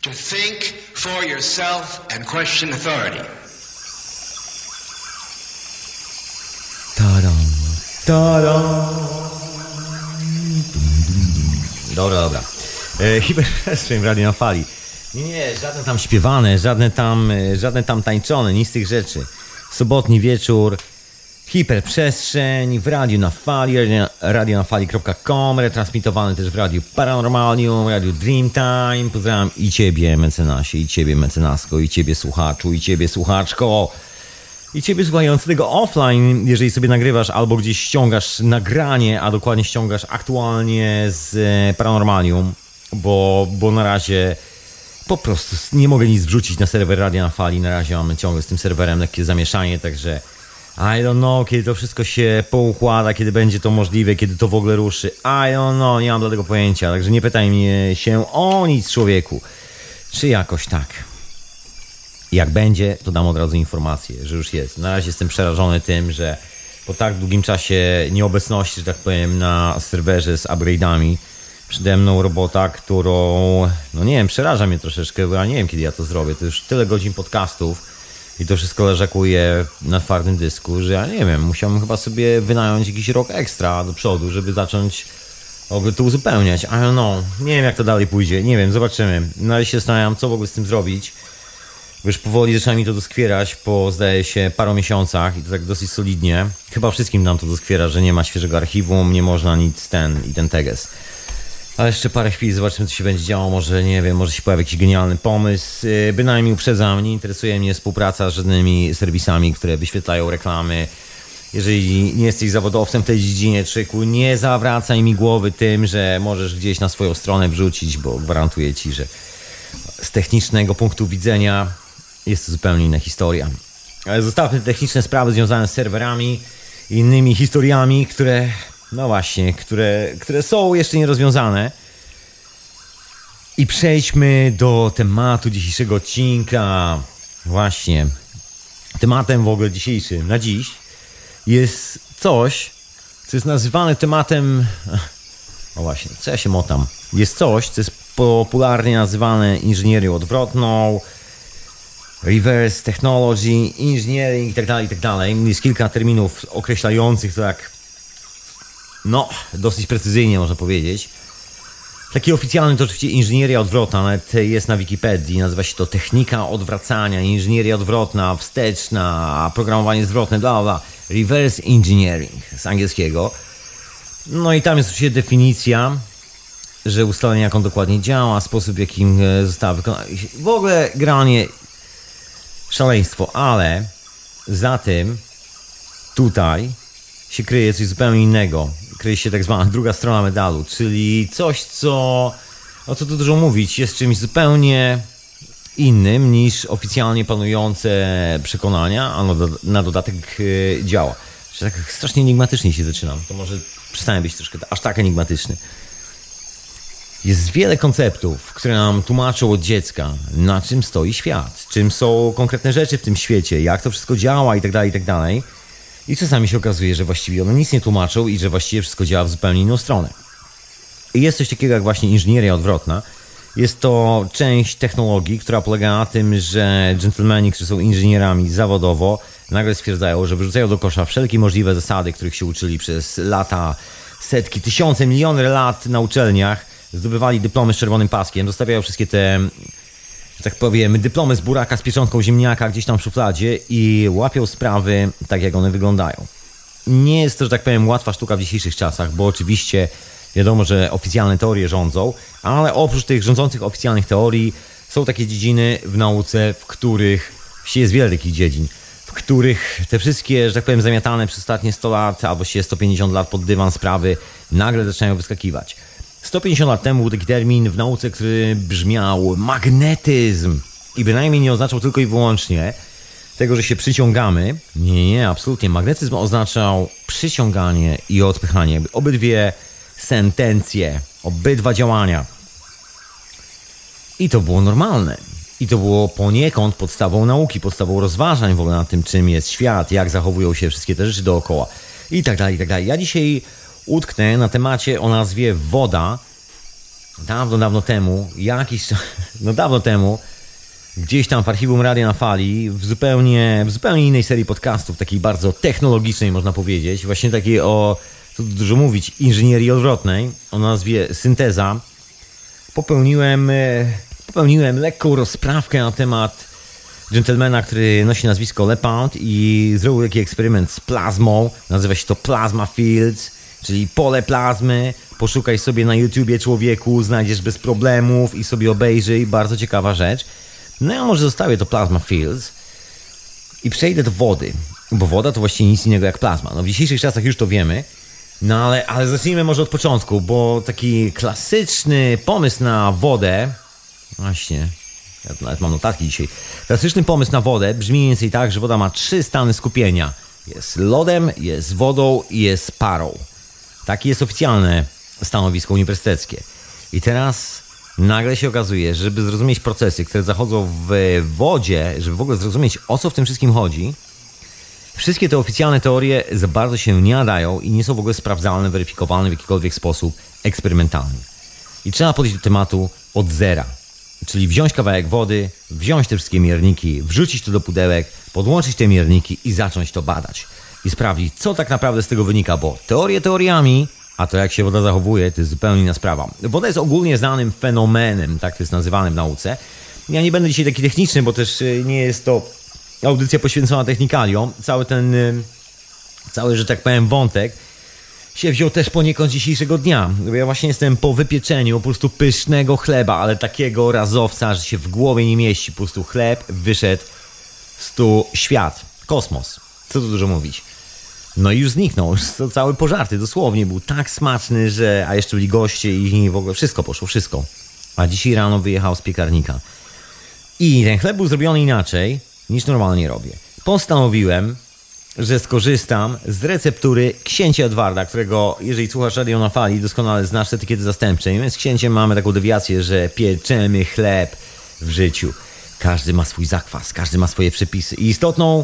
To think for yourself and question authority. Tadam, tadam. Dobra. Hiperprzestrzeń w Radiu na Fali. Nie, żadne tam śpiewane, żadne tam tańczone, nic z tych rzeczy. Sobotni wieczór, hiperprzestrzeń w Radiu na Fali, radionafali.com, retransmitowany też w Radiu Paranormalium, Radiu Dreamtime. Pozdrawiam i Ciebie, mecenasie, i Ciebie, mecenasko, i Ciebie, słuchaczu, i Ciebie, słuchaczko, i Ciebie słuchający tego offline, jeżeli sobie nagrywasz albo gdzieś ściągasz nagranie, a dokładnie ściągasz aktualnie z Paranormalium, bo na razie po prostu nie mogę nic wrzucić na serwer Radia na Fali. Na razie mamy ciągle z tym serwerem lekkie zamieszanie, także I don't know, kiedy to wszystko się poukłada, kiedy będzie to możliwe, kiedy to w ogóle ruszy. I don't know, nie mam do tego pojęcia, także nie pytaj mnie się o nic, człowieku. Czy jakoś tak. Jak będzie, to dam od razu informację, że już jest. Na razie jestem przerażony tym, że po tak długim czasie nieobecności, że tak powiem, na serwerze z upgrade'ami, przede mną robota, którą, no nie wiem, przeraża mnie troszeczkę, bo ja nie wiem, kiedy ja to zrobię. To już tyle godzin podcastów i to wszystko leżakuje na twardym dysku, że ja nie wiem, musiałbym chyba sobie wynająć jakiś rok ekstra do przodu, żeby zacząć to uzupełniać. I don't know, nie wiem, jak to dalej pójdzie, nie wiem, zobaczymy. Na razie się zastanawiam, co w ogóle z tym zrobić. Bo już powoli zaczyna mi to doskwierać po, zdaje się, paru miesiącach i to tak dosyć solidnie. Chyba wszystkim nam to doskwiera, że nie ma świeżego archiwum, nie można nic ten teges. Ale jeszcze parę chwil, zobaczymy, co się będzie działo. Może, nie wiem, może się pojawi jakiś genialny pomysł. Bynajmniej uprzedzam, nie interesuje mnie współpraca z żadnymi serwisami, które wyświetlają reklamy. Jeżeli nie jesteś zawodowcem w tej dziedzinie, człowieku, nie zawracaj mi głowy tym, że możesz gdzieś na swoją stronę wrzucić, bo gwarantuję ci, że z technicznego punktu widzenia jest to zupełnie inna historia. Ale zostawmy te techniczne sprawy związane z serwerami i innymi historiami, które, no właśnie, które są jeszcze nierozwiązane. I przejdźmy do tematu dzisiejszego odcinka. Właśnie, tematem w ogóle dzisiejszym, na dziś, jest coś, co jest nazywane tematem... No właśnie, co ja się motam? Jest coś, co jest popularnie nazywane inżynierią odwrotną, reverse technology, engineering itd. Jest kilka terminów określających to tak, no, dosyć precyzyjnie można powiedzieć. Taki oficjalny to oczywiście inżynieria odwrotna, nawet jest na Wikipedii, nazywa się to technika odwracania, inżynieria odwrotna, wsteczna, programowanie zwrotne, bla bla, reverse engineering z angielskiego. No i tam jest oczywiście definicja, że ustalenie, jak on dokładnie działa, sposób, w jakim została wykonana. W ogóle granie szaleństwo, ale za tym tutaj się kryje coś zupełnie innego. Kryje się tak zwana druga strona medalu, czyli coś, o co tu dużo mówić, jest czymś zupełnie innym niż oficjalnie panujące przekonania, a na dodatek działa. Że tak strasznie enigmatycznie się zaczynam, to może przestanę być troszkę aż tak enigmatyczny. Jest wiele konceptów, które nam tłumaczą od dziecka, na czym stoi świat, czym są konkretne rzeczy w tym świecie, jak to wszystko działa itd. I czasami się okazuje, że właściwie one nic nie tłumaczą i że właściwie wszystko działa w zupełnie inną stronę. I jest coś takiego jak właśnie inżynieria odwrotna. Jest to część technologii, która polega na tym, że dżentelmeni, którzy są inżynierami zawodowo, nagle stwierdzają, że wyrzucają do kosza wszelkie możliwe zasady, których się uczyli przez lata, setki, tysiące, miliony lat na uczelniach, zdobywali dyplomy z czerwonym paskiem, zostawiają wszystkie te, że tak powiem, dyplomy z buraka z pieczątką ziemniaka gdzieś tam w szufladzie i łapią sprawy tak, jak one wyglądają. Nie jest to, że tak powiem, łatwa sztuka w dzisiejszych czasach, bo oczywiście wiadomo, że oficjalne teorie rządzą, ale oprócz tych rządzących oficjalnych teorii są takie dziedziny w nauce, w których jest wiele takich dziedzin, w których te wszystkie, że tak powiem, zamiatane przez ostatnie 100 lat, a właściwie 150 lat pod dywan sprawy nagle zaczynają wyskakiwać. 150 lat temu był taki termin w nauce, który brzmiał magnetyzm i bynajmniej nie oznaczał tylko i wyłącznie tego, że się przyciągamy. Nie, absolutnie. Magnetyzm oznaczał przyciąganie i odpychanie. Obydwie sentencje, obydwa działania. I to było normalne. I to było poniekąd podstawą nauki, podstawą rozważań w ogóle nad tym, czym jest świat, jak zachowują się wszystkie te rzeczy dookoła i tak dalej, i tak dalej. Ja dzisiaj utknę na temacie o nazwie woda dawno temu, dawno temu, gdzieś tam w archiwum Radia na Fali, w zupełnie innej serii podcastów, takiej bardzo technologicznej, można powiedzieć, właśnie takiej o, tu dużo mówić, inżynierii odwrotnej, o nazwie Synteza, popełniłem lekką rozprawkę na temat dżentelmena, który nosi nazwisko LePound i zrobił taki eksperyment z plazmą, nazywa się to Plasma Fields, czyli pole plazmy. Poszukaj sobie na YouTubie, człowieku, znajdziesz bez problemów i sobie obejrzyj, bardzo ciekawa rzecz. No ja może zostawię to Plasma Fields i przejdę do wody, bo woda to właściwie nic innego jak plazma. No w dzisiejszych czasach już to wiemy, no ale zacznijmy może od początku, bo taki klasyczny pomysł na wodę, właśnie, ja nawet mam notatki dzisiaj, klasyczny pomysł na wodę brzmi mniej więcej tak, że woda ma 3 stany skupienia. Jest lodem, jest wodą i jest parą. Takie jest oficjalne stanowisko uniwersyteckie. I teraz nagle się okazuje, że żeby zrozumieć procesy, które zachodzą w wodzie, żeby w ogóle zrozumieć, o co w tym wszystkim chodzi, wszystkie te oficjalne teorie za bardzo się nie nadają i nie są w ogóle sprawdzalne, weryfikowalne w jakikolwiek sposób eksperymentalny. I trzeba podejść do tematu od zera. Czyli wziąć kawałek wody, wziąć te wszystkie mierniki, wrzucić to do pudełek, podłączyć te mierniki i zacząć to badać. I sprawdzić, co tak naprawdę z tego wynika, bo teorie teoriami, a to jak się woda zachowuje, to jest zupełnie inna sprawa. Woda jest ogólnie znanym fenomenem, tak to jest nazywane w nauce. Ja nie będę dzisiaj taki techniczny, bo też nie jest to audycja poświęcona technikaliom. Cały, że tak powiem, wątek się wziął też poniekąd dzisiejszego dnia. Bo ja właśnie jestem po wypieczeniu po prostu pysznego chleba, ale takiego razowca, że się w głowie nie mieści. Po prostu chleb wyszedł z tu świat, kosmos. Co tu dużo mówić. No i już zniknął, już to cały pożarty, dosłownie. Był tak smaczny, że... A jeszcze byli goście i w ogóle wszystko poszło, wszystko. A dzisiaj rano wyjechał z piekarnika. I ten chleb był zrobiony inaczej, niż normalnie robię. Postanowiłem, że skorzystam z receptury księcia Edwarda, którego, jeżeli słuchasz Radio na Fali, doskonale znasz etykiety zastępczej. Więc z księciem mamy taką dewiację, że pieczemy chleb w życiu. Każdy ma swój zakwas, każdy ma swoje przepisy. I istotną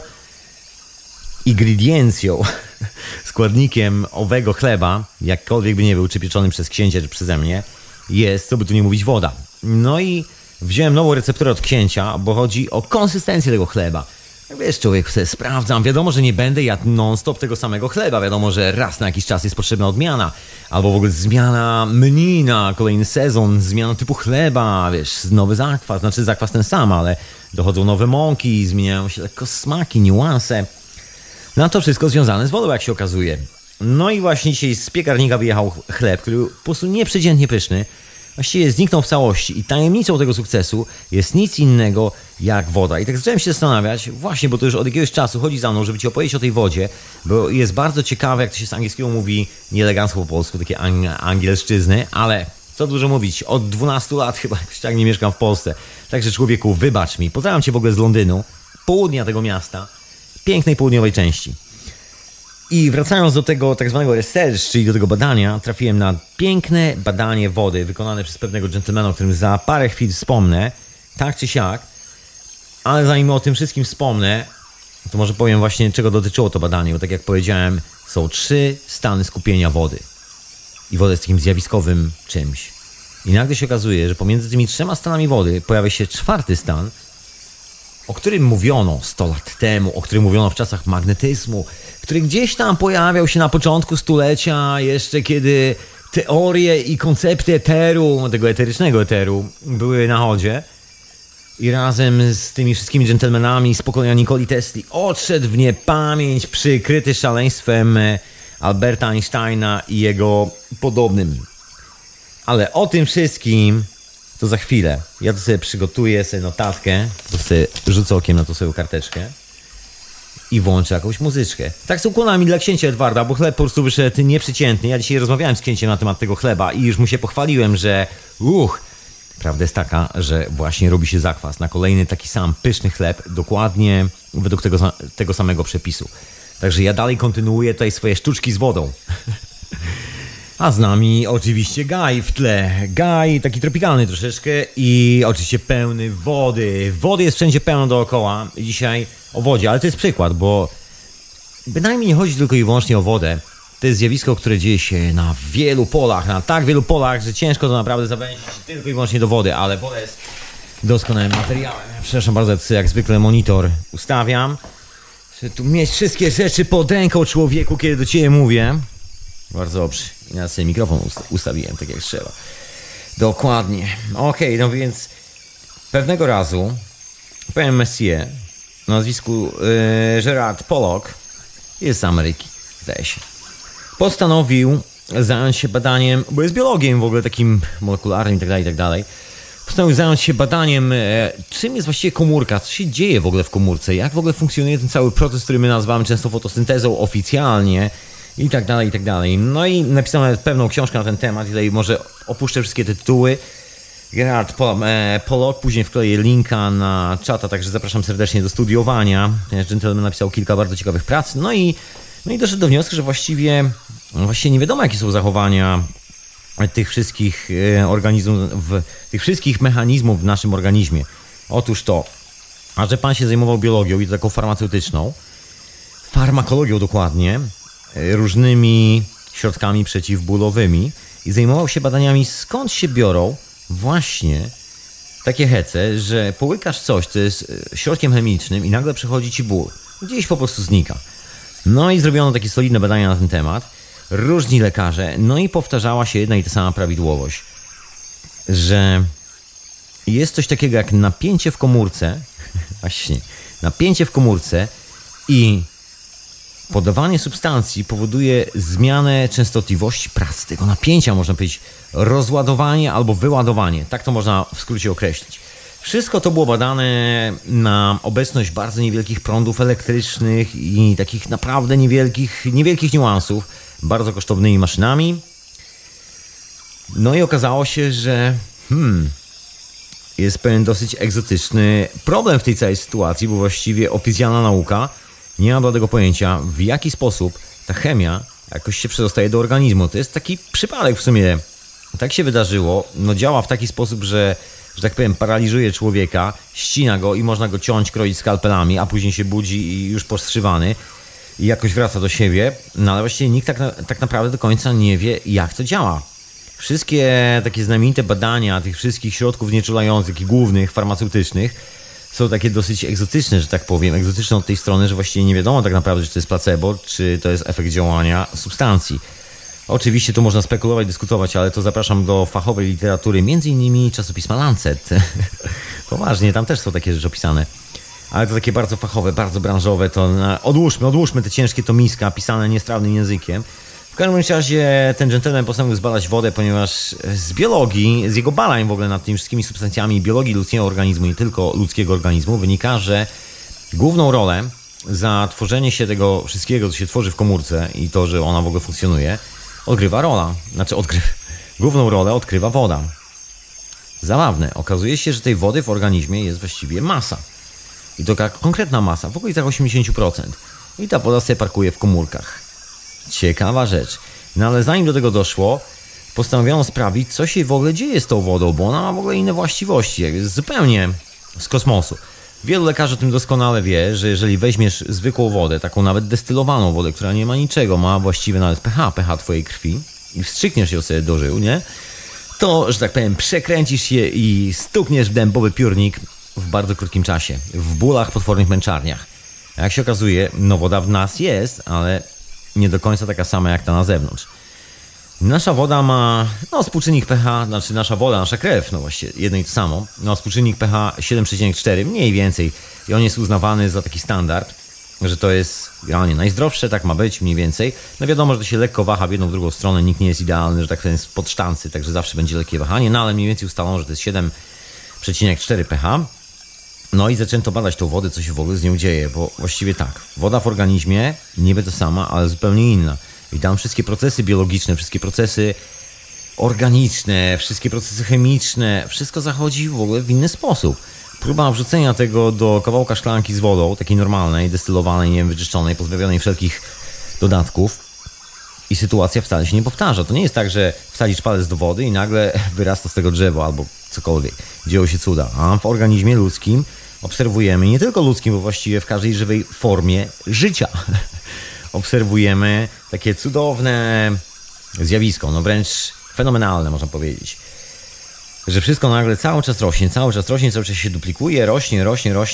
ingrediencją, składnikiem owego chleba, jakkolwiek by nie był, czy pieczony przez księcia, czy przeze mnie, jest, co by tu nie mówić, woda. No i wziąłem nową recepturę od księcia, bo chodzi o konsystencję tego chleba. Jak wiesz, człowiek sobie sprawdzam, wiadomo, że nie będę jadł non-stop tego samego chleba, wiadomo, że raz na jakiś czas jest potrzebna odmiana, albo w ogóle zmiana menu na kolejny sezon, zmiana typu chleba, wiesz, nowy zakwas, znaczy zakwas ten sam, ale dochodzą nowe mąki, zmieniają się lekko smaki, niuanse. No to wszystko związane z wodą, jak się okazuje. No i właśnie dzisiaj z piekarnika wyjechał chleb, który był po prostu nieprzeciętnie pyszny. Właściwie zniknął w całości i tajemnicą tego sukcesu jest nic innego jak woda. I tak zacząłem się zastanawiać, właśnie, bo to już od jakiegoś czasu chodzi za mną, żeby ci opowiedzieć o tej wodzie, bo jest bardzo ciekawe, jak to się z angielskiego mówi, nie elegancko po polsku, takie angielszczyzny, ale co dużo mówić, od 12 lat chyba jakoś tak nie mieszkam w Polsce. Także człowieku, wybacz mi, pozdrawiam cię w ogóle z Londynu, południa tego miasta, pięknej południowej części. I wracając do tego tak zwanego research, czyli do tego badania, trafiłem na piękne badanie wody wykonane przez pewnego dżentelmena, o którym za parę chwil wspomnę, tak czy siak. Ale zanim o tym wszystkim wspomnę, to może powiem właśnie, czego dotyczyło to badanie, bo tak jak powiedziałem, są 3 stany skupienia wody. I woda jest takim zjawiskowym czymś. I nagle się okazuje, że pomiędzy tymi 3 stanami wody pojawia się 4. stan, o którym mówiono 100 lat temu, o którym mówiono w czasach magnetyzmu, który gdzieś tam pojawiał się na początku stulecia, jeszcze kiedy teorie i koncepty eteru, tego eterycznego eteru, były na chodzie. I razem z tymi wszystkimi dżentelmenami z pokolenia Nikoli Tesli odszedł w niepamięć przykryty szaleństwem Alberta Einsteina i jego podobnym. Ale o tym wszystkim to za chwilę. Ja to sobie przygotuję sobie notatkę, to sobie rzucę okiem na tą swoją karteczkę i włączę jakąś muzyczkę. Tak z ukłonami dla księcia Edwarda, bo chleb po prostu wyszedł nieprzeciętny. Ja dzisiaj rozmawiałem z księciem na temat tego chleba i już mu się pochwaliłem, że prawda jest taka, że właśnie robi się zakwas na kolejny taki sam pyszny chleb, dokładnie według tego samego przepisu. Także ja dalej kontynuuję tutaj swoje sztuczki z wodą. A z nami oczywiście Guy w tle. Guy taki tropikalny troszeczkę i oczywiście pełny wody. Wody jest wszędzie pełno dookoła. Dzisiaj o wodzie, ale to jest przykład, bo bynajmniej nie chodzi tylko i wyłącznie o wodę. To jest zjawisko, które dzieje się na wielu polach, na tak wielu polach, że ciężko to naprawdę zawęzić tylko i wyłącznie do wody, ale woda jest doskonałym materiałem. Przepraszam bardzo, jak zwykle monitor ustawiam, żeby tu mieć wszystkie rzeczy pod ręką człowieku, kiedy do ciebie mówię. Bardzo dobrze. I na sobie mikrofon ustawiłem tak jak trzeba. Dokładnie. Okej, no więc pewnego razu pewien Messier o nazwisku Gerard Pollock, jest z Ameryki, zdaje się, postanowił zająć się badaniem, bo jest biologiem w ogóle takim molekularnym i tak dalej. Postanowił zająć się badaniem, czym jest właściwie komórka, co się dzieje w ogóle w komórce, jak w ogóle funkcjonuje ten cały proces, który my nazywamy często fotosyntezą oficjalnie i tak dalej. No i napisał nawet pewną książkę na ten temat, tutaj może opuszczę wszystkie te tytuły. Gerard Pollock, później wkleję linka na czata, także zapraszam serdecznie do studiowania. Ten gentleman napisał kilka bardzo ciekawych prac, no i doszedł do wniosku, że właściwie nie wiadomo, jakie są zachowania tych wszystkich organizmów, tych wszystkich mechanizmów w naszym organizmie. Otóż to, a że pan się zajmował biologią i to taką farmaceutyczną, farmakologią dokładnie, różnymi środkami przeciwbólowymi i zajmował się badaniami, skąd się biorą właśnie takie hece, że połykasz coś, co jest środkiem chemicznym i nagle przychodzi ci ból. Gdzieś po prostu znika. No i zrobiono takie solidne badania na ten temat. Różni lekarze, no i powtarzała się jedna i ta sama prawidłowość, że jest coś takiego jak napięcie w komórce, właśnie, napięcie w komórce i podawanie substancji powoduje zmianę częstotliwości pracy tego napięcia, można powiedzieć rozładowanie albo wyładowanie, tak to można w skrócie określić. Wszystko to było badane na obecność bardzo niewielkich prądów elektrycznych i takich naprawdę niewielkich niuansów, bardzo kosztownymi maszynami. No i okazało się, że jest pewien dosyć egzotyczny problem w tej całej sytuacji, bo właściwie oficjalna nauka nie ma bladego pojęcia, w jaki sposób ta chemia jakoś się przedostaje do organizmu. To jest taki przypadek w sumie. Tak się wydarzyło. No działa w taki sposób, że tak powiem, paraliżuje człowieka, ścina go i można go ciąć, kroić skalpelami, a później się budzi i już postrzywany i jakoś wraca do siebie. No ale właściwie nikt tak naprawdę do końca nie wie, jak to działa. Wszystkie takie znamienite badania tych wszystkich środków znieczulających i głównych, farmaceutycznych są takie dosyć egzotyczne, że tak powiem. Egzotyczne od tej strony, że właściwie nie wiadomo tak naprawdę, czy to jest placebo, czy to jest efekt działania substancji. Oczywiście tu można spekulować, dyskutować, ale to zapraszam do fachowej literatury, między innymi czasopisma Lancet. Poważnie, tam też są takie rzeczy opisane. Ale to takie bardzo fachowe, bardzo branżowe, to odłóżmy te ciężkie tomiska pisane niestrawnym językiem. W każdym razie ten gentleman postanowił zbadać wodę, ponieważ z biologii, z jego badań w ogóle nad tymi wszystkimi substancjami biologii ludzkiego organizmu, nie tylko ludzkiego organizmu, wynika, że główną rolę za tworzenie się tego wszystkiego, co się tworzy w komórce i to, że ona w ogóle funkcjonuje, główną rolę odgrywa woda. Zabawne. Okazuje się, że tej wody w organizmie jest właściwie masa. I to konkretna masa, w okolicach 80%. I ta woda sobie parkuje w komórkach. Ciekawa rzecz. No ale zanim do tego doszło, postanowiono sprawdzić, co się w ogóle dzieje z tą wodą, bo ona ma w ogóle inne właściwości, jest zupełnie z kosmosu. Wielu lekarzy o tym doskonale wie, że jeżeli weźmiesz zwykłą wodę, taką nawet destylowaną wodę, która nie ma niczego, ma właściwe nawet pH twojej krwi i wstrzykniesz ją sobie do żył, nie? To, że tak powiem, przekręcisz je i stukniesz w dębowy piórnik w bardzo krótkim czasie, w bólach, potwornych męczarniach. Jak się okazuje, no woda w nas jest, ale nie do końca taka sama jak ta na zewnątrz. Nasza woda ma, współczynnik pH, nasza krew, właściwie jedno i to samo, współczynnik pH 7,4 mniej więcej i on jest uznawany za taki standard, że to jest realnie najzdrowsze, tak ma być mniej więcej. No wiadomo, że to się lekko waha w jedną, w drugą stronę, nikt nie jest idealny, że tak powiem jest pod sztancy, także zawsze będzie lekkie wahanie, no ale mniej więcej ustalono, że to jest 7,4 pH. No i zaczęto badać tą wodę, co się w ogóle z nią dzieje, bo właściwie tak, woda w organizmie niby to sama, ale zupełnie inna. I tam wszystkie procesy biologiczne, wszystkie procesy organiczne, wszystkie procesy chemiczne, wszystko zachodzi w ogóle w inny sposób. Próba wrzucenia tego do kawałka szklanki z wodą, takiej normalnej, destylowanej, wyczyszczonej, pozbawionej wszelkich dodatków i sytuacja wcale się nie powtarza. To nie jest tak, że wsadzisz palec do wody i nagle wyrasta z tego drzewo albo cokolwiek. Dzieją się cuda. A w organizmie ludzkim obserwujemy, nie tylko ludzkim, bo właściwie w każdej żywej formie życia, obserwujemy takie cudowne zjawisko, no wręcz fenomenalne można powiedzieć. Że wszystko nagle cały czas rośnie, cały czas się duplikuje, rośnie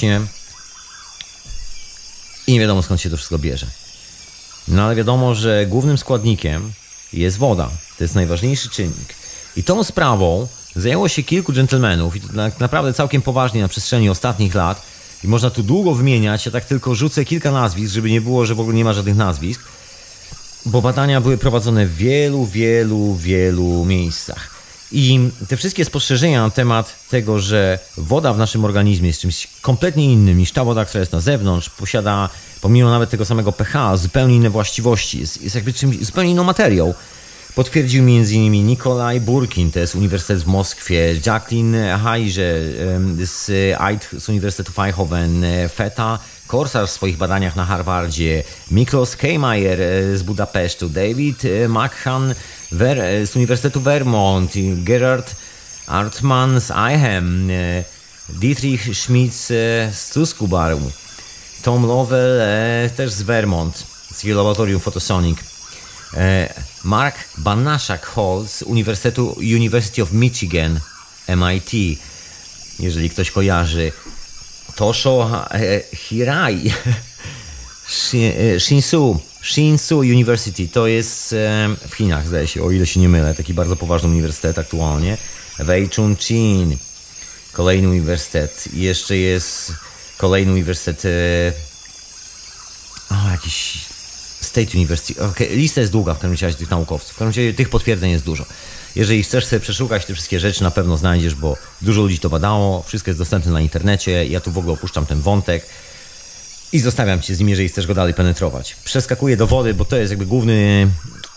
i nie wiadomo skąd się to wszystko bierze. No ale wiadomo, że głównym składnikiem jest woda. To jest najważniejszy czynnik. I tą sprawą zajęło się kilku dżentelmenów i to tak naprawdę całkiem poważnie na przestrzeni ostatnich lat. I można tu długo wymieniać, ja tak tylko rzucę kilka nazwisk, żeby nie było, że w ogóle nie ma żadnych nazwisk. Bo badania były prowadzone w wielu miejscach. I te wszystkie spostrzeżenia na temat tego, że woda w naszym organizmie jest czymś kompletnie innym niż ta woda, która jest na zewnątrz, posiada pomimo nawet tego samego pH zupełnie inne właściwości, jest jakby czymś zupełnie inną materią. Potwierdził m.in. Nikolaj Burkin, to jest Uniwersytet w Moskwie, Jacqueline Heige z Uniwersytetu Eindhoven, Feta Korsar w swoich badaniach na Harvardzie, Miklos Kejmajer z Budapesztu, David McCann z Uniwersytetu Vermont, Gerard Artman z Eichem, Dietrich Schmitz z Tuskubaru, Tom Lovell też z Vermont, z laboratorium Photosonic, Mark Banaszak-Hall z University of Michigan, MIT, jeżeli ktoś kojarzy, Tosho Hirai, Shinsu University, to jest w Chinach, zdaje się, o ile się nie mylę, taki bardzo poważny uniwersytet aktualnie, Wei Chun-Chin, kolejny uniwersytet, i jeszcze jest kolejny uniwersytet, jakiś State University. Okay, lista jest długa w każdym razie tych naukowców. W każdym razie tych potwierdzeń jest dużo. Jeżeli chcesz sobie przeszukać te wszystkie rzeczy, na pewno znajdziesz, bo dużo ludzi to badało. Wszystko jest dostępne na internecie. Ja tu w ogóle opuszczam ten wątek i zostawiam cię z nim, jeżeli chcesz go dalej penetrować. Przeskakuję do wody, bo to jest jakby główny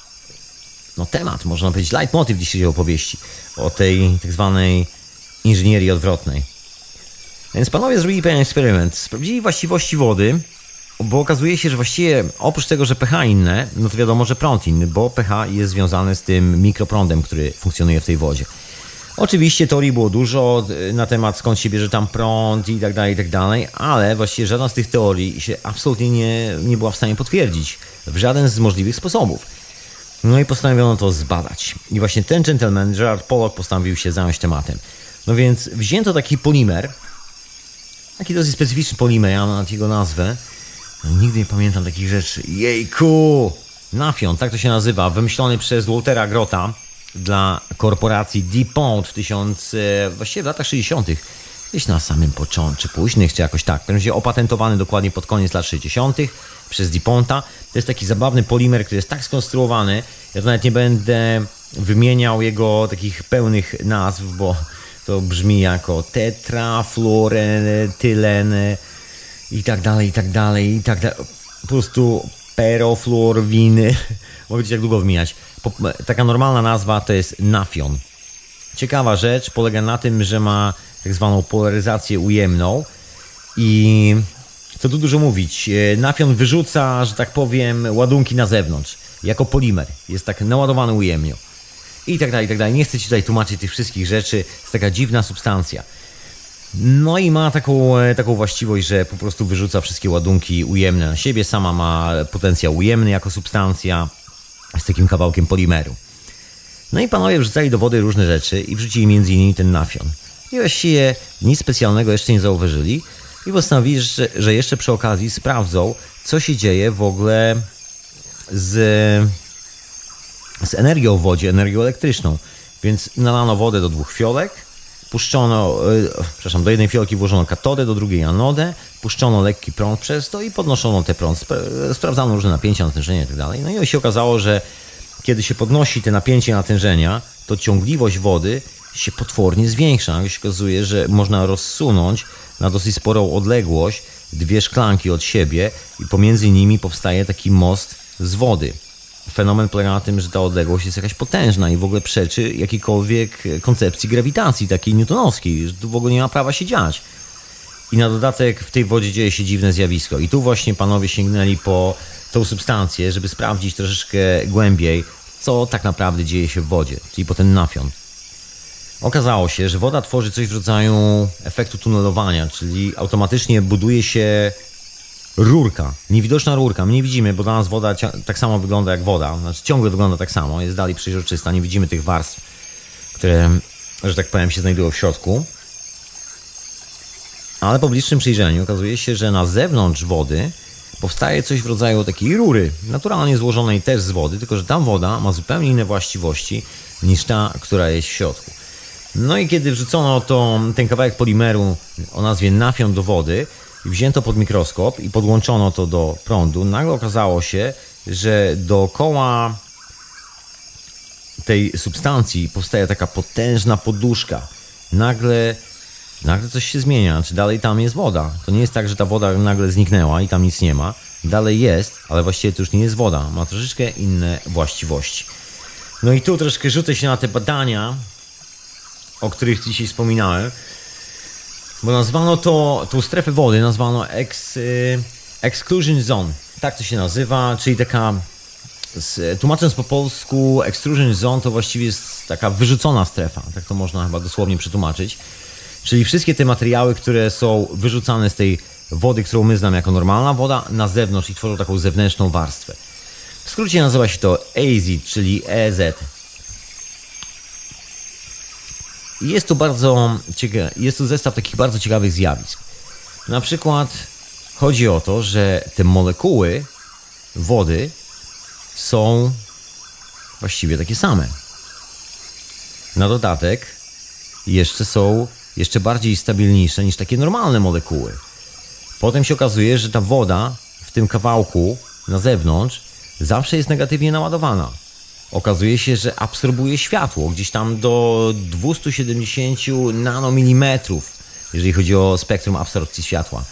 temat, można powiedzieć, leitmotiv dzisiejszej opowieści o tej tak zwanej inżynierii odwrotnej. Więc panowie zrobili pewien eksperyment. Sprawdzili właściwości wody, bo okazuje się, że właściwie oprócz tego, że pH inne, no to wiadomo, że prąd inny, bo pH jest związany z tym mikroprądem, który funkcjonuje w tej wodzie. Oczywiście teorii było dużo na temat skąd się bierze tam prąd i tak dalej, ale właściwie żadna z tych teorii się absolutnie nie była w stanie potwierdzić w żaden z możliwych sposobów. No i postanowiono to zbadać. I właśnie ten gentleman, Gerard Pollock, postanowił się zająć tematem. No więc wzięto taki polimer, taki dosyć specyficzny polimer, ja mam jego nazwę. Nigdy nie pamiętam takich rzeczy. Jejku! Nafion, tak to się nazywa, wymyślony przez Waltera Grotta dla korporacji DuPont właściwie w latach 60. Gdzieś na samym początku, czy późnych, czy jakoś tak. Będzie opatentowany dokładnie pod koniec lat 60. przez DuPonta. To jest taki zabawny polimer, który jest tak skonstruowany, ja to nawet nie będę wymieniał jego takich pełnych nazw, bo to brzmi jako tetrafluoretylen i tak dalej. Po prostu perofluorwiny. Mogę ci tak długo wymieniać. Taka normalna nazwa to jest nafion. Ciekawa rzecz polega na tym, że ma tak zwaną polaryzację ujemną i co tu dużo mówić, nafion wyrzuca, że tak powiem, ładunki na zewnątrz jako polimer. Jest tak naładowany ujemnie. I tak dalej. Nie chcę ci tutaj tłumaczyć tych wszystkich rzeczy. Jest taka dziwna substancja. No i ma taką właściwość, że po prostu wyrzuca wszystkie ładunki ujemne na siebie. Sama ma potencjał ujemny jako substancja z takim kawałkiem polimeru. No i panowie wrzucali do wody różne rzeczy i wrzucili m.in. ten nafion. I właściwie nic specjalnego jeszcze nie zauważyli i postanowili, że jeszcze przy okazji sprawdzą, co się dzieje w ogóle z energią w wodzie, energią elektryczną. Więc nalano wodę do 2 fiolek, do jednej fiolki włożono katodę, do drugiej anodę, puszczono lekki prąd przez to i podnoszono ten prąd. Sprawdzano różne napięcia, natężenia itd. No i się okazało, że kiedy się podnosi te napięcie natężenia, to ciągliwość wody się potwornie zwiększa. Się okazuje, że można rozsunąć na dosyć sporą odległość 2 szklanki od siebie i pomiędzy nimi powstaje taki most z wody. Fenomen polega na tym, że ta odległość jest jakaś potężna i w ogóle przeczy jakiejkolwiek koncepcji grawitacji takiej newtonowskiej, że tu w ogóle nie ma prawa się dziać. I na dodatek w tej wodzie dzieje się dziwne zjawisko. I tu właśnie panowie sięgnęli po tą substancję, żeby sprawdzić troszeczkę głębiej, co tak naprawdę dzieje się w wodzie, czyli po ten nafion. Okazało się, że woda tworzy coś w rodzaju efektu tunelowania, czyli automatycznie buduje się rurka, niewidoczna rurka. My nie widzimy, bo dla nas woda tak samo wygląda jak woda. Znaczy ciągle wygląda tak samo, jest dalej przeźroczysta. Nie widzimy tych warstw, które, że tak powiem, się znajdują w środku. Ale po bliższym przyjrzeniu okazuje się, że na zewnątrz wody powstaje coś w rodzaju takiej rury, naturalnie złożonej też z wody, tylko że ta woda ma zupełnie inne właściwości niż ta, która jest w środku. No i kiedy wrzucono ten kawałek polimeru o nazwie nafion do wody i wzięto pod mikroskop i podłączono to do prądu, nagle okazało się, że dookoła tej substancji powstaje taka potężna poduszka. Nagle coś się zmienia, czy dalej tam jest woda. To nie jest tak, że ta woda nagle zniknęła i tam nic nie ma. Dalej jest, ale właściwie to już nie jest woda. Ma troszeczkę inne właściwości. No i tu troszkę rzucę się na te badania, o których dzisiaj wspominałem. Bo nazwano tą strefę wody, nazwano exclusion zone. Tak to się nazywa, czyli taka, tłumacząc po polsku, exclusion zone to właściwie jest taka wyrzucona strefa. Tak to można chyba dosłownie przetłumaczyć. Czyli wszystkie te materiały, które są wyrzucane z tej wody, którą my znamy jako normalna woda, na zewnątrz i tworzą taką zewnętrzną warstwę. W skrócie nazywa się to AZ, czyli EZ. I jest tu jest tu zestaw takich bardzo ciekawych zjawisk. Na przykład chodzi o to, że te molekuły wody są właściwie takie same. Na dodatek są jeszcze bardziej stabilniejsze niż takie normalne molekuły. Potem się okazuje, że ta woda w tym kawałku na zewnątrz zawsze jest negatywnie naładowana. Okazuje się, że absorbuje światło gdzieś tam do 270 nanomilimetrów, jeżeli chodzi o spektrum absorpcji światła.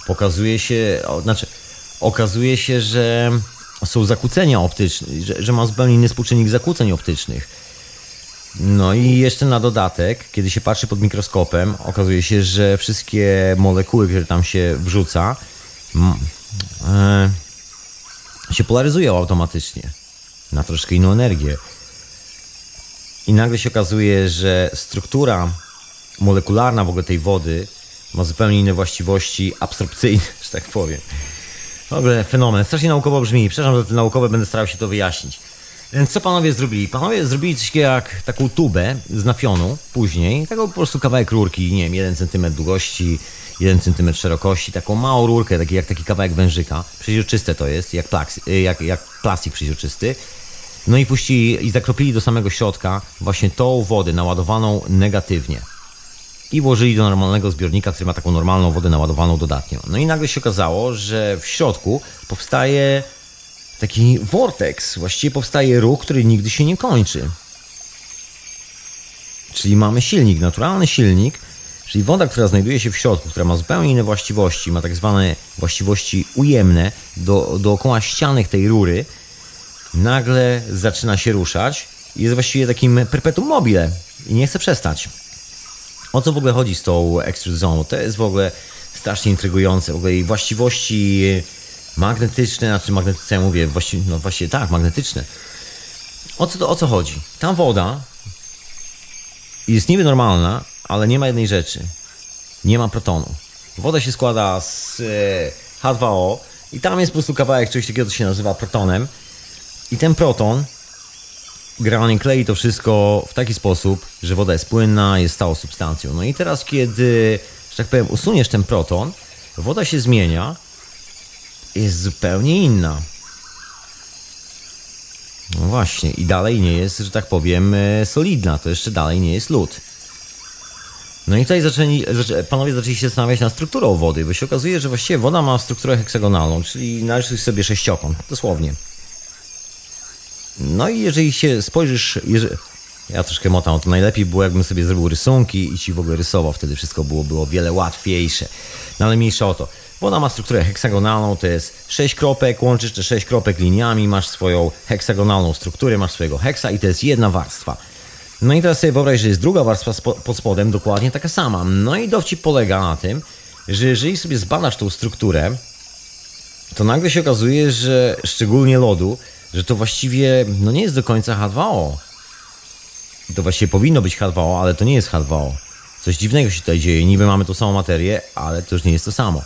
Okazuje się, że są zakłócenia optyczne, że ma zupełnie inny współczynnik zakłóceń optycznych. No i jeszcze na dodatek, kiedy się patrzy pod mikroskopem, okazuje się, że wszystkie molekuły, które tam się wrzuca, się polaryzują automatycznie na troszkę inną energię. I nagle się okazuje, że struktura molekularna w ogóle tej wody ma zupełnie inne właściwości absorpcyjne, że tak powiem. W ogóle fenomen. Strasznie naukowo brzmi. Przepraszam, że to naukowe, będę starał się to wyjaśnić. Więc co panowie zrobili? Panowie zrobili coś jak taką tubę z nafionu później, taką po prostu kawałek rurki, nie wiem, 1 cm długości, 1 cm szerokości, taką małą rurkę, jak taki kawałek wężyka. Przeźroczyste to jest, jak plastik przeźroczysty. No i zakropili do samego środka właśnie tą wodę naładowaną negatywnie. I włożyli do normalnego zbiornika, który ma taką normalną wodę naładowaną dodatnio. No i nagle się okazało, że w środku powstaje taki vortex, właściwie powstaje ruch, który nigdy się nie kończy. Czyli mamy silnik, naturalny silnik, czyli woda, która znajduje się w środku, która ma zupełnie inne właściwości, ma tak zwane właściwości ujemne dookoła ścianek tej rury, nagle zaczyna się ruszać i jest właściwie takim perpetuum mobile i nie chce przestać. O co w ogóle chodzi z tą extrude zone? To jest w ogóle strasznie intrygujące. W ogóle jej właściwości magnetyczne, znaczy magnetyczne, ja mówię, właściwie tak, magnetyczne. O co chodzi? Ta woda jest niby normalna, ale nie ma jednej rzeczy. Nie ma protonu. Woda się składa z H2O i tam jest po prostu kawałek czegoś takiego, co się nazywa protonem. I ten proton generalnie klei to wszystko w taki sposób, że woda jest płynna, jest stałą substancją. No i teraz, kiedy, że tak powiem, usuniesz ten proton, woda się zmienia, jest zupełnie inna. No właśnie, i dalej nie jest, że tak powiem, solidna, to jeszcze dalej nie jest lód. No i tutaj panowie zaczęli się zastanawiać nad strukturą wody, bo się okazuje, że właściwie woda ma strukturę heksagonalną, czyli należy sobie sześciokąt, dosłownie. No i jeżeli się spojrzysz, ja troszkę motam, to najlepiej było, jakbym sobie zrobił rysunki i ci w ogóle rysował, wtedy wszystko było o wiele łatwiejsze. No ale mniejsza o to. Woda ma strukturę heksagonalną, to jest 6 kropek, łączysz te 6 kropek liniami, masz swoją heksagonalną strukturę, masz swojego heksa i to jest jedna warstwa. No i teraz sobie wyobraź, że jest druga warstwa pod spodem, dokładnie taka sama. No i dowcip polega na tym, że jeżeli sobie zbadasz tą strukturę, to nagle się okazuje, że szczególnie lodu, że to właściwie nie jest do końca H2O. To właściwie powinno być H2O, ale to nie jest H2O. Coś dziwnego się tutaj dzieje. Niby mamy tą samą materię, ale to już nie jest to samo.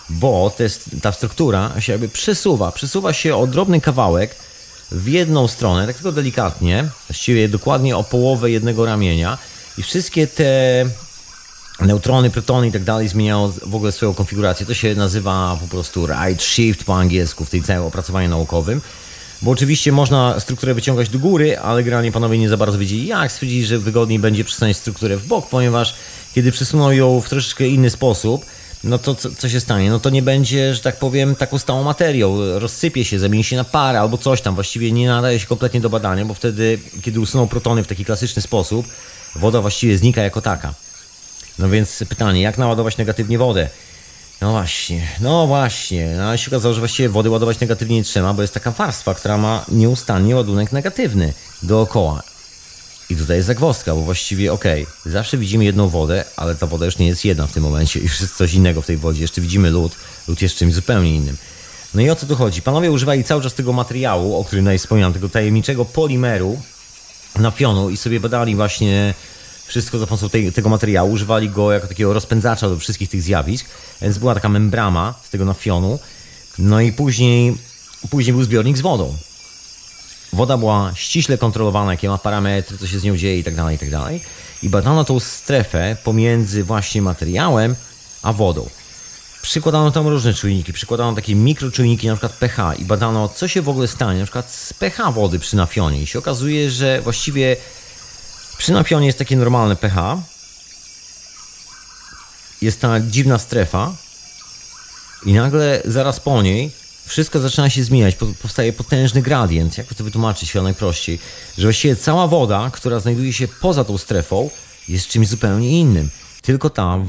bo ta struktura się jakby przesuwa się o drobny kawałek w jedną stronę, tak tylko delikatnie, właściwie dokładnie o połowę jednego ramienia i wszystkie te neutrony, protony i tak dalej zmieniają w ogóle swoją konfigurację. To się nazywa po prostu right shift po angielsku w tej całym opracowaniu naukowym. Bo oczywiście można strukturę wyciągać do góry, ale generalnie panowie nie za bardzo wiedzieli jak. Stwierdzili, że wygodniej będzie przesunąć strukturę w bok, ponieważ kiedy przesuną ją w troszeczkę inny sposób, no to co się stanie? No to nie będzie, że tak powiem, taką stałą materią. Rozsypie się, zamieni się na parę albo coś tam. Właściwie nie nadaje się kompletnie do badania, bo wtedy, kiedy usuną protony w taki klasyczny sposób, woda właściwie znika jako taka. No więc pytanie, jak naładować negatywnie wodę? No właśnie. No ale się okazało, że właściwie wody ładować negatywnie nie trzeba, bo jest taka warstwa, która ma nieustannie ładunek negatywny dookoła. I tutaj jest zagwozdka, bo właściwie zawsze widzimy jedną wodę, ale ta woda już nie jest jedna w tym momencie, już jest coś innego w tej wodzie. Jeszcze widzimy lód jest czymś zupełnie innym. No i o co tu chodzi? Panowie używali cały czas tego materiału, o którym tutaj wspomniałem, tego tajemniczego polimeru nafionu i sobie badali właśnie wszystko za pomocą tego materiału, używali go jako takiego rozpędzacza do wszystkich tych zjawisk, więc była taka membrana z tego nafionu, no i później był zbiornik z wodą. Woda była ściśle kontrolowana, jakie ma parametry, co się z nią dzieje itd. I badano tą strefę pomiędzy właśnie materiałem a wodą. Przykładano tam różne czujniki, przykładano takie mikroczujniki, na przykład pH i badano, co się w ogóle stanie, na przykład z pH wody przy nafionie. I się okazuje, że właściwie przy nafionie jest takie normalne pH, jest ta dziwna strefa i nagle zaraz po niej wszystko zaczyna się zmieniać, powstaje potężny gradient. Jak to wytłumaczyć chyba najprościej? Że właściwie cała woda, która znajduje się poza tą strefą, jest czymś zupełnie innym. Tylko ta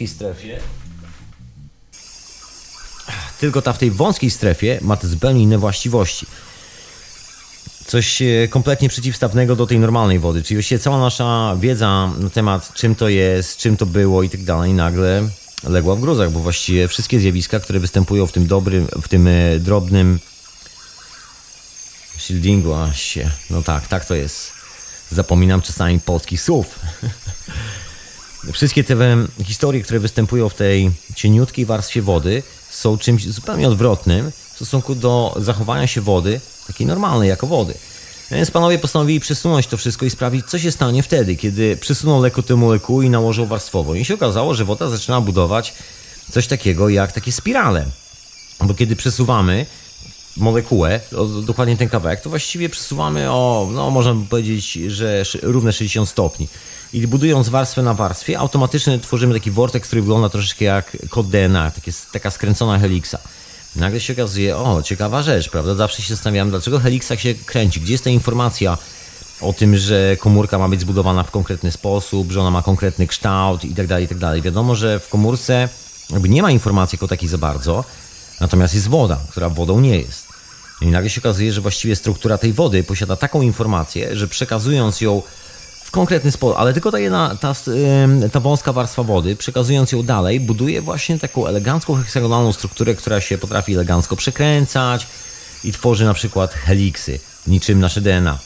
w tej wąskiej strefie ma te zupełnie inne właściwości. Coś kompletnie przeciwstawnego do tej normalnej wody. Czyli właściwie cała nasza wiedza na temat czym to jest, czym to było i tak dalej nagle legła w gruzach, bo właściwie wszystkie zjawiska, które występują w tym drobnym shieldingu, no tak to jest. Zapominam czasami polskich słów. Wszystkie te historie, które występują w tej cieniutkiej warstwie wody, są czymś zupełnie odwrotnym w stosunku do zachowania się wody, takiej normalnej jako wody. Więc panowie postanowili przesunąć to wszystko i sprawdzić, co się stanie wtedy, kiedy przesuną lekko te molekuły i nałożą warstwowo. I się okazało, że woda zaczyna budować coś takiego jak takie spirale. Bo kiedy przesuwamy molekułę, dokładnie ten kawałek, to właściwie przesuwamy można by powiedzieć, że równe 60 stopni. I budując warstwę na warstwie, automatycznie tworzymy taki vortex, który wygląda troszeczkę jak kod DNA, taka skręcona heliksa. Nagle się okazuje, ciekawa rzecz, prawda? Zawsze się zastanawiałem, dlaczego heliksa się kręci. Gdzie jest ta informacja o tym, że komórka ma być zbudowana w konkretny sposób, że ona ma konkretny kształt i tak dalej. Wiadomo, że w komórce jakby nie ma informacji jako takiej za bardzo, natomiast jest woda, która wodą nie jest. I nagle się okazuje, że właściwie struktura tej wody posiada taką informację, że przekazując ją w konkretny sposób, ale tylko ta wąska warstwa wody, przekazując ją dalej, buduje właśnie taką elegancką, heksagonalną strukturę, która się potrafi elegancko przekręcać i tworzy na przykład heliksy, niczym nasze DNA.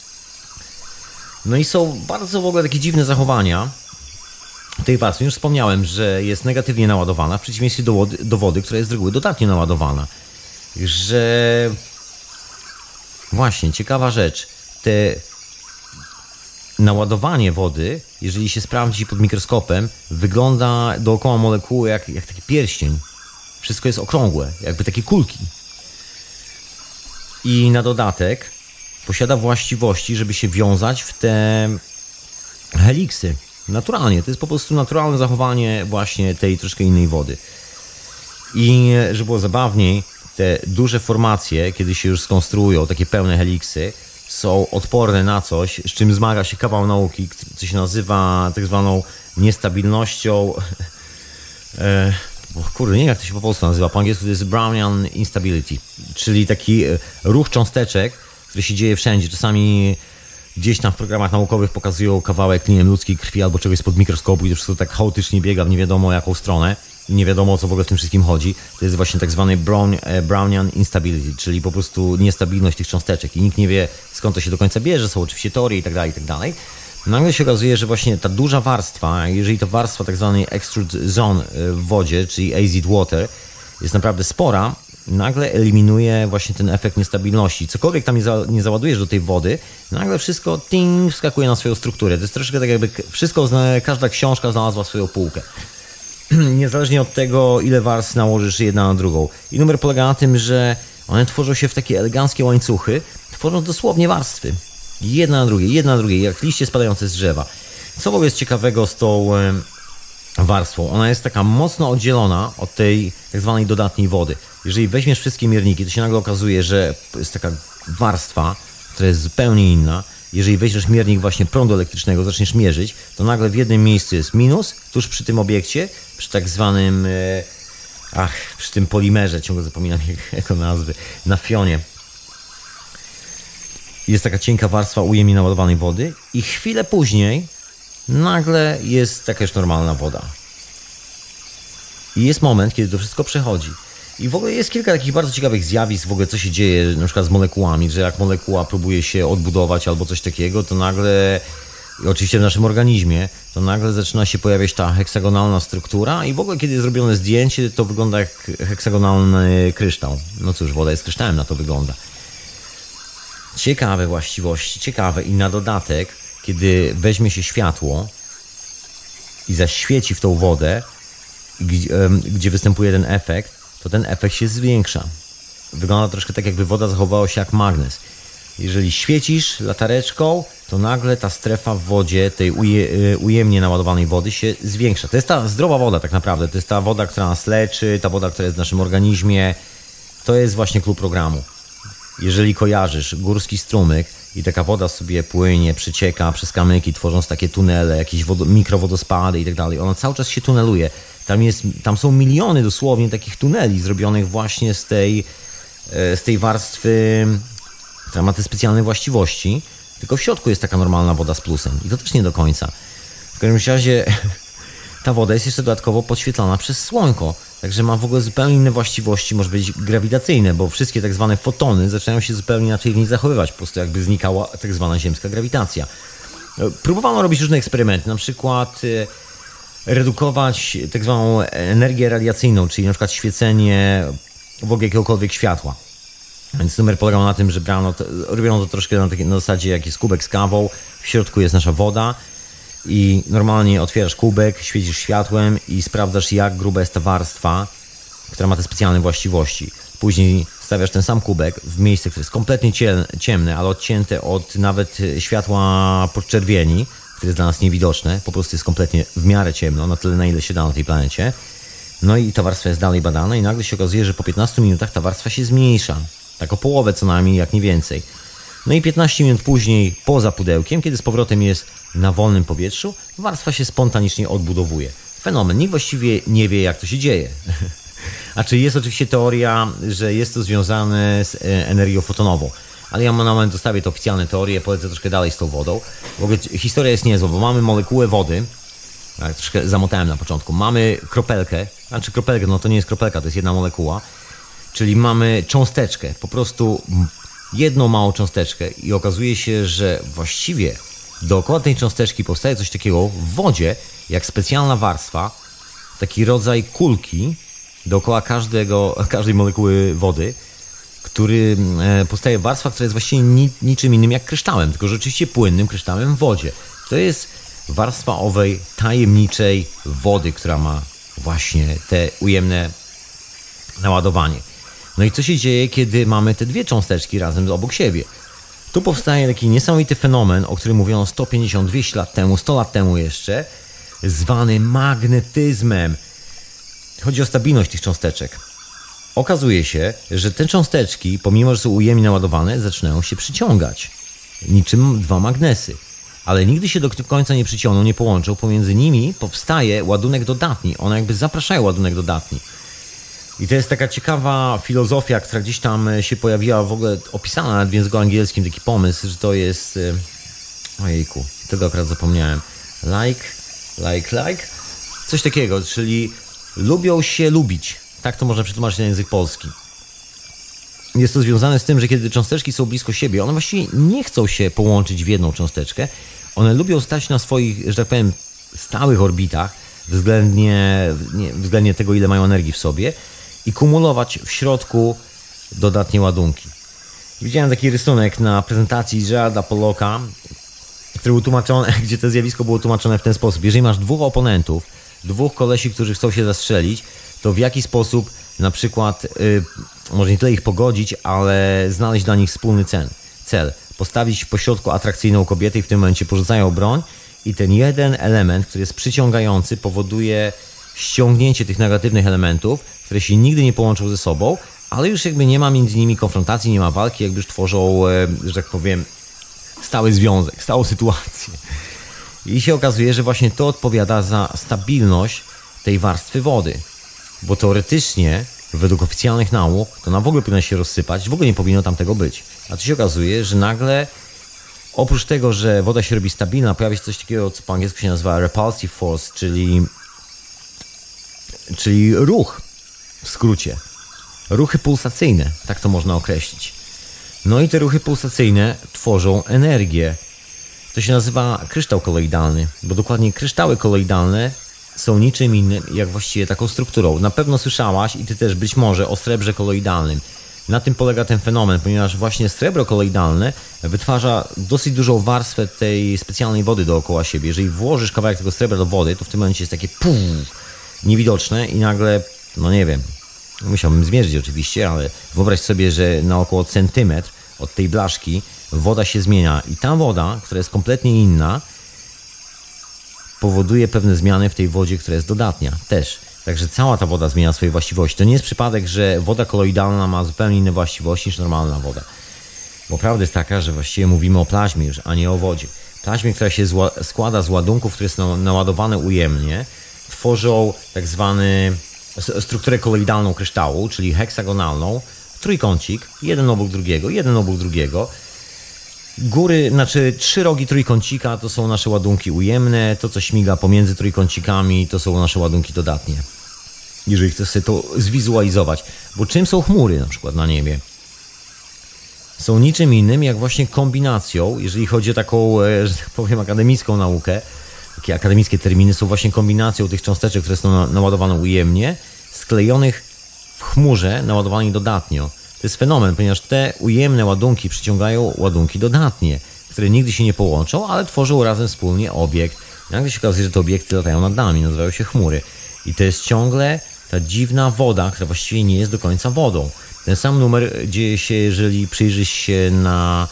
No i są bardzo w ogóle takie dziwne zachowania tej warstwy. Już wspomniałem, że jest negatywnie naładowana, w przeciwieństwie do wody, która jest z reguły dodatnio naładowana. Że właśnie, ciekawa rzecz, naładowanie wody, jeżeli się sprawdzi pod mikroskopem, wygląda dookoła molekuły jak taki pierścień. Wszystko jest okrągłe, jakby takie kulki. I na dodatek posiada właściwości, żeby się wiązać w te heliksy. Naturalnie, to jest po prostu naturalne zachowanie właśnie tej troszkę innej wody. I żeby było zabawniej, te duże formacje, kiedy się już skonstruują, takie pełne heliksy, są odporne na coś, z czym zmaga się kawał nauki, co się nazywa tak zwaną niestabilnością. Nie wiem, jak to się po polsku nazywa. Po angielsku to jest Brownian instability, czyli taki ruch cząsteczek, który się dzieje wszędzie. Czasami gdzieś tam w programach naukowych pokazują kawałek linii ludzkiej krwi albo czegoś spod mikroskopu i to wszystko tak chaotycznie biega w nie wiadomo jaką stronę. Nie wiadomo, o co w ogóle w tym wszystkim chodzi. To jest właśnie tak zwany Brownian instability, czyli po prostu niestabilność tych cząsteczek i nikt nie wie, skąd to się do końca bierze, są oczywiście teorie i tak dalej. Nagle się okazuje, że właśnie ta duża warstwa, jeżeli to warstwa tak zwanej extrude zone w wodzie, czyli azid water, jest naprawdę spora, nagle eliminuje właśnie ten efekt niestabilności. Cokolwiek tam nie załadujesz do tej wody, nagle wszystko wskakuje na swoją strukturę. To jest troszkę tak jakby każda książka znalazła swoją półkę. Niezależnie od tego, ile warstw nałożysz jedna na drugą. I numer polega na tym, że one tworzą się w takie eleganckie łańcuchy, tworząc dosłownie warstwy. Jedna na drugiej, jak liście spadające z drzewa. Co w ogóle jest ciekawego z tą warstwą? Ona jest taka mocno oddzielona od tej tak zwanej dodatniej wody. Jeżeli weźmiesz wszystkie mierniki, to się nagle okazuje, że jest taka warstwa, która jest zupełnie inna. Jeżeli weźmiesz miernik właśnie prądu elektrycznego, zaczniesz mierzyć, to nagle w jednym miejscu jest minus, tuż przy tym obiekcie, przy tak zwanym, przy tym polimerze, ciągle zapominam jego nazwy, na fionie. Jest taka cienka warstwa ujemnie naładowanej wody i chwilę później nagle jest taka już normalna woda. I jest moment, kiedy to wszystko przechodzi. I w ogóle jest kilka takich bardzo ciekawych zjawisk, w ogóle co się dzieje na przykład z molekułami, że jak molekuła próbuje się odbudować albo coś takiego, to nagle, i oczywiście w naszym organizmie, to nagle zaczyna się pojawiać ta heksagonalna struktura i w ogóle kiedy jest zrobione zdjęcie, to wygląda jak heksagonalny kryształ. No cóż, woda jest kryształem, na to wygląda. Ciekawe właściwości, ciekawe i na dodatek, kiedy weźmie się światło i zaświeci w tą wodę, gdzie występuje ten efekt, to ten efekt się zwiększa. Wygląda troszkę tak, jakby woda zachowała się jak magnes. Jeżeli świecisz latareczką, to nagle ta strefa w wodzie, tej ujemnie naładowanej wody się zwiększa. To jest ta zdrowa woda tak naprawdę. To jest ta woda, która nas leczy, ta woda, która jest w naszym organizmie. To jest właśnie klucz programu. Jeżeli kojarzysz górski strumyk i taka woda sobie płynie, przecieka przez kamyki, tworząc takie tunele, jakieś mikrowodospady i tak dalej, ona cały czas się tuneluje. Tam są miliony dosłownie takich tuneli zrobionych właśnie z tej warstwy, która ma te specjalne właściwości, tylko w środku jest taka normalna woda z plusem i to też nie do końca. W każdym razie ta woda jest jeszcze dodatkowo podświetlana przez słonko, także ma w ogóle zupełnie inne właściwości, może być grawitacyjne, bo wszystkie tak zwane fotony zaczynają się zupełnie inaczej w niej zachowywać, po prostu jakby znikała tak zwana ziemska grawitacja. Próbowano robić różne eksperymenty, na przykład redukować tak zwaną energię radiacyjną, czyli na przykład świecenie w ogóle jakiegokolwiek światła. Więc numer polegał na tym, że robiono to troszkę na zasadzie jak jest kubek z kawą, w środku jest nasza woda i normalnie otwierasz kubek, świecisz światłem i sprawdzasz, jak gruba jest ta warstwa, która ma te specjalne właściwości. Później stawiasz ten sam kubek w miejsce, które jest kompletnie ciemne, ale odcięte od nawet światła podczerwieni, które jest dla nas niewidoczne, po prostu jest kompletnie w miarę ciemno, na tyle, na ile się da na tej planecie. No i ta warstwa jest dalej badana i nagle się okazuje, że po 15 minutach ta warstwa się zmniejsza. Tak o połowę co najmniej, jak nie więcej. No i 15 minut później, poza pudełkiem, kiedy z powrotem jest na wolnym powietrzu, warstwa się spontanicznie odbudowuje. Fenomen. Nikt właściwie nie wie, jak to się dzieje. A czy jest oczywiście teoria, że jest to związane z energią fotonową. Ale ja na moment zostawię te oficjalne teorie, polecę troszkę dalej z tą wodą. W ogóle historia jest niezła, bo mamy molekułę wody. Tak, troszkę zamotałem na początku. Mamy kropelkę, no to nie jest kropelka, to jest jedna molekuła. Czyli mamy cząsteczkę, po prostu jedną małą cząsteczkę i okazuje się, że właściwie dookoła tej cząsteczki powstaje coś takiego w wodzie, jak specjalna warstwa, taki rodzaj kulki dookoła każdej molekuły wody, który powstaje warstwa, która jest właściwie niczym innym jak kryształem, tylko rzeczywiście płynnym kryształem w wodzie. To jest warstwa owej tajemniczej wody, która ma właśnie te ujemne naładowanie. No i co się dzieje, kiedy mamy te dwie cząsteczki razem obok siebie? Tu powstaje taki niesamowity fenomen, o którym mówiono 150, 200 lat temu, 100 lat temu jeszcze, zwany magnetyzmem. Chodzi o stabilność tych cząsteczek. Okazuje się, że te cząsteczki, pomimo że są ujemnie naładowane, zaczynają się przyciągać. Niczym dwa magnesy. Ale nigdy się do końca nie przyciągną, nie połączą. Pomiędzy nimi powstaje ładunek dodatni. One jakby zapraszają ładunek dodatni. I to jest taka ciekawa filozofia, która gdzieś tam się pojawiła, w ogóle opisana nawet w języku angielskim, taki pomysł, że to jest... Ojejku, tego akurat zapomniałem. Like. Coś takiego, czyli lubią się lubić. Tak to można przetłumaczyć na język polski. Jest to związane z tym, że kiedy cząsteczki są blisko siebie, one właściwie nie chcą się połączyć w jedną cząsteczkę. One lubią stać na swoich, że tak powiem, stałych orbitach, względnie tego, ile mają energii w sobie. i kumulować w środku dodatnie ładunki. Widziałem taki rysunek na prezentacji Geralda Pollocka, który był tłumaczony, gdzie to zjawisko było tłumaczone w ten sposób. Jeżeli masz dwóch oponentów, dwóch kolesi, którzy chcą się zastrzelić, to w jaki sposób na przykład, może nie tyle ich pogodzić, ale znaleźć dla nich wspólny cel. Postawić pośrodku atrakcyjną kobietę i w tym momencie porzucają broń i ten jeden element, który jest przyciągający, powoduje ściągnięcie tych negatywnych elementów, które się nigdy nie połączą ze sobą, ale już jakby nie ma między nimi konfrontacji, nie ma walki, jakby już tworzą, że tak powiem, stały związek, stałą sytuację. I się okazuje, że właśnie to odpowiada za stabilność tej warstwy wody. Bo teoretycznie, według oficjalnych nauk, to ona w ogóle powinna się rozsypać, w ogóle nie powinno tam tego być. A tu się okazuje, że nagle, oprócz tego, że woda się robi stabilna, pojawia się coś takiego, co po angielsku się nazywa repulsive force, czyli ruch, w skrócie. Ruchy pulsacyjne, tak to można określić. No i te ruchy pulsacyjne tworzą energię. To się nazywa kryształ koloidalny, bo dokładnie kryształy koloidalne są niczym innym jak właściwie taką strukturą. Na pewno słyszałaś i ty też być może o srebrze koloidalnym. Na tym polega ten fenomen, ponieważ właśnie srebro koloidalne wytwarza dosyć dużą warstwę tej specjalnej wody dookoła siebie. Jeżeli włożysz kawałek tego srebra do wody, to w tym momencie jest takie niewidoczne i nagle, no nie wiem, musiałbym zmierzyć oczywiście, ale wyobraź sobie, że na około centymetr od tej blaszki woda się zmienia i ta woda, która jest kompletnie inna, powoduje pewne zmiany w tej wodzie, która jest dodatnia też. Także cała ta woda zmienia swoje właściwości. To nie jest przypadek, że woda koloidalna ma zupełnie inne właściwości niż normalna woda. Bo prawda jest taka, że właściwie mówimy o plaźmie już, a nie o wodzie. Plaźmie, która się składa z ładunków, które są naładowane ujemnie, tworzą tak zwany strukturę koloidalną kryształu, czyli heksagonalną, trójkącik, jeden obok drugiego. Góry, znaczy 3 rogi trójkącika to są nasze ładunki ujemne, to co śmiga pomiędzy trójkącikami to są nasze ładunki dodatnie. Jeżeli chcesz sobie to zwizualizować. Bo czym są chmury na przykład na niebie? Są niczym innym jak właśnie kombinacją, jeżeli chodzi o taką, że tak powiem, akademicką naukę, takie akademickie terminy, są właśnie kombinacją tych cząsteczek, które są naładowane ujemnie, sklejonych w chmurze, naładowanych dodatnio. To jest fenomen, ponieważ te ujemne ładunki przyciągają ładunki dodatnie, które nigdy się nie połączą, ale tworzą razem wspólnie obiekt. Nagle się okazuje, że te obiekty latają nad nami, nazywają się chmury. I to jest ciągle ta dziwna woda, która właściwie nie jest do końca wodą. Ten sam numer dzieje się, jeżeli przyjrzysz się na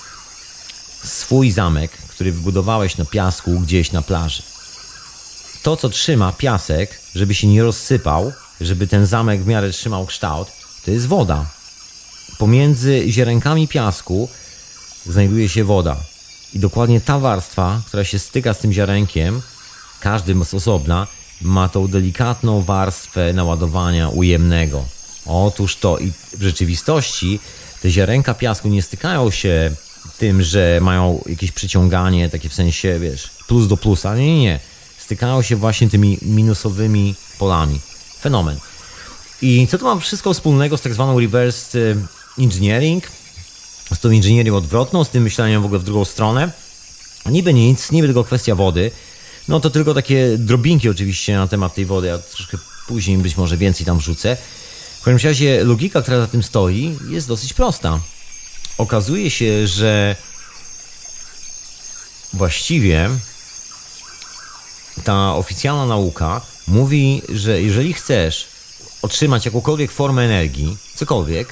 swój zamek, który wybudowałeś na piasku gdzieś na plaży. To, co trzyma piasek, żeby się nie rozsypał, żeby ten zamek w miarę trzymał kształt, to jest woda. Pomiędzy ziarenkami piasku znajduje się woda. I dokładnie ta warstwa, która się styka z tym ziarenkiem, każdy z osobna, ma tą delikatną warstwę naładowania ujemnego. Otóż to i w rzeczywistości te ziarenka piasku nie stykają się tym, że mają jakieś przyciąganie, takie w sensie, wiesz, plus do plusa. Nie. Stykają się właśnie tymi minusowymi polami. Fenomen. I co to ma wszystko wspólnego z tak zwaną reverse engineering? Z tą inżynierią odwrotną, z tym myśleniem w ogóle w drugą stronę? Niby nic, niby tylko kwestia wody. No to tylko takie drobinki oczywiście na temat tej wody. Ja troszkę później być może więcej tam wrzucę. W każdym razie logika, która za tym stoi, jest dosyć prosta. Okazuje się, że właściwie ta oficjalna nauka mówi, że jeżeli chcesz otrzymać jakąkolwiek formę energii, cokolwiek,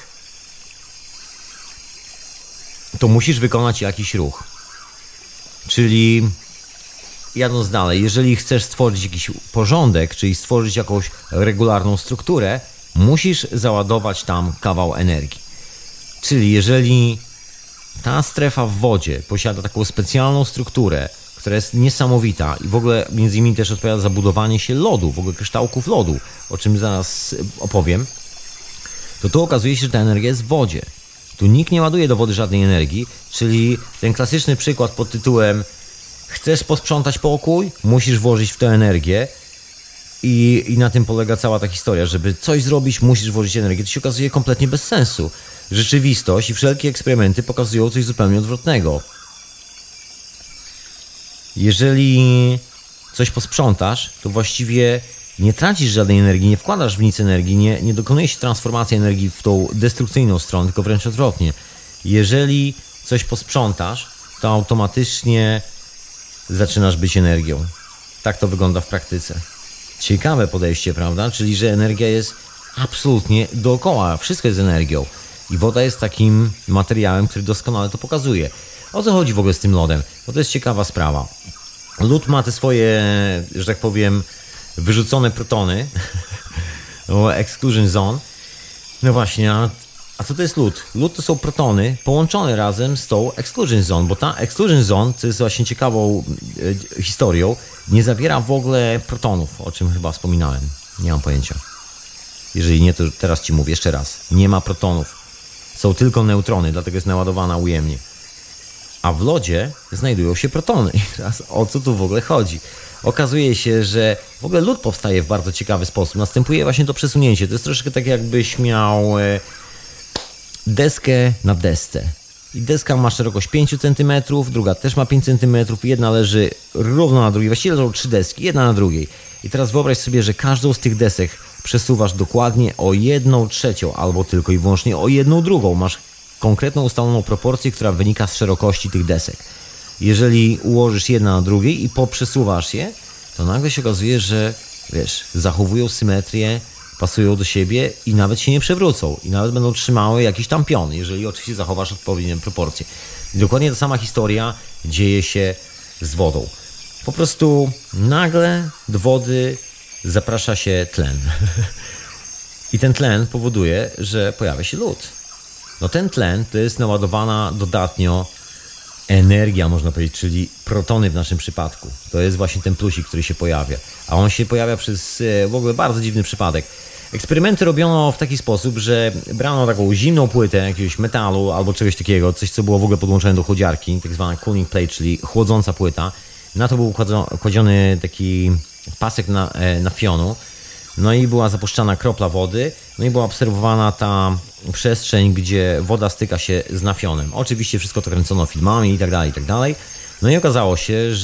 to musisz wykonać jakiś ruch. Czyli jadąc dalej, jeżeli chcesz stworzyć jakiś porządek, czyli stworzyć jakąś regularną strukturę, musisz załadować tam kawał energii. Czyli jeżeli ta strefa w wodzie posiada taką specjalną strukturę, która jest niesamowita i w ogóle między innymi też odpowiada za budowanie się lodu, w ogóle kryształków lodu, o czym zaraz opowiem, to tu okazuje się, że ta energia jest w wodzie. Tu nikt nie ładuje do wody żadnej energii, czyli ten klasyczny przykład pod tytułem chcesz posprzątać pokój, musisz włożyć w to energię i na tym polega cała ta historia. Żeby coś zrobić, musisz włożyć energię. To się okazuje kompletnie bez sensu. Rzeczywistość i wszelkie eksperymenty pokazują coś zupełnie odwrotnego. Jeżeli coś posprzątasz, to właściwie nie tracisz żadnej energii, nie wkładasz w nic energii, nie dokonuje się transformacji energii w tą destrukcyjną stronę, tylko wręcz odwrotnie. Jeżeli coś posprzątasz, to automatycznie zaczynasz być energią. Tak to wygląda w praktyce. Ciekawe podejście, prawda? Czyli, że energia jest absolutnie dookoła. Wszystko jest energią. I woda jest takim materiałem, który doskonale to pokazuje. O co chodzi w ogóle z tym lodem? Bo to jest ciekawa sprawa. Lód ma te swoje, że tak powiem, wyrzucone protony. Exclusion zone. No właśnie, a co to jest lód? Lód to są protony połączone razem z tą exclusion zone, bo ta exclusion zone, co jest właśnie ciekawą historią, nie zawiera w ogóle protonów, o czym chyba wspominałem. Nie mam pojęcia. Jeżeli nie, to teraz Ci mówię jeszcze raz. Nie ma protonów. Są tylko neutrony, dlatego jest naładowana ujemnie. A w lodzie znajdują się protony. I teraz o co tu w ogóle chodzi? Okazuje się, że w ogóle lód powstaje w bardzo ciekawy sposób. Następuje właśnie to przesunięcie. To jest troszeczkę tak, jakbyś miał deskę na desce. I deska ma szerokość 5 cm, druga też ma 5 cm, jedna leży równo na drugiej. Właściwie leżą 3 deski, jedna na drugiej. I teraz wyobraź sobie, że każdą z tych desek przesuwasz dokładnie o 1/3 albo tylko i wyłącznie o 1/2. Masz konkretną ustaloną proporcję, która wynika z szerokości tych desek. Jeżeli ułożysz jedna na drugiej i poprzesuwasz je, to nagle się okazuje, że wiesz, zachowują symetrię, pasują do siebie i nawet się nie przewrócą. I nawet będą trzymały jakiś tam pion, jeżeli oczywiście zachowasz odpowiednią proporcję. I dokładnie ta sama historia dzieje się z wodą. Po prostu nagle do wody zaprasza się tlen. I ten tlen powoduje, że pojawia się lód. No ten tlen to jest naładowana dodatnio energia, można powiedzieć, czyli protony w naszym przypadku. To jest właśnie ten plusik, który się pojawia. A on się pojawia przez w ogóle bardzo dziwny przypadek. Eksperymenty robiono w taki sposób, że brano taką zimną płytę jakiegoś metalu albo czegoś takiego, coś co było w ogóle podłączone do chłodziarki, tak zwana cooling plate, czyli chłodząca płyta. Na to był kładziony taki pasek na fionu. No i była zapuszczana kropla wody, no i była obserwowana ta przestrzeń, gdzie woda styka się z nafionem. Oczywiście wszystko to kręcono filmami i tak dalej, i tak dalej. No i okazało się,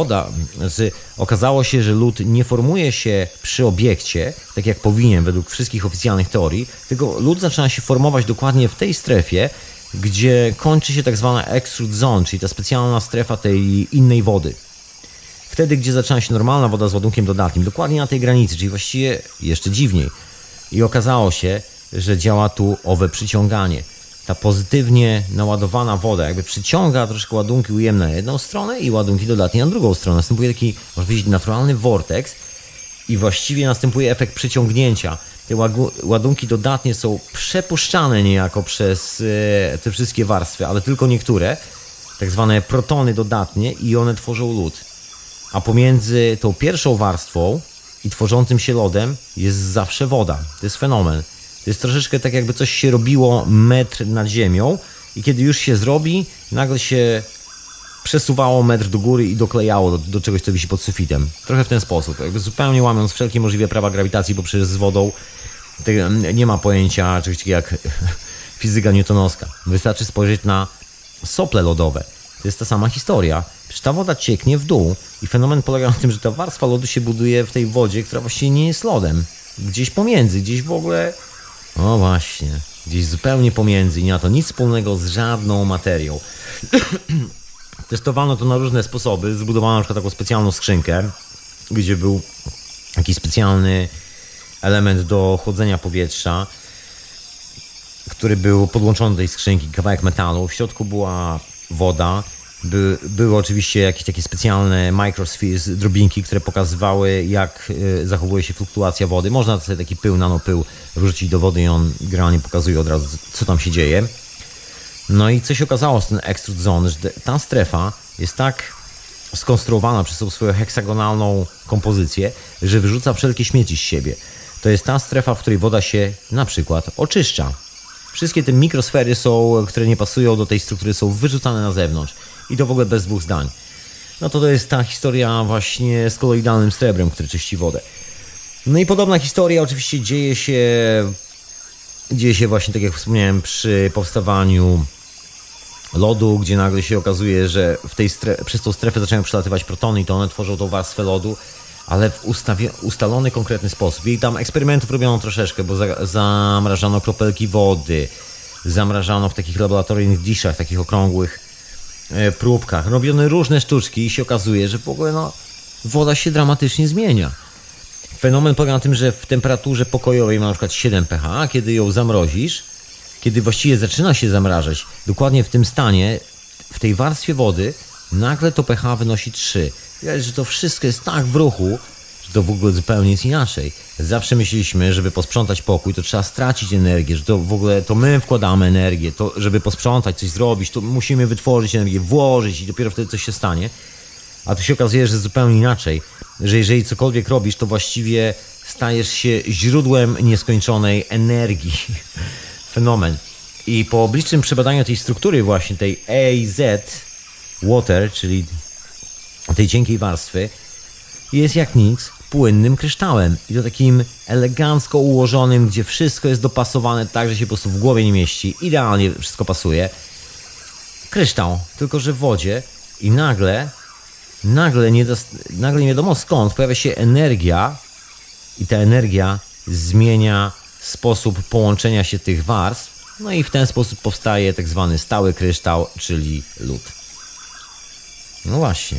że lód nie formuje się przy obiekcie, tak jak powinien według wszystkich oficjalnych teorii, tylko lód zaczyna się formować dokładnie w tej strefie, gdzie kończy się tak zwana extrude zone, czyli ta specjalna strefa tej innej wody. Wtedy, gdzie zaczyna się normalna woda z ładunkiem dodatnim, dokładnie na tej granicy, czyli właściwie jeszcze dziwniej. I okazało się, że działa tu owe przyciąganie. Ta pozytywnie naładowana woda jakby przyciąga troszkę ładunki ujemne na jedną stronę i ładunki dodatnie na drugą stronę. Następuje taki, można powiedzieć, naturalny vortex i właściwie następuje efekt przyciągnięcia. Te ładunki dodatnie są przepuszczane niejako przez te wszystkie warstwy, ale tylko niektóre, tak zwane protony dodatnie i one tworzą lód. A pomiędzy tą pierwszą warstwą i tworzącym się lodem jest zawsze woda. To jest fenomen. To jest troszeczkę tak, jakby coś się robiło metr nad ziemią i kiedy już się zrobi, nagle się przesuwało metr do góry i doklejało do czegoś, co wisi pod sufitem. Trochę w ten sposób. Jakby zupełnie łamiąc wszelkie możliwe prawa grawitacji, bo przecież z wodą nie ma pojęcia czegoś takiego jak fizyka newtonowska. Wystarczy spojrzeć na sople lodowe. To jest ta sama historia. Przecież ta woda cieknie w dół i fenomen polega na tym, że ta warstwa lodu się buduje w tej wodzie, która właściwie nie jest lodem. Gdzieś pomiędzy, gdzieś w ogóle... O właśnie, gdzieś zupełnie pomiędzy i nie ma to nic wspólnego z żadną materią. Testowano to na różne sposoby. Zbudowano na przykład taką specjalną skrzynkę, gdzie był jakiś specjalny element do chłodzenia powietrza, który był podłączony do tej skrzynki, kawałek metalu. W środku była woda. Były oczywiście jakieś takie specjalne microspheres, drobinki, które pokazywały, jak zachowuje się fluktuacja wody. Można sobie taki pył, nanopył wrzucić do wody i on generalnie pokazuje od razu, co tam się dzieje. No i co się okazało z ten extrude zone, że ta strefa jest tak skonstruowana przez tą swoją heksagonalną kompozycję, że wyrzuca wszelkie śmieci z siebie. To jest ta strefa, w której woda się na przykład oczyszcza. Wszystkie te mikrosfery które nie pasują do tej struktury, są wyrzucane na zewnątrz. I to w ogóle bez dwóch zdań. No to jest ta historia właśnie z koloidalnym srebrem, który czyści wodę. No i podobna historia oczywiście dzieje się właśnie, tak jak wspomniałem, przy powstawaniu lodu, gdzie nagle się okazuje, że przez tą strefę zaczynają przelatywać protony i to one tworzą tą warstwę lodu. ale w ustalony, konkretny sposób. I tam eksperymentów robiono troszeczkę, bo zamrażano kropelki wody, zamrażano w takich laboratoryjnych diszach, takich okrągłych próbkach. Robiono różne sztuczki i się okazuje, że w ogóle woda się dramatycznie zmienia. Fenomen polega na tym, że w temperaturze pokojowej ma na przykład 7 pH, a kiedy ją zamrozisz, kiedy właściwie zaczyna się zamrażać, dokładnie w tym stanie, w tej warstwie wody, nagle to pH wynosi 3. Widać, że to wszystko jest tak w ruchu, że to w ogóle zupełnie jest inaczej. Zawsze myśleliśmy, żeby posprzątać pokój, to trzeba stracić energię, że to w ogóle to my wkładamy energię, to żeby posprzątać, coś zrobić, to musimy wytworzyć energię, włożyć i dopiero wtedy coś się stanie. A tu się okazuje, że zupełnie inaczej, że jeżeli cokolwiek robisz, to właściwie stajesz się źródłem nieskończonej energii. Fenomen. I po bliższym przebadaniu tej struktury właśnie, tej AZ Water, czyli tej cienkiej warstwy, jest jak nic płynnym kryształem. I to takim elegancko ułożonym, gdzie wszystko jest dopasowane tak, że się po prostu w głowie nie mieści. Idealnie wszystko pasuje. Kryształ, tylko że w wodzie i nagle nie wiadomo skąd pojawia się energia i ta energia zmienia sposób połączenia się tych warstw, no i w ten sposób powstaje tak zwany stały kryształ, czyli lód. No właśnie.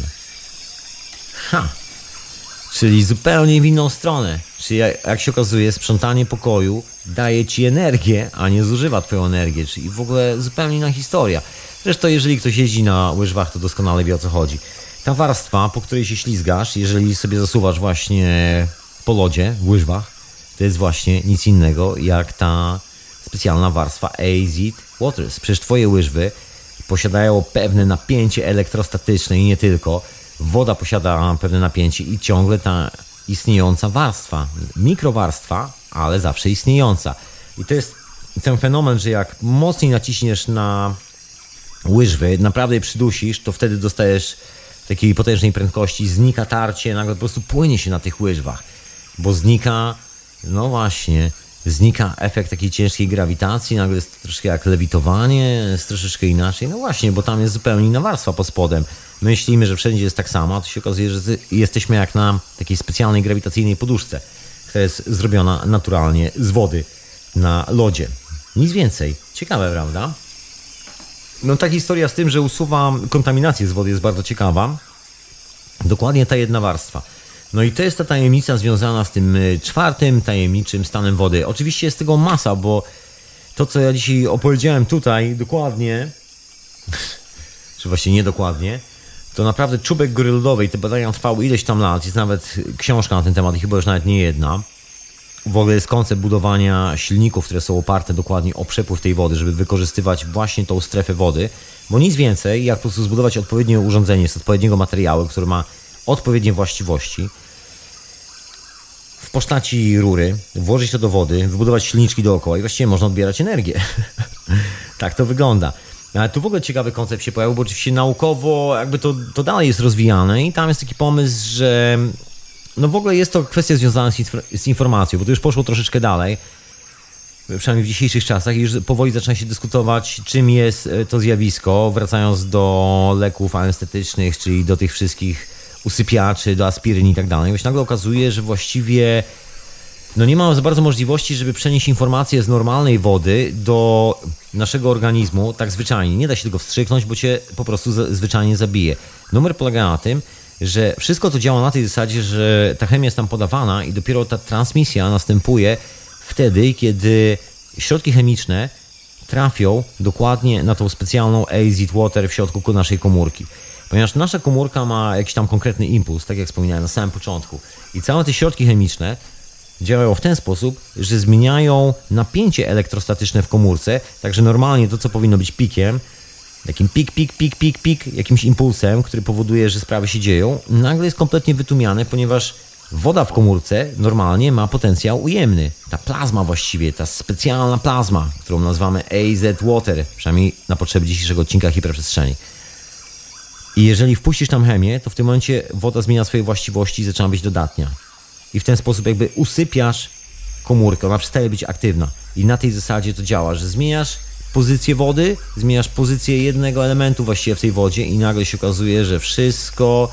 Czyli zupełnie w inną stronę. Czyli jak się okazuje, sprzątanie pokoju daje ci energię, a nie zużywa twoją energię, czyli w ogóle zupełnie inna historia. Zresztą jeżeli ktoś jeździ na łyżwach, to doskonale wie, o co chodzi. Ta warstwa, po której się ślizgasz, jeżeli sobie zasuwasz właśnie po lodzie w łyżwach, to jest właśnie nic innego jak ta specjalna warstwa AZ Waters. Przecież twoje łyżwy posiadają pewne napięcie elektrostatyczne i nie tylko. Woda posiada pewne napięcie i ciągle ta istniejąca warstwa, mikrowarstwa, ale zawsze istniejąca. I to jest ten fenomen, że jak mocniej naciśniesz na łyżwy, naprawdę je przydusisz, to wtedy dostajesz takiej potężnej prędkości, znika tarcie, nagle po prostu płynie się na tych łyżwach, bo znika, no właśnie, znika efekt takiej ciężkiej grawitacji, nagle jest troszkę jak lewitowanie, jest troszeczkę inaczej, no właśnie, bo tam jest zupełnie inna warstwa pod spodem. Myślimy, że wszędzie jest tak samo, a to się okazuje, że jesteśmy jak na takiej specjalnej grawitacyjnej poduszce, która jest zrobiona naturalnie z wody na lodzie. Nic więcej. Ciekawe, prawda? No ta historia z tym, że usuwa kontaminację z wody, jest bardzo ciekawa. Dokładnie ta jedna warstwa. No i to jest ta tajemnica związana z tym czwartym tajemniczym stanem wody. Oczywiście jest tego masa, bo to, co ja dzisiaj opowiedziałem tutaj dokładnie, czy właściwie niedokładnie, to naprawdę czubek góry lodowej. Te badania trwały ileś tam lat. Jest nawet książka na ten temat i chyba już nawet nie jedna. W ogóle jest koncept budowania silników, które są oparte dokładnie o przepływ tej wody, żeby wykorzystywać właśnie tą strefę wody, bo nic więcej, jak po prostu zbudować odpowiednie urządzenie z odpowiedniego materiału, który ma odpowiednie właściwości, w postaci rury, włożyć to do wody, wybudować silniczki dookoła i właściwie można odbierać energię. Tak to wygląda. Ale tu w ogóle ciekawy koncept się pojawił, bo oczywiście naukowo jakby to dalej jest rozwijane i tam jest taki pomysł, że no w ogóle jest to kwestia związana z informacją, bo to już poszło troszeczkę dalej, przynajmniej w dzisiejszych czasach, i już powoli zaczyna się dyskutować, czym jest to zjawisko, wracając do leków anestetycznych, czyli do tych wszystkich usypiaczy, do aspiryn i tak dalej. Właśnie nagle okazuje, że właściwie no nie ma za bardzo możliwości, żeby przenieść informacje z normalnej wody do naszego organizmu tak zwyczajnie. Nie da się tego wstrzyknąć, bo cię po prostu zwyczajnie zabije. Numer polega na tym, że wszystko to działa na tej zasadzie, że ta chemia jest tam podawana i dopiero ta transmisja następuje wtedy, kiedy środki chemiczne trafią dokładnie na tą specjalną AZ Water w środku naszej komórki. Ponieważ nasza komórka ma jakiś tam konkretny impuls, tak jak wspominałem na samym początku. I całe te środki chemiczne działają w ten sposób, że zmieniają napięcie elektrostatyczne w komórce, także normalnie to, co powinno być pikiem, takim pik, jakimś impulsem, który powoduje, że sprawy się dzieją, nagle jest kompletnie wytłumiane, ponieważ woda w komórce normalnie ma potencjał ujemny. Ta plazma właściwie, ta specjalna plazma, którą nazywamy AZ Water, przynajmniej na potrzeby dzisiejszego odcinka hiperprzestrzeni. I jeżeli wpuścisz tam chemię, to w tym momencie woda zmienia swoje właściwości i zaczyna być dodatnia. I w ten sposób jakby usypiasz komórkę, ona przestaje być aktywna. I na tej zasadzie to działa, że zmieniasz pozycję wody, zmieniasz pozycję jednego elementu właściwie w tej wodzie i nagle się okazuje, że wszystko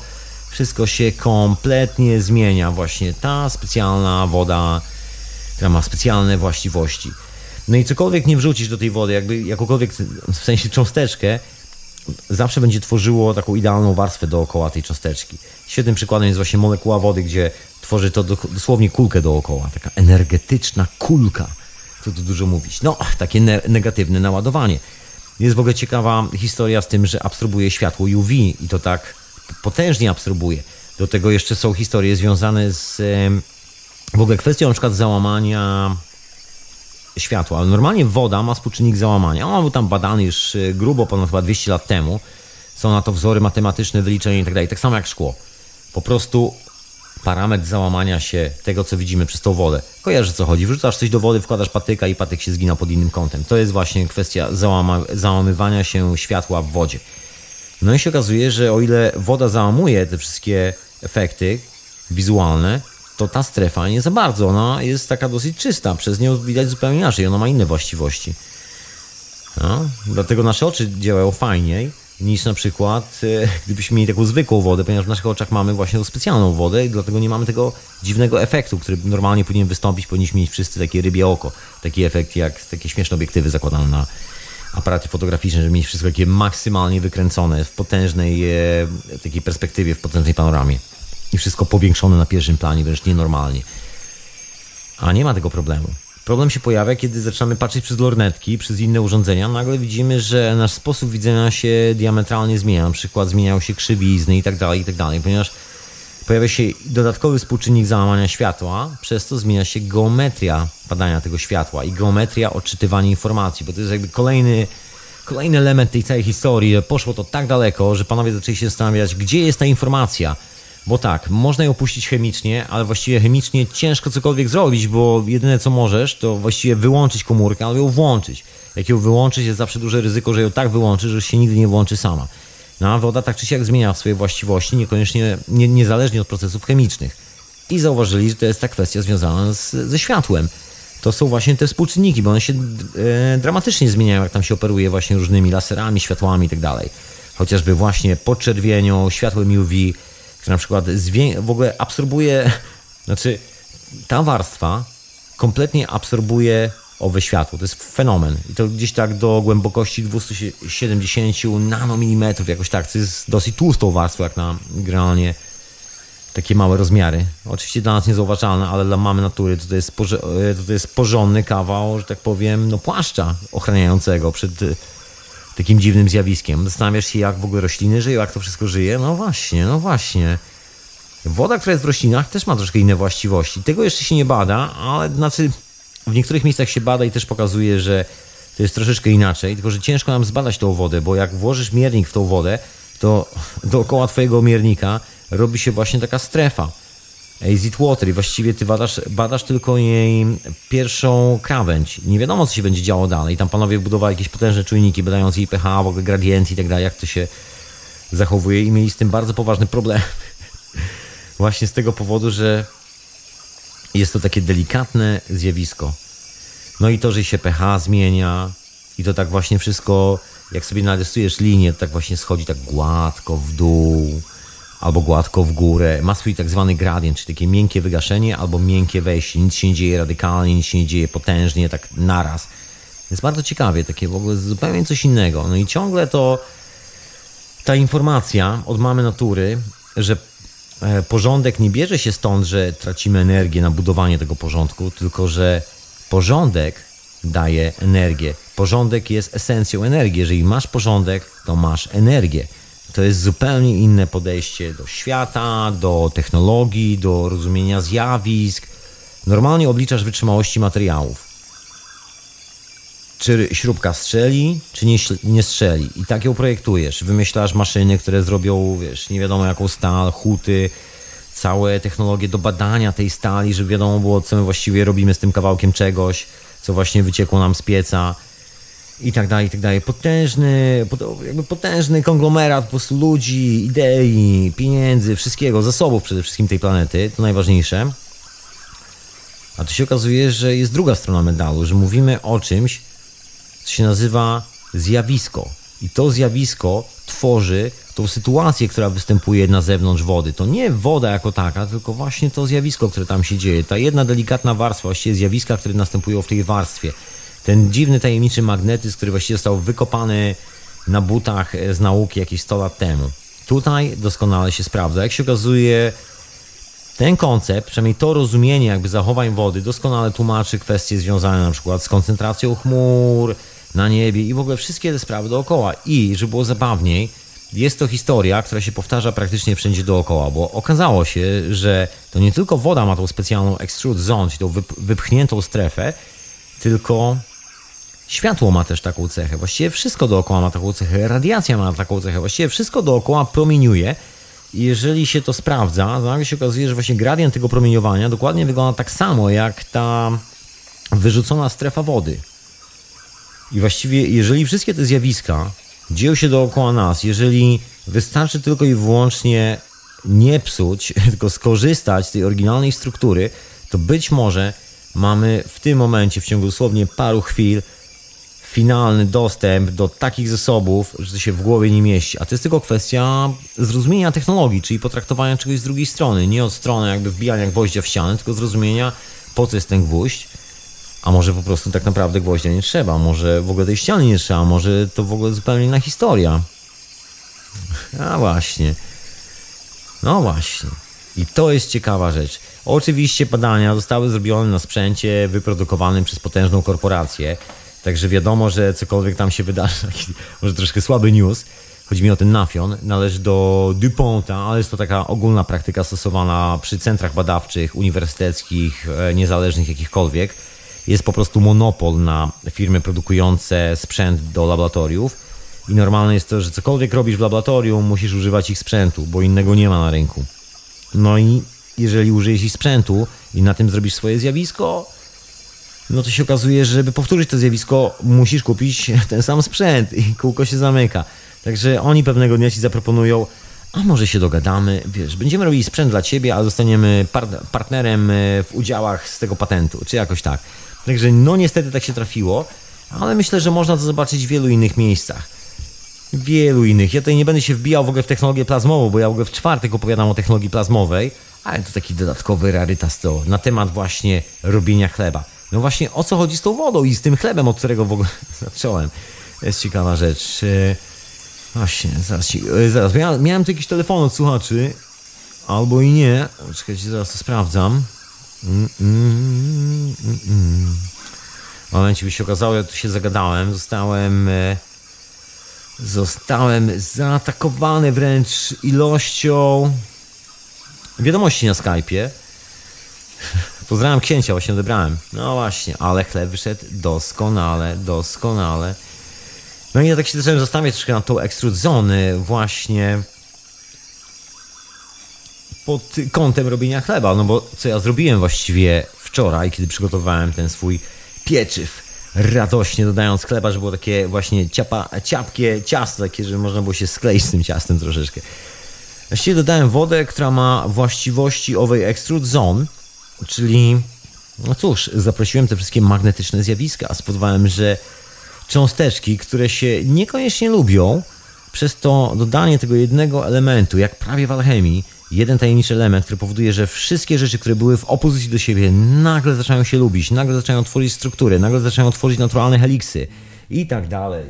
Wszystko się kompletnie zmienia. Właśnie ta specjalna woda, która ma specjalne właściwości. No i cokolwiek nie wrzucisz do tej wody, jakby jakąkolwiek, w sensie cząsteczkę, zawsze będzie tworzyło taką idealną warstwę dookoła tej cząsteczki. Świetnym przykładem jest właśnie molekuła wody, gdzie tworzy to dosłownie kulkę dookoła. Taka energetyczna kulka. Co tu dużo mówić. No, takie negatywne naładowanie. Jest w ogóle ciekawa historia z tym, że absorbuje światło UV i to tak potężnie absorbuje. Do tego jeszcze są historie związane z w ogóle kwestią na przykład załamania światła. Ale normalnie woda ma współczynnik załamania. On był tam badany już grubo, ponad chyba 200 lat temu. Są na to wzory matematyczne, wyliczenia i tak dalej. Tak samo jak szkło. Po prostu parametr załamania się tego, co widzimy przez tą wodę. Kojarzysz, co chodzi. Wrzucasz coś do wody, wkładasz patyka i patyk się zgina pod innym kątem. To jest właśnie kwestia załamywania się światła w wodzie. No i się okazuje, że o ile woda załamuje te wszystkie efekty wizualne, to ta strefa nie za bardzo. Ona jest taka dosyć czysta. Przez nią widać zupełnie inaczej. Ona ma inne właściwości. No, dlatego nasze oczy działają fajniej niż na przykład gdybyśmy mieli taką zwykłą wodę, ponieważ w naszych oczach mamy właśnie tą specjalną wodę i dlatego nie mamy tego dziwnego efektu, który normalnie powinien wystąpić. Powinniśmy mieć wszyscy takie rybie oko. Taki efekt jak takie śmieszne obiektywy zakładane na aparaty fotograficzne, żeby mieć wszystko takie maksymalnie wykręcone w potężnej takiej perspektywie, w potężnej panoramie. I wszystko powiększone na pierwszym planie, wręcz nienormalnie. A nie ma tego problemu. Problem się pojawia, kiedy zaczynamy patrzeć przez lornetki, przez inne urządzenia. Nagle widzimy, że nasz sposób widzenia się diametralnie zmienia. Na przykład zmieniają się krzywizny i tak dalej, ponieważ pojawia się dodatkowy współczynnik załamania światła, przez to zmienia się geometria padania tego światła i geometria odczytywania informacji, bo to jest jakby kolejny element tej całej historii. Poszło to tak daleko, że panowie zaczęli się zastanawiać, gdzie jest ta informacja. Bo tak, można ją puścić chemicznie, ale właściwie chemicznie ciężko cokolwiek zrobić, bo jedyne co możesz, to właściwie wyłączyć komórkę albo ją włączyć. Jak ją wyłączyć, jest zawsze duże ryzyko, że ją tak wyłączy, że się nigdy nie włączy sama. No a woda tak czy siak zmienia swoje właściwości, niekoniecznie, niezależnie od procesów chemicznych. I zauważyli, że to jest ta kwestia związana ze światłem. To są właśnie te współczynniki, bo one się dramatycznie zmieniają, jak tam się operuje właśnie różnymi laserami, światłami i tak dalej. Chociażby właśnie podczerwienią, światłem UV, które na przykład w ogóle absorbuje, znaczy ta warstwa kompletnie absorbuje owe światło. To jest fenomen. I to gdzieś tak do głębokości 270 nanomilimetrów, jakoś tak. To jest dosyć tłustą warstwą, jak na generalnie takie małe rozmiary. Oczywiście dla nas niezauważalne, ale dla mamy natury to jest porządny kawał, że tak powiem, no płaszcza ochraniającego przed takim dziwnym zjawiskiem. Zastanawiasz się, jak w ogóle rośliny żyją, jak to wszystko żyje? No właśnie. Woda, która jest w roślinach, też ma troszkę inne właściwości. Tego jeszcze się nie bada, ale znaczy w niektórych miejscach się bada i też pokazuje, że to jest troszeczkę inaczej, tylko że ciężko nam zbadać tą wodę, bo jak włożysz miernik w tą wodę, to dookoła twojego miernika robi się właśnie taka strefa. Acid water i właściwie ty badasz tylko jej pierwszą krawędź. Nie wiadomo, co się będzie działo dalej. Tam panowie budowali jakieś potężne czujniki, badając jej pH, w ogóle gradient i tak dalej, jak to się zachowuje i mieli z tym bardzo poważny problem. Właśnie z tego powodu, że jest to takie delikatne zjawisko. No i to, że się pH zmienia i to tak właśnie wszystko, jak sobie narysujesz linię, to tak właśnie schodzi tak gładko w dół albo gładko w górę. Ma swój tak zwany gradient, czyli takie miękkie wygaszenie albo miękkie wejście. Nic się nie dzieje radykalnie, nic się nie dzieje potężnie, tak naraz. Jest bardzo ciekawie, takie w ogóle zupełnie coś innego. No i ciągle to ta informacja od mamy natury, że porządek nie bierze się stąd, że tracimy energię na budowanie tego porządku, tylko że porządek daje energię. Porządek jest esencją energii. Jeżeli masz porządek, to masz energię. To jest zupełnie inne podejście do świata, do technologii, do rozumienia zjawisk. Normalnie obliczasz wytrzymałości materiałów. Czy śrubka strzeli, czy nie strzeli. I tak ją projektujesz. Wymyślasz maszyny, które zrobią, nie wiadomo jaką stal, huty, całe technologie do badania tej stali, żeby wiadomo było, co my właściwie robimy z tym kawałkiem czegoś, co właśnie wyciekło nam z pieca. I tak dalej, i tak dalej. Potężny konglomerat po prostu ludzi, idei, pieniędzy, wszystkiego, zasobów przede wszystkim tej planety. To najważniejsze. A tu się okazuje, że jest druga strona medalu, że mówimy o czymś, co się nazywa zjawisko. I to zjawisko tworzy tą sytuację, która występuje na zewnątrz wody. To nie woda jako taka, tylko właśnie to zjawisko, które tam się dzieje. Ta jedna delikatna warstwa, właściwie zjawiska, które następują w tej warstwie. Ten dziwny, tajemniczy magnetyzm, który właściwie został wykopany na butach z nauki jakieś 100 lat temu. Tutaj doskonale się sprawdza. Jak się okazuje, ten koncept, przynajmniej to rozumienie jakby zachowań wody doskonale tłumaczy kwestie związane na przykład z koncentracją chmur na niebie i w ogóle wszystkie te sprawy dookoła. I, żeby było zabawniej, jest to historia, która się powtarza praktycznie wszędzie dookoła, bo okazało się, że to nie tylko woda ma tą specjalną extrude zone, czyli tą wypchniętą strefę, tylko światło ma też taką cechę. Właściwie wszystko dookoła ma taką cechę, radiacja ma taką cechę, właściwie wszystko dookoła promieniuje. I jeżeli się to sprawdza, to nagle się okazuje, że właśnie gradient tego promieniowania dokładnie wygląda tak samo jak ta wyrzucona strefa wody. I właściwie, jeżeli wszystkie te zjawiska dzieją się dookoła nas, jeżeli wystarczy tylko i wyłącznie nie psuć, tylko skorzystać z tej oryginalnej struktury, to być może mamy w tym momencie, w ciągu dosłownie paru chwil, finalny dostęp do takich zasobów, że to się w głowie nie mieści. A to jest tylko kwestia zrozumienia technologii, czyli potraktowania czegoś z drugiej strony. Nie od strony jakby wbijania gwoździa w ścianę, tylko zrozumienia, po co jest ten gwóźdź. A może po prostu tak naprawdę gwoździa nie trzeba, może w ogóle tej ściany nie trzeba, może to w ogóle zupełnie inna historia. A właśnie. No właśnie. I to jest ciekawa rzecz. Oczywiście badania zostały zrobione na sprzęcie wyprodukowanym przez potężną korporację. Także wiadomo, że cokolwiek tam się wydarzy, może troszkę słaby news, chodzi mi o ten nafion, należy do DuPonta, ale jest to taka ogólna praktyka stosowana przy centrach badawczych, uniwersyteckich, niezależnych jakichkolwiek. Jest po prostu monopol na firmy produkujące sprzęt do laboratoriów i normalne jest to, że cokolwiek robisz w laboratorium, musisz używać ich sprzętu, bo innego nie ma na rynku. No i jeżeli użyjesz ich sprzętu i na tym zrobisz swoje zjawisko, no to się okazuje, że żeby powtórzyć to zjawisko, musisz kupić ten sam sprzęt i kółko się zamyka. Także oni pewnego dnia ci zaproponują, a może się dogadamy, wiesz, będziemy robili sprzęt dla ciebie, a zostaniemy partnerem w udziałach z tego patentu, czy jakoś tak. Także no niestety tak się trafiło, ale myślę, że można to zobaczyć w wielu innych miejscach. Wielu innych. Ja tutaj nie będę się wbijał w ogóle w technologię plazmową, bo ja w ogóle w czwartek opowiadam o technologii plazmowej, ale to taki dodatkowy rarytas to na temat właśnie robienia chleba. No właśnie o co chodzi z tą wodą i z tym chlebem, od którego w ogóle zacząłem. To jest ciekawa rzecz. Właśnie, zaraz. Miałem tu jakiś telefon od słuchaczy, albo i nie. Czekajcie, zaraz to sprawdzam. W momencie by się okazało, ja tu się zagadałem. Zostałem zaatakowany wręcz ilością wiadomości na Skype'ie. Pozdrawiam księcia, właśnie odebrałem. No właśnie, ale chleb wyszedł doskonale. No i ja tak się zacząłem zastanawiać troszkę nad tą extrude zone właśnie pod kątem robienia chleba. No bo co ja zrobiłem właściwie wczoraj, kiedy przygotowałem ten swój pieczyw, radośnie dodając chleba, że było takie właśnie ciapkie ciasto, takie, że można było się skleić z tym ciastem troszeczkę. Właściwie dodałem wodę, która ma właściwości owej extrude zone, czyli, no cóż, zaprosiłem te wszystkie magnetyczne zjawiska, spowodowałem, że cząsteczki, które się niekoniecznie lubią, przez to dodanie tego jednego elementu, jak prawie w alchemii, jeden tajemniczy element, który powoduje, że wszystkie rzeczy, które były w opozycji do siebie, nagle zaczynają się lubić, nagle zaczynają tworzyć struktury, nagle zaczynają tworzyć naturalne heliksy i tak dalej.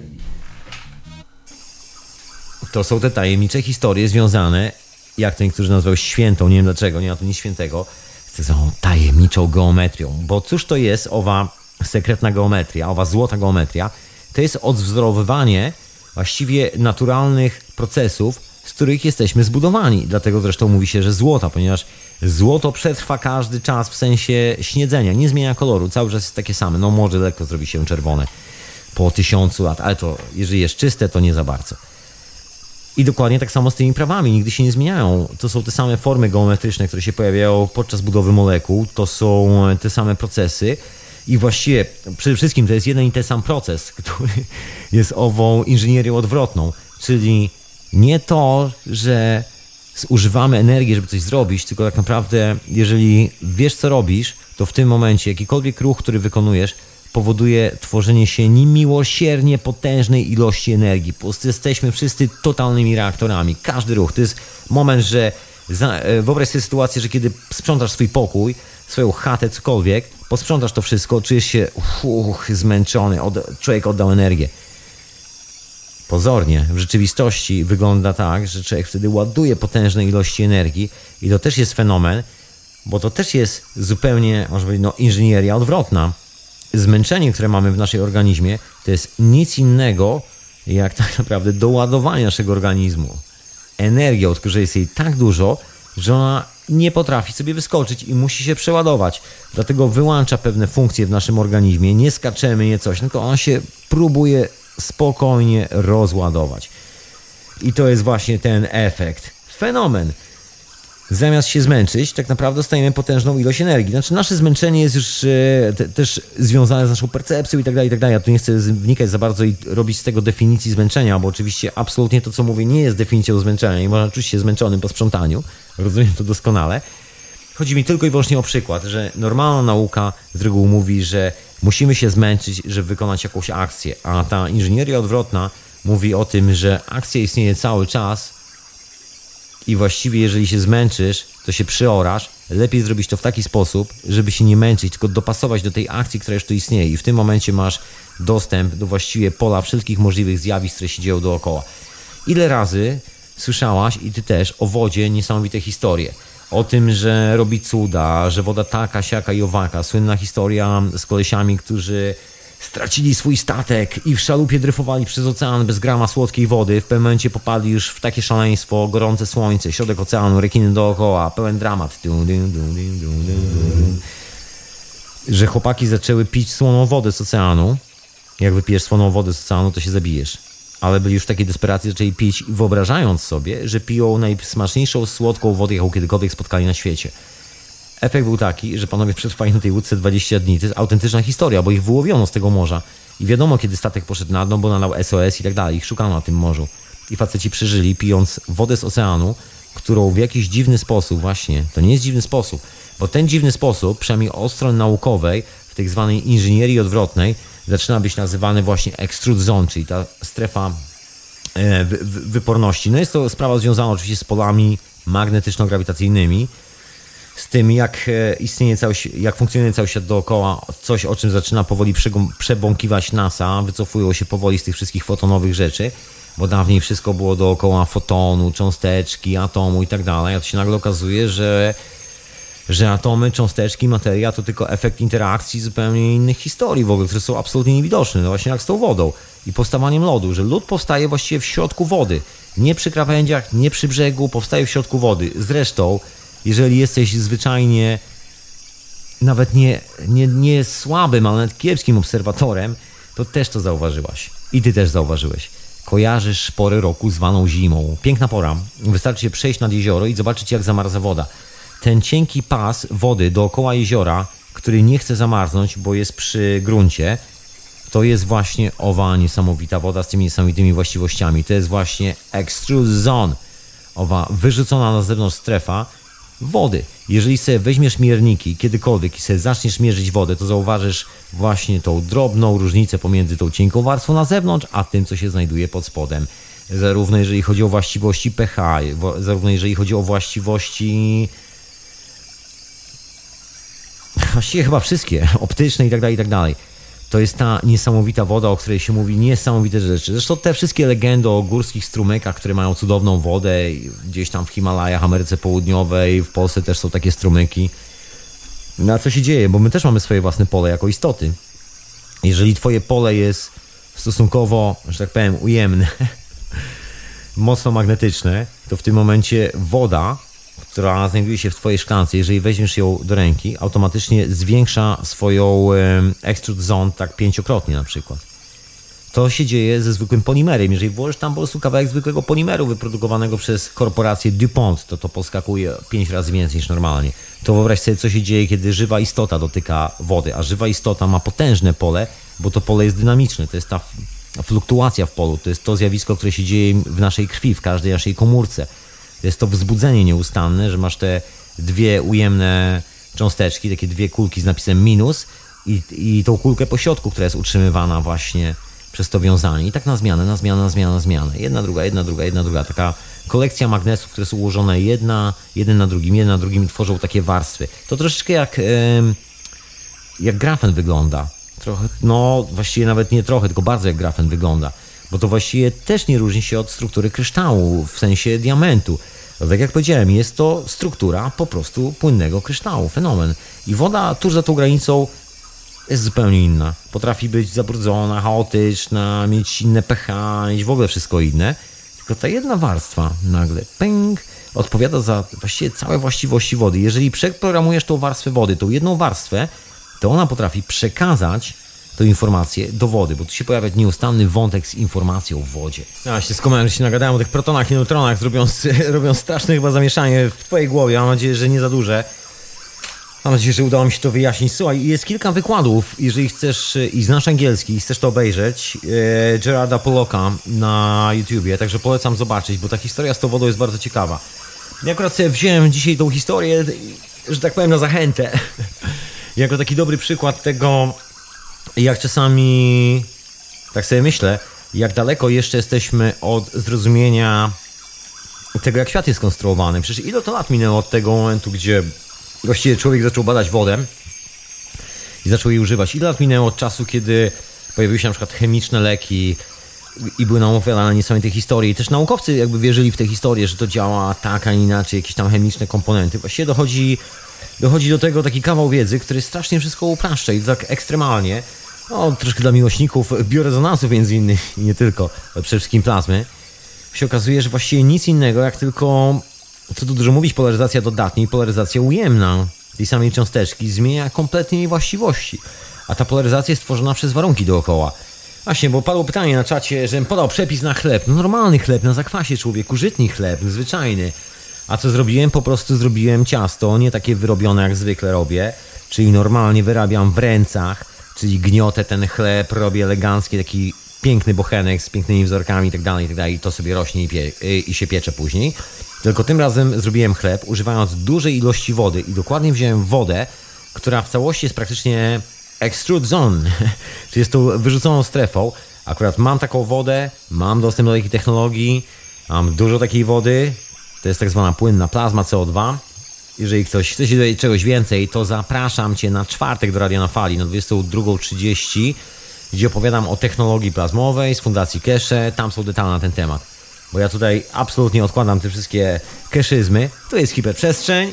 To są te tajemnicze historie związane, jak to niektórzy nazywają świętą, nie wiem dlaczego, nie ma tu nic świętego, z tą tajemniczą geometrią. Bo cóż to jest owa sekretna geometria, owa złota geometria? To jest odwzorowywanie właściwie naturalnych procesów, z których jesteśmy zbudowani. Dlatego zresztą mówi się, że złota, ponieważ złoto przetrwa każdy czas w sensie śniedzenia, nie zmienia koloru, cały czas jest takie same. No może lekko zrobi się czerwone po 1000 lat, ale to jeżeli jest czyste, to nie za bardzo. I dokładnie tak samo z tymi prawami, nigdy się nie zmieniają. To są te same formy geometryczne, które się pojawiają podczas budowy molekuł, to są te same procesy i właściwie przede wszystkim to jest jeden i ten sam proces, który jest ową inżynierią odwrotną, czyli nie to, że zużywamy energii, żeby coś zrobić, tylko tak naprawdę jeżeli wiesz, co robisz, to w tym momencie jakikolwiek ruch, który wykonujesz, powoduje tworzenie się niemiłosiernie potężnej ilości energii. Po prostu jesteśmy wszyscy totalnymi reaktorami. Każdy ruch. To jest moment, że wyobraź sobie sytuację, że kiedy sprzątasz swój pokój, swoją chatę, cokolwiek, posprzątasz to wszystko, czujesz się zmęczony, człowiek oddał energię. Pozornie, w rzeczywistości wygląda tak, że człowiek wtedy ładuje potężne ilości energii i to też jest fenomen, bo to też jest zupełnie, można powiedzieć, inżynieria odwrotna. Zmęczenie, które mamy w naszym organizmie, to jest nic innego, jak tak naprawdę doładowanie naszego organizmu. Energia, od której jest jej tak dużo, że ona nie potrafi sobie wyskoczyć i musi się przeładować. Dlatego wyłącza pewne funkcje w naszym organizmie, nie skaczemy, nie coś, tylko ona się próbuje spokojnie rozładować. I to jest właśnie ten efekt. Fenomen. Zamiast się zmęczyć, tak naprawdę dostajemy potężną ilość energii. Znaczy nasze zmęczenie jest już też związane z naszą percepcją i tak dalej, i tak dalej. Ja tu nie chcę wnikać za bardzo i robić z tego definicji zmęczenia, bo oczywiście absolutnie to, co mówię, nie jest definicją zmęczenia. Nie można czuć się zmęczonym po sprzątaniu. Rozumiem to doskonale. Chodzi mi tylko i wyłącznie o przykład, że normalna nauka z reguły mówi, że musimy się zmęczyć, żeby wykonać jakąś akcję, a ta inżynieria odwrotna mówi o tym, że akcja istnieje cały czas i właściwie jeżeli się zmęczysz, to się przyorasz, lepiej zrobić to w taki sposób, żeby się nie męczyć, tylko dopasować do tej akcji, która już tu istnieje i w tym momencie masz dostęp do właściwie pola wszelkich możliwych zjawisk, które się dzieją dookoła. Ile razy słyszałaś i ty też o wodzie niesamowite historie? O tym, że robi cuda, że woda taka, siaka i owaka. Słynna historia z kolesiami, którzy stracili swój statek i w szalupie dryfowali przez ocean bez grama słodkiej wody. W pewnym momencie popadli już w takie szaleństwo, gorące słońce, środek oceanu, rekiny dookoła, pełen dramat. Że chłopaki zaczęły pić słoną wodę z oceanu. Jak wypijesz słoną wodę z oceanu, to się zabijesz. Ale byli już w takiej desperacji, zaczęli pić, wyobrażając sobie, że piją najsmaczniejszą, słodką wodę, jaką kiedykolwiek spotkali na świecie. Efekt był taki, że panowie przetrwali na tej łódce 20 dni. To jest autentyczna historia, bo ich wyłowiono z tego morza. I wiadomo, kiedy statek poszedł na dno, bo nalał SOS i tak dalej. Ich szukano na tym morzu. I faceci przeżyli, pijąc wodę z oceanu, którą w jakiś dziwny sposób, właśnie, to nie jest dziwny sposób, bo ten dziwny sposób, przynajmniej od strony naukowej, w tak zwanej inżynierii odwrotnej, zaczyna być nazywany właśnie extrude zone, czyli ta strefa wyporności. No jest to sprawa związana oczywiście z polami magnetyczno-grawitacyjnymi, z tym jak istnieje jak funkcjonuje cały świat dookoła, coś o czym zaczyna powoli przebąkiwać NASA, wycofują się powoli z tych wszystkich fotonowych rzeczy, bo dawniej wszystko było dookoła fotonu, cząsteczki, atomu i tak dalej, a to się nagle okazuje, że atomy, cząsteczki, materia to tylko efekt interakcji zupełnie innych historii w ogóle, które są absolutnie niewidoczne. No właśnie jak z tą wodą i powstawaniem lodu, że lód powstaje właściwie w środku wody, nie przy krawędziach, nie przy brzegu, powstaje w środku wody. Zresztą, jeżeli jesteś zwyczajnie nawet nie słabym, ale nawet kiepskim obserwatorem, to też to zauważyłaś. I ty też zauważyłeś. Kojarzysz porę roku zwaną zimą. Piękna pora. Wystarczy się przejść nad jezioro i zobaczyć, jak zamarza woda. Ten cienki pas wody dookoła jeziora, który nie chce zamarznąć, bo jest przy gruncie, to jest właśnie owa niesamowita woda z tymi niesamowitymi właściwościami. To jest właśnie extrude zone, owa wyrzucona na zewnątrz strefa wody. Jeżeli sobie weźmiesz mierniki kiedykolwiek i sobie zaczniesz mierzyć wodę, to zauważysz właśnie tą drobną różnicę pomiędzy tą cienką warstwą na zewnątrz, a tym, co się znajduje pod spodem. Zarówno jeżeli chodzi o właściwości pH, zarówno jeżeli chodzi o właściwości właściwie chyba wszystkie, optyczne i tak dalej. To jest ta niesamowita woda, o której się mówi niesamowite rzeczy. Zresztą te wszystkie legendy o górskich strumykach, które mają cudowną wodę, gdzieś tam w Himalajach, Ameryce Południowej, w Polsce też są takie strumyki. No a co się dzieje? Bo my też mamy swoje własne pole jako istoty. Jeżeli twoje pole jest stosunkowo, że tak powiem, ujemne, mocno magnetyczne, to w tym momencie woda, która znajduje się w twojej szklance, jeżeli weźmiesz ją do ręki, automatycznie zwiększa swoją extrude zone tak 5-krotnie na przykład. To się dzieje ze zwykłym polimerem. Jeżeli włożysz tam po prostu kawałek zwykłego polimeru wyprodukowanego przez korporację DuPont, to poskakuje 5 razy więcej niż normalnie. To wyobraź sobie, co się dzieje, kiedy żywa istota dotyka wody, a żywa istota ma potężne pole, bo to pole jest dynamiczne. To jest ta fluktuacja w polu, to jest to zjawisko, które się dzieje w naszej krwi, w każdej naszej komórce. To jest to wzbudzenie nieustanne, że masz te dwie ujemne cząsteczki, takie dwie kulki z napisem minus i tą kulkę po środku, która jest utrzymywana właśnie przez to wiązanie. I tak na zmianę. Jedna, druga. Taka kolekcja magnesów, które są ułożone jeden na drugim i tworzą takie warstwy. To troszeczkę jak grafen wygląda. Trochę, no właściwie nawet nie trochę, tylko bardzo jak grafen wygląda. Bo to właściwie też nie różni się od struktury kryształu, w sensie diamentu. No, tak jak powiedziałem, jest to struktura po prostu płynnego kryształu, fenomen. I woda tuż za tą granicą jest zupełnie inna. Potrafi być zabrudzona, chaotyczna, mieć inne pH, mieć w ogóle wszystko inne. Tylko ta jedna warstwa nagle, pęk, odpowiada za właściwie całe właściwości wody. Jeżeli przeprogramujesz tą warstwę wody, tą jedną warstwę, to ona potrafi przekazać tę informację do wody, bo tu się pojawia nieustanny wątek z informacją w wodzie. Ja się skomałem, że się nagadałem o tych protonach i neutronach, robiąc straszne chyba zamieszanie w twojej głowie. Mam nadzieję, że nie za duże. Mam nadzieję, że udało mi się to wyjaśnić. Słuchaj, jest kilka wykładów, jeżeli chcesz i znasz angielski i chcesz to obejrzeć, Gerarda Pollocka na YouTubie, także polecam zobaczyć, bo ta historia z tą wodą jest bardzo ciekawa. Ja akurat sobie wziąłem dzisiaj tą historię, że tak powiem, na zachętę, jako taki dobry przykład tego, jak czasami, tak sobie myślę, jak daleko jeszcze jesteśmy od zrozumienia tego, jak świat jest skonstruowany. Przecież ile to lat minęło od tego momentu, gdzie właściwie człowiek zaczął badać wodę i zaczął jej używać. Ile lat minęło od czasu, kiedy pojawiły się na przykład chemiczne leki i były nam opowiadane niesamowite historie. I też naukowcy jakby wierzyli w te historie, że to działa tak, a nie inaczej, jakieś tam chemiczne komponenty. Właściwie dochodzi do tego taki kawał wiedzy, który strasznie wszystko upraszcza i tak ekstremalnie. No, troszkę dla miłośników biorezonansów między innymi, nie tylko, ale przede wszystkim plazmy. Się okazuje, że właściwie nic innego, jak tylko, co tu dużo mówić, polaryzacja dodatnia i polaryzacja ujemna tej samej cząsteczki zmienia kompletnie jej właściwości. A ta polaryzacja jest tworzona przez warunki dookoła. Właśnie, bo padło pytanie na czacie, żebym podał przepis na chleb. No normalny chleb, na zakwasie człowieku, żytni chleb, zwyczajny. A co zrobiłem? Po prostu zrobiłem ciasto, nie takie wyrobione jak zwykle robię, czyli normalnie wyrabiam w ręcach, czyli gniotę ten chleb, robię elegancki, taki piękny bochenek z pięknymi wzorkami itd. I to sobie rośnie i się piecze później. Tylko tym razem zrobiłem chleb, używając dużej ilości wody i dokładnie wziąłem wodę, która w całości jest praktycznie extrude zone, czyli jest tą wyrzuconą strefą. Akurat mam taką wodę, mam dostęp do takiej technologii, mam dużo takiej wody. To jest tak zwana płynna plazma CO2. Jeżeli ktoś chce się dowiedzieć czegoś więcej, to zapraszam Cię na czwartek do Radia na Fali na 22:30, gdzie opowiadam o technologii plazmowej z Fundacji Keshe. Tam są detale na ten temat. Bo ja tutaj absolutnie odkładam te wszystkie keszyzmy. Tu jest hiperprzestrzeń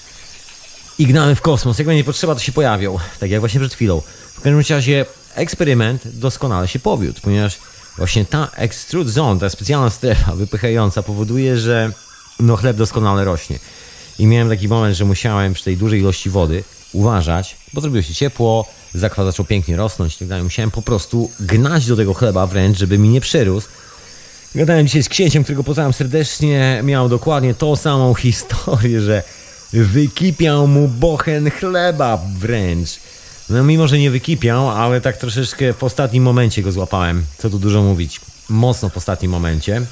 i gnamy w kosmos. Jak będzie potrzeba, to się pojawią. Tak jak właśnie przed chwilą. W każdym razie eksperyment doskonale się powiódł, ponieważ właśnie ta extrude zone, ta specjalna strefa wypychająca powoduje, że chleb doskonale rośnie. I miałem taki moment, że musiałem przy tej dużej ilości wody uważać, bo zrobiło się ciepło, zakwas zaczął pięknie rosnąć i tak dalej. Musiałem po prostu gnać do tego chleba wręcz, żeby mi nie przyrósł. Gadałem dzisiaj z księciem, którego pozdrawiam serdecznie. Miał dokładnie tą samą historię, że wykipiał mu bochen chleba wręcz. No mimo, że nie wykipiał, ale tak troszeczkę w ostatnim momencie go złapałem. Co tu dużo mówić. Mocno w ostatnim momencie.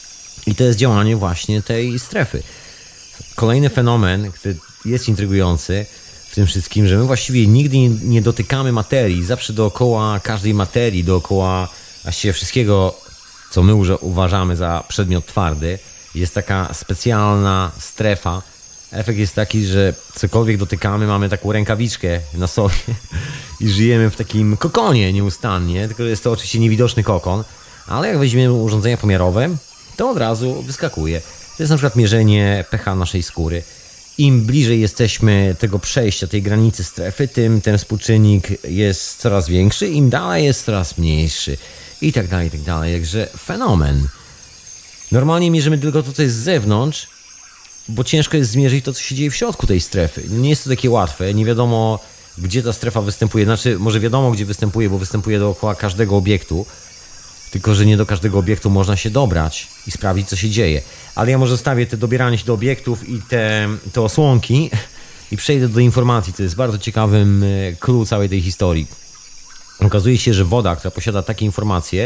I to jest działanie właśnie tej strefy. Kolejny fenomen, który jest intrygujący w tym wszystkim, że my właściwie nigdy nie dotykamy materii. Zawsze dookoła każdej materii, dookoła właściwie wszystkiego, co my uważamy za przedmiot twardy, jest taka specjalna strefa. Efekt jest taki, że cokolwiek dotykamy, mamy taką rękawiczkę na sobie i żyjemy w takim kokonie nieustannie, tylko jest to oczywiście niewidoczny kokon, ale jak weźmiemy urządzenia pomiarowe, to od razu wyskakuje. To jest na przykład mierzenie pH naszej skóry. Im bliżej jesteśmy tego przejścia, tej granicy strefy, tym ten współczynnik jest coraz większy, im dalej jest coraz mniejszy. I tak dalej, i tak dalej. Także fenomen. Normalnie mierzymy tylko to, co jest z zewnątrz, bo ciężko jest zmierzyć to, co się dzieje w środku tej strefy. Nie jest to takie łatwe. Nie wiadomo, gdzie ta strefa występuje. Znaczy, może wiadomo, gdzie występuje, bo występuje dookoła każdego obiektu. Tylko że nie do każdego obiektu można się dobrać i sprawdzić, co się dzieje. Ale ja może zostawię te dobieranie się do obiektów i te osłonki i przejdę do informacji, co jest bardzo ciekawym clue całej tej historii. Okazuje się, że woda, która posiada takie informacje,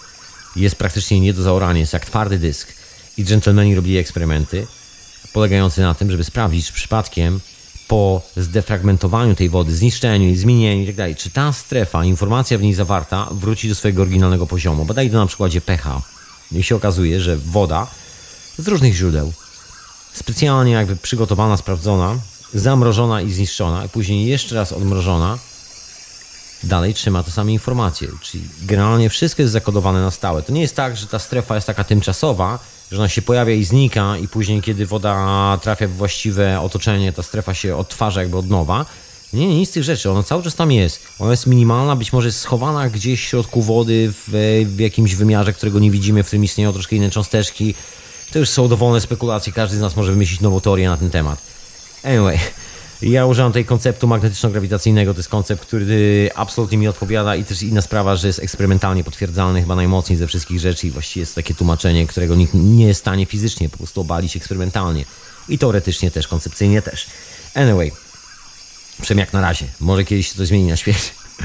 jest praktycznie nie do zaorania, jest jak twardy dysk. I dżentelmeni robili eksperymenty polegające na tym, żeby sprawdzić, czy przypadkiem po zdefragmentowaniu tej wody, zniszczeniu i zmienieniu itd., czy ta strefa, informacja w niej zawarta wróci do swojego oryginalnego poziomu. Badaj to na przykładzie pH. I się okazuje, że woda z różnych źródeł, specjalnie jakby przygotowana, sprawdzona, zamrożona i zniszczona, i później jeszcze raz odmrożona, dalej trzyma te same informacje. Czyli generalnie wszystko jest zakodowane na stałe. To nie jest tak, że ta strefa jest taka tymczasowa, że ona się pojawia i znika i później, kiedy woda trafia w właściwe otoczenie, ta strefa się odtwarza jakby od nowa. Nie, nic z tych rzeczy. Ona cały czas tam jest. Ona jest minimalna, być może jest schowana gdzieś w środku wody, w jakimś wymiarze, którego nie widzimy, w którym istnieją troszkę inne cząsteczki. To już są dowolne spekulacje. Każdy z nas może wymyślić nową teorię na ten temat. Anyway, ja używam tej konceptu magnetyczno-grawitacyjnego. To jest koncept, który absolutnie mi odpowiada i też inna sprawa, że jest eksperymentalnie potwierdzalny chyba najmocniej ze wszystkich rzeczy i właściwie jest takie tłumaczenie, którego nikt nie jest w stanie fizycznie po prostu obalić eksperymentalnie. I teoretycznie też, koncepcyjnie też. Anyway, przynajmniej jak na razie. Może kiedyś się coś zmieni na świecie.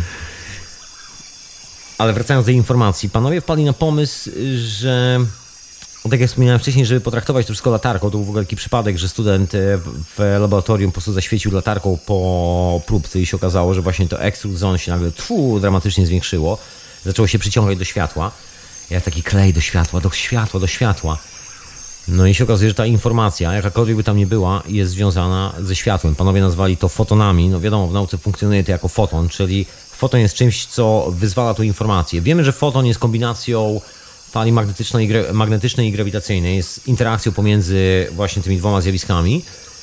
Ale wracając do tej informacji, panowie wpadli na pomysł, że tak jak wspominałem wcześniej, żeby potraktować to wszystko latarką, to był w ogóle taki przypadek, że student w laboratorium po prostu zaświecił latarką po próbce i się okazało, że właśnie to extrude zone się nagle dramatycznie zwiększyło. Zaczęło się przyciągać do światła. Jak taki klej do światła, do światła. No i się okazuje, że ta informacja, jakakolwiek by tam nie była, jest związana ze światłem. Panowie nazwali to fotonami. No wiadomo, w nauce funkcjonuje to jako foton, czyli foton jest czymś, co wyzwala tą informację. Wiemy, że foton jest kombinacją fali magnetycznej i grawitacyjnej, jest interakcją pomiędzy właśnie tymi dwoma zjawiskami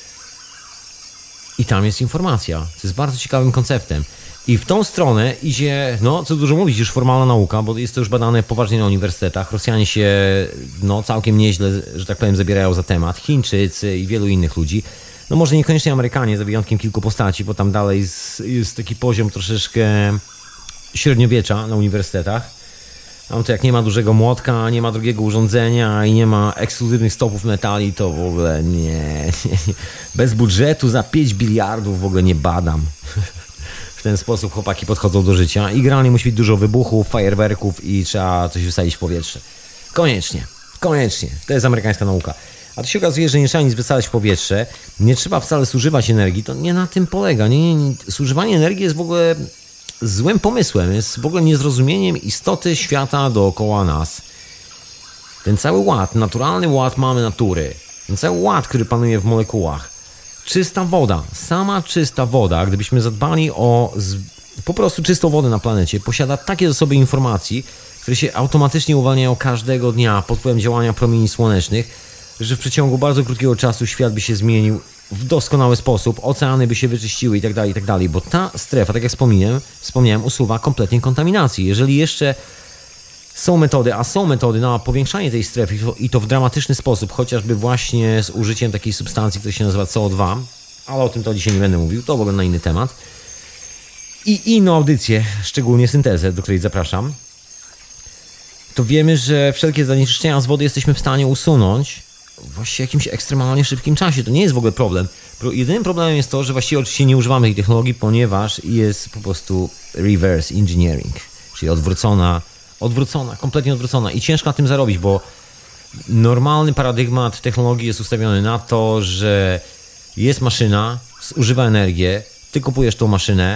i tam jest informacja, co jest bardzo ciekawym konceptem. I w tą stronę idzie, no co dużo mówić, już formalna nauka, bo jest to już badane poważnie na uniwersytetach. Rosjanie się całkiem nieźle, że tak powiem, zabierają za temat. Chińczycy i wielu innych ludzi. No może niekoniecznie Amerykanie, za wyjątkiem kilku postaci, bo tam dalej jest taki poziom troszeczkę średniowiecza na uniwersytetach. Tam to jak nie ma dużego młotka, nie ma drugiego urządzenia i nie ma ekskluzywnych stopów metali, to w ogóle nie. Bez budżetu za 5 biliardów w ogóle nie badam. W ten sposób chłopaki podchodzą do życia i generalnie musi być dużo wybuchów, fajerwerków i trzeba coś wysadzić w powietrze. Koniecznie. To jest amerykańska nauka. A to się okazuje, że nie trzeba nic wysadzać w powietrze, nie trzeba wcale zużywać energii, to nie na tym polega. Nie. Zużywanie energii jest w ogóle złym pomysłem, jest w ogóle niezrozumieniem istoty świata dookoła nas. Ten cały ład, naturalny ład mamy natury, ten cały ład, który panuje w molekułach, czysta woda, sama czysta woda, gdybyśmy zadbali o po prostu czystą wodę na planecie, posiada takie zasoby informacji, które się automatycznie uwalniają każdego dnia pod wpływem działania promieni słonecznych, że w przeciągu bardzo krótkiego czasu świat by się zmienił w doskonały sposób, oceany by się wyczyściły i tak dalej, bo ta strefa, tak jak wspomniałem, usuwa kompletnie kontaminację. Jeżeli jeszcze są metody na powiększanie tej strefy i to w dramatyczny sposób, chociażby właśnie z użyciem takiej substancji, która się nazywa CO2, ale o tym to dzisiaj nie będę mówił, to w ogóle na inny temat. I inną audycję, szczególnie syntezę, do której zapraszam, to wiemy, że wszelkie zanieczyszczenia z wody jesteśmy w stanie usunąć właściwie w jakimś ekstremalnie szybkim czasie. To nie jest w ogóle problem. Jedynym problemem jest to, że właściwie oczywiście nie używamy tej technologii, ponieważ jest po prostu reverse engineering, czyli kompletnie odwrócona i ciężko na tym zarobić, bo normalny paradygmat technologii jest ustawiony na to, że jest maszyna, zużywa energię, ty kupujesz tą maszynę,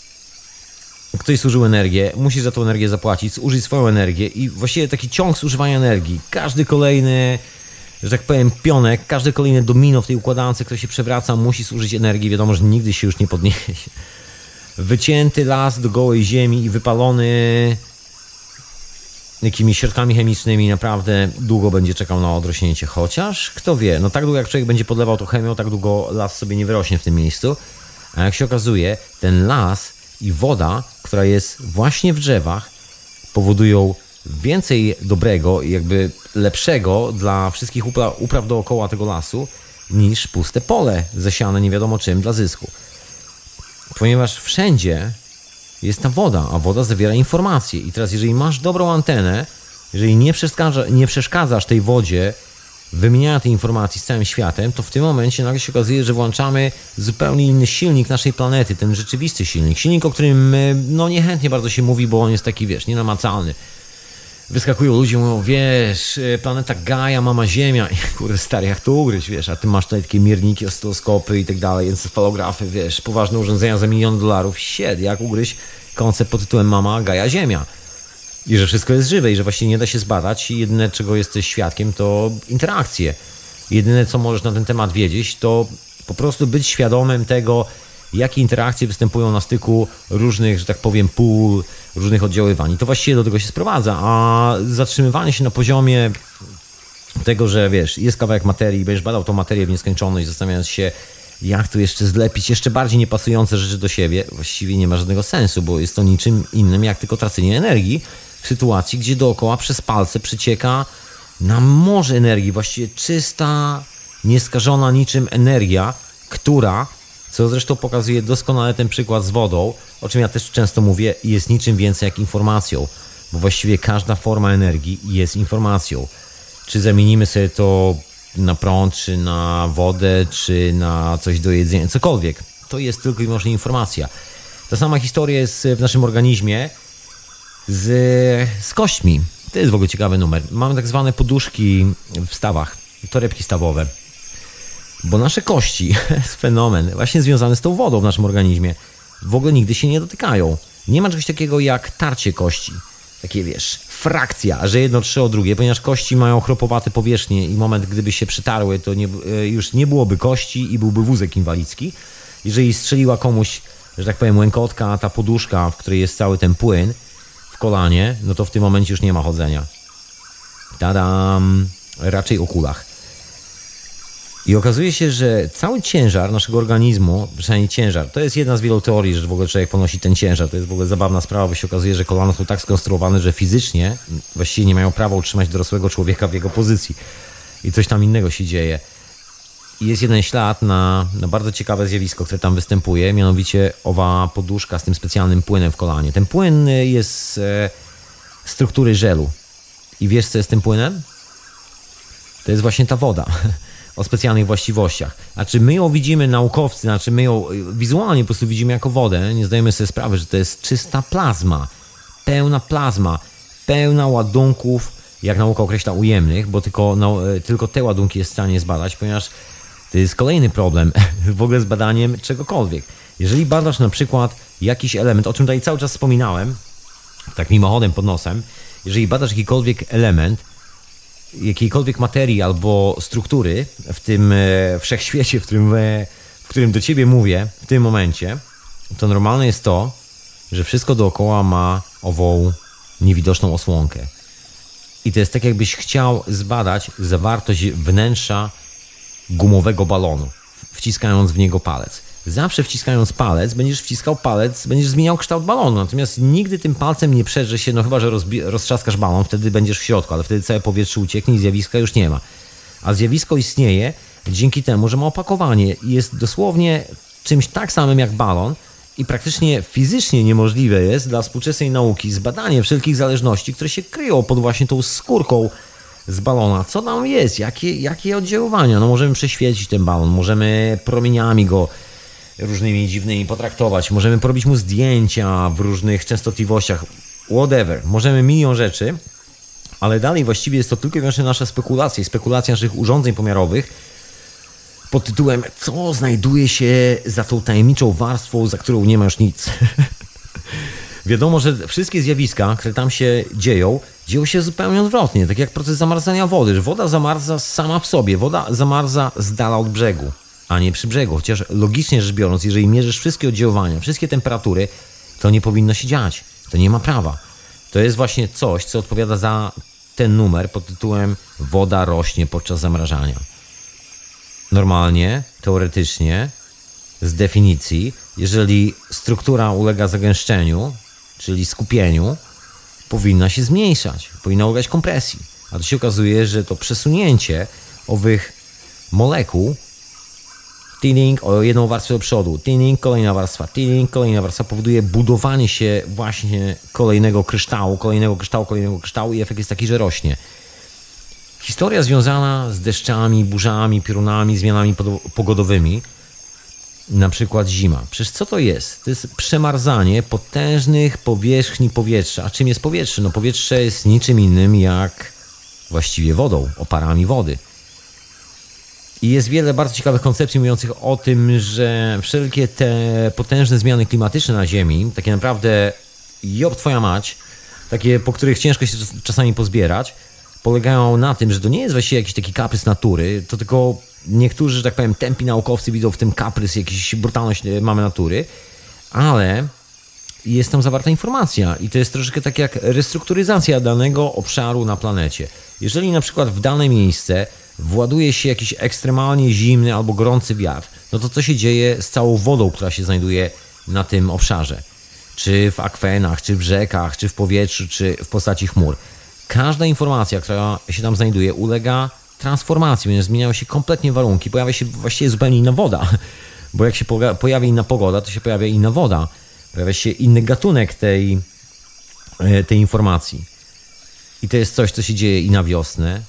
ktoś zużył energię, musisz za tą energię zapłacić, zużyć swoją energię i właściwie taki ciąg zużywania energii. Każdy kolejny, że tak powiem, pionek, każde kolejne domino w tej układance, które się przewraca, musi zużyć energii. Wiadomo, że nigdy się już nie podniesie. Wycięty las do gołej ziemi i wypalony jakimiś środkami chemicznymi naprawdę długo będzie czekał na odrośnięcie. Chociaż, kto wie, no tak długo jak człowiek będzie podlewał tą chemią, tak długo las sobie nie wyrośnie w tym miejscu. A jak się okazuje, ten las i woda, która jest właśnie w drzewach, powodują więcej dobrego i jakby lepszego dla wszystkich upraw dookoła tego lasu niż puste pole zasiane nie wiadomo czym dla zysku. Ponieważ wszędzie jest ta woda, a woda zawiera informacje. I teraz jeżeli masz dobrą antenę, jeżeli nie przeszkadzasz tej wodzie wymieniania tej informacji z całym światem, to w tym momencie nagle się okazuje, że włączamy zupełnie inny silnik naszej planety, ten rzeczywisty silnik, o którym niechętnie bardzo się mówi, bo on jest taki, wiesz, nienamacalny. wyskakują ludzie, mówią, wiesz, planeta Gaia, mama Ziemia. I kurde, stary, jak to ugryźć, wiesz, a ty masz tutaj takie mierniki, oscyloskopy i tak dalej, encefalografy, wiesz, poważne urządzenia za $1 milion. Shit, jak ugryźć koncept pod tytułem mama Gaia Ziemia. I że wszystko jest żywe i że właśnie nie da się zbadać i jedyne, czego jesteś świadkiem, to interakcje. Jedyne, co możesz na ten temat wiedzieć, to po prostu być świadomym tego, jakie interakcje występują na styku różnych, że tak powiem, pól, różnych oddziaływań. I to właściwie do tego się sprowadza, a zatrzymywanie się na poziomie tego, że wiesz, jest kawałek materii, będziesz badał tą materię w nieskończoność, zastanawiając się, jak tu jeszcze zlepić jeszcze bardziej niepasujące rzeczy do siebie, właściwie nie ma żadnego sensu, bo jest to niczym innym jak tylko tracenie energii w sytuacji, gdzie dookoła przez palce przecieka na morze energii, właściwie czysta, nieskażona niczym energia, która, co zresztą pokazuje doskonale ten przykład z wodą, o czym ja też często mówię, jest niczym więcej jak informacją, bo właściwie każda forma energii jest informacją. Czy zamienimy sobie to na prąd, czy na wodę, czy na coś do jedzenia, cokolwiek. To jest tylko i wyłącznie informacja. Ta sama historia jest w naszym organizmie z kośćmi. To jest w ogóle ciekawy numer. Mamy tak zwane poduszki w stawach, torebki stawowe. Bo nasze kości, jest fenomen, właśnie związany z tą wodą w naszym organizmie, w ogóle nigdy się nie dotykają. Nie ma czegoś takiego jak tarcie kości. Takie wiesz, frakcja, że jedno trze o drugie, ponieważ kości mają chropowate powierzchnie i moment, gdyby się przytarły, to już nie byłoby kości i byłby wózek inwalidzki. Jeżeli strzeliła komuś, że tak powiem, łękotka, ta poduszka, w której jest cały ten płyn w kolanie, no to w tym momencie już nie ma chodzenia. Tadam! Raczej o kulach. I okazuje się, że cały ciężar naszego organizmu, przynajmniej ciężar, to jest jedna z wielu teorii, że w ogóle człowiek ponosi ten ciężar. To jest w ogóle zabawna sprawa, bo się okazuje, że kolana są tak skonstruowane, że fizycznie właściwie nie mają prawa utrzymać dorosłego człowieka w jego pozycji. I coś tam innego się dzieje. I jest jeden ślad na bardzo ciekawe zjawisko, które tam występuje, mianowicie owa poduszka z tym specjalnym płynem w kolanie. Ten płyn jest struktury żelu. I wiesz, co jest tym płynem? To jest właśnie ta woda o specjalnych właściwościach. Znaczy my ją widzimy, naukowcy, znaczy my ją wizualnie po prostu widzimy jako wodę, nie zdajemy sobie sprawy, że to jest czysta plazma, pełna ładunków, jak nauka określa, ujemnych, bo tylko te ładunki jest w stanie zbadać, ponieważ to jest kolejny problem w ogóle z badaniem czegokolwiek. Jeżeli badasz na przykład jakiś element, o czym tutaj cały czas wspominałem, tak mimochodem pod nosem, jeżeli badasz jakikolwiek element, jakiejkolwiek materii albo struktury w tym wszechświecie, w którym do ciebie mówię w tym momencie, to normalne jest to, że wszystko dookoła ma ową niewidoczną osłonkę. I to jest tak, jakbyś chciał zbadać zawartość wnętrza gumowego balonu, wciskając w niego palec. Zawsze wciskając palec, będziesz wciskał palec, będziesz zmieniał kształt balonu, natomiast nigdy tym palcem nie przedrze się, no chyba, że roztrzaskasz balon, wtedy będziesz w środku, ale wtedy całe powietrze ucieknie i zjawiska już nie ma. A zjawisko istnieje dzięki temu, że ma opakowanie i jest dosłownie czymś tak samym jak balon i praktycznie fizycznie niemożliwe jest dla współczesnej nauki zbadanie wszelkich zależności, które się kryją pod właśnie tą skórką z balona. Co tam jest? Jakie oddziaływania? No możemy przeświecić ten balon, możemy promieniami go różnymi dziwnymi potraktować, możemy porobić mu zdjęcia w różnych częstotliwościach, whatever. Możemy milion rzeczy, ale dalej właściwie jest to tylko i wyłącznie nasza spekulacja naszych urządzeń pomiarowych pod tytułem, co znajduje się za tą tajemniczą warstwą, za którą nie ma już nic. Wiadomo, że wszystkie zjawiska, które tam się dzieją się zupełnie odwrotnie, tak jak proces zamarzania wody, że woda zamarza sama w sobie, woda zamarza z dala od brzegu, a nie przy brzegu, chociaż logicznie rzecz biorąc, jeżeli mierzysz wszystkie oddziaływania, wszystkie temperatury, to nie powinno się dziać, to nie ma prawa. To jest właśnie coś, co odpowiada za ten numer pod tytułem woda rośnie podczas zamrażania. Normalnie, teoretycznie, z definicji, jeżeli struktura ulega zagęszczeniu, czyli skupieniu, powinna się zmniejszać, powinna ulegać kompresji. A to się okazuje, że to przesunięcie owych molekuł o jedną warstwę do przodu, kolejna warstwa powoduje budowanie się właśnie kolejnego kryształu i efekt jest taki, że rośnie. Historia związana z deszczami, burzami, piorunami, zmianami pogodowymi na przykład zima. Przecież co to jest? To jest przemarzanie potężnych powierzchni powietrza. A czym jest powietrze? No powietrze jest niczym innym jak właściwie wodą, oparami wody. I jest wiele bardzo ciekawych koncepcji mówiących o tym, że wszelkie te potężne zmiany klimatyczne na Ziemi, takie naprawdę job twoja mać, takie, po których ciężko się czasami pozbierać, polegają na tym, że to nie jest właściwie jakiś taki kaprys natury, to tylko niektórzy, że tak powiem, tępi naukowcy widzą w tym kaprys, jakiś brutalność mamy natury, ale jest tam zawarta informacja i to jest troszeczkę tak jak restrukturyzacja danego obszaru na planecie. Jeżeli na przykład w dane miejsce właduje się jakiś ekstremalnie zimny albo gorący wiatr, no to co się dzieje z całą wodą, która się znajduje na tym obszarze? Czy w akwenach, czy w rzekach, czy w powietrzu, czy w postaci chmur. Każda informacja, która się tam znajduje, ulega transformacji, ponieważ zmieniają się kompletnie warunki, pojawia się właściwie zupełnie inna woda, bo jak się pojawia inna pogoda, to się pojawia inna woda, pojawia się inny gatunek tej informacji. I to jest coś, co się dzieje i na wiosnę,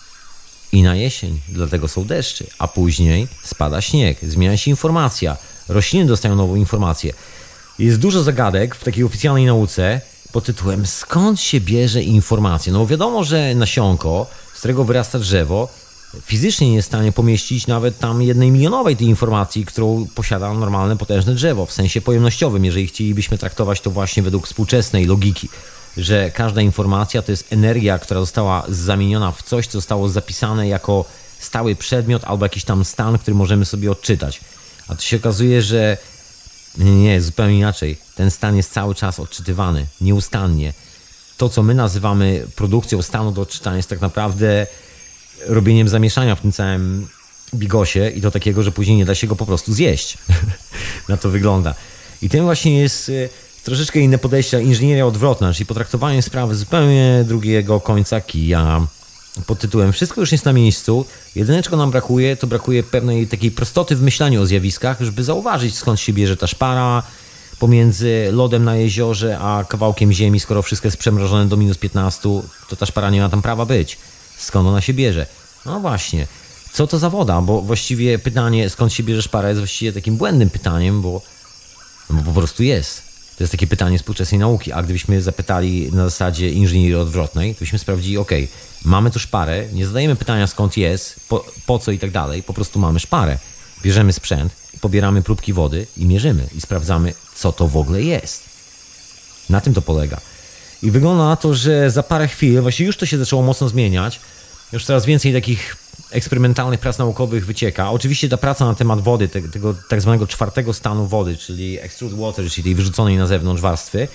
i na jesień, dlatego są deszcze, a później spada śnieg, zmienia się informacja, rośliny dostają nową informację. Jest dużo zagadek w takiej oficjalnej nauce pod tytułem skąd się bierze informacja? No bo wiadomo, że nasionko, z którego wyrasta drzewo, fizycznie nie jest w stanie pomieścić nawet tam 1/1000 tej informacji, którą posiada normalne, potężne drzewo, w sensie pojemnościowym, jeżeli chcielibyśmy traktować to właśnie według współczesnej logiki, że każda informacja to jest energia, która została zamieniona w coś, co zostało zapisane jako stały przedmiot albo jakiś tam stan, który możemy sobie odczytać. A to się okazuje, że nie, zupełnie inaczej. Ten stan jest cały czas odczytywany, nieustannie. To, co my nazywamy produkcją stanu do odczytania, jest tak naprawdę robieniem zamieszania w tym całym bigosie i to takiego, że później nie da się go po prostu zjeść. Na to wygląda. I tym właśnie jest troszeczkę inne podejście, inżynieria odwrotna, czyli potraktowanie sprawy zupełnie drugiego końca kija. Pod tytułem wszystko już jest na miejscu, jedyne czego nam brakuje, to brakuje pewnej takiej prostoty w myśleniu o zjawiskach, żeby zauważyć skąd się bierze ta szpara pomiędzy lodem na jeziorze a kawałkiem ziemi, skoro wszystko jest przemrożone do -15, to ta szpara nie ma tam prawa być. Skąd ona się bierze? No właśnie, co to za woda? Bo właściwie pytanie, skąd się bierze szpara, jest właściwie takim błędnym pytaniem, bo po prostu jest. To jest takie pytanie współczesnej nauki, a gdybyśmy zapytali na zasadzie inżynierii odwrotnej, to byśmy sprawdzili, mamy tu szparę, nie zadajemy pytania skąd jest, po co i tak dalej, po prostu mamy szparę. Bierzemy sprzęt, pobieramy próbki wody i mierzymy i sprawdzamy, co to w ogóle jest. Na tym to polega. I wygląda na to, że za parę chwil, właściwie już to się zaczęło mocno zmieniać, już coraz więcej takich eksperymentalnych prac naukowych wycieka. Oczywiście ta praca na temat wody, tego tak zwanego 4. stanu wody, czyli extrude water, czyli tej wyrzuconej na zewnątrz warstwy,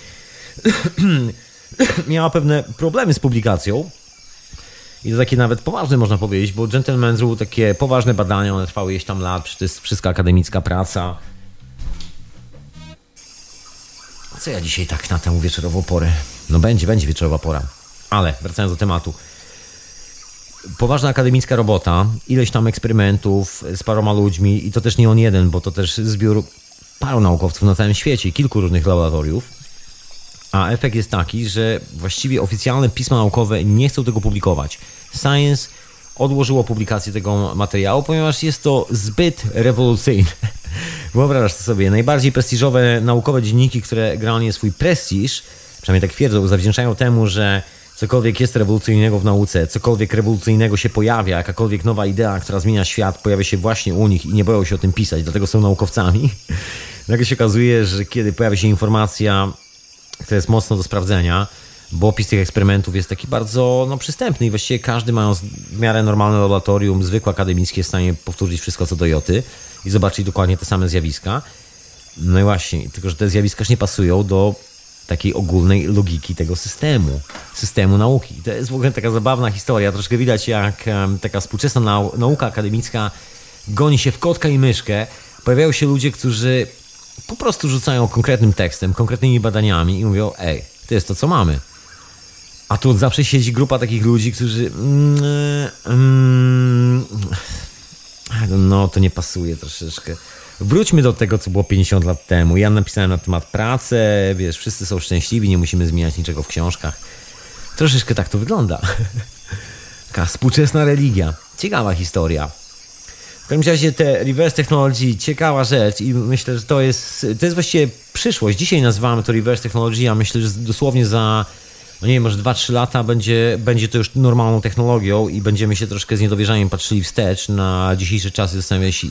miała pewne problemy z publikacją. I to takie nawet poważne można powiedzieć, bo Gentleman's Rule, takie poważne badania, one trwały ileś tam lat, przecież to jest wszystko akademicka praca. Co ja dzisiaj tak na tę wieczorową porę? No będzie wieczorowa pora. Ale wracając do tematu. Poważna akademicka robota, ileś tam eksperymentów z paroma ludźmi i to też nie on jeden, bo to też zbiór paru naukowców na całym świecie, kilku różnych laboratoriów. A efekt jest taki, że właściwie oficjalne pisma naukowe nie chcą tego publikować. Science odłożyło publikację tego materiału, ponieważ jest to zbyt rewolucyjne. Wyobrażasz to sobie, najbardziej prestiżowe naukowe dzienniki, które generalnie swój prestiż, przynajmniej tak twierdzą, zawdzięczają temu, że cokolwiek jest rewolucyjnego w nauce, cokolwiek rewolucyjnego się pojawia, jakakolwiek nowa idea, która zmienia świat, pojawia się właśnie u nich i nie boją się o tym pisać, dlatego są naukowcami. Nagle się okazuje, że kiedy pojawia się informacja, która jest mocno do sprawdzenia, bo opis tych eksperymentów jest taki bardzo przystępny i właściwie każdy, mając w miarę normalne laboratorium, zwykłe akademickie, jest w stanie powtórzyć wszystko co do joty i zobaczyć dokładnie te same zjawiska. No i właśnie, tylko że te zjawiska nie pasują do takiej ogólnej logiki tego systemu nauki. To jest w ogóle taka zabawna historia. Troszkę widać, jak taka współczesna nauka akademicka goni się w kotka i myszkę. Pojawiają się ludzie, którzy po prostu rzucają konkretnym tekstem, konkretnymi badaniami i mówią, to jest to, co mamy. A tu zawsze siedzi grupa takich ludzi, którzy no to nie pasuje troszeczkę. Wróćmy do tego, co było 50 lat temu. Ja napisałem na temat pracę, wiesz, wszyscy są szczęśliwi, nie musimy zmieniać niczego w książkach. Troszeczkę tak to wygląda. Taka współczesna religia. Ciekawa historia. W każdym razie te reverse technology, ciekawa rzecz i myślę, że to jest właściwie przyszłość. Dzisiaj nazywamy to reverse technology, a myślę, że dosłownie za, no nie wiem, może 2-3 lata będzie to już normalną technologią i będziemy się troszkę z niedowierzaniem patrzyli wstecz na dzisiejsze czasy, zastanawiać się,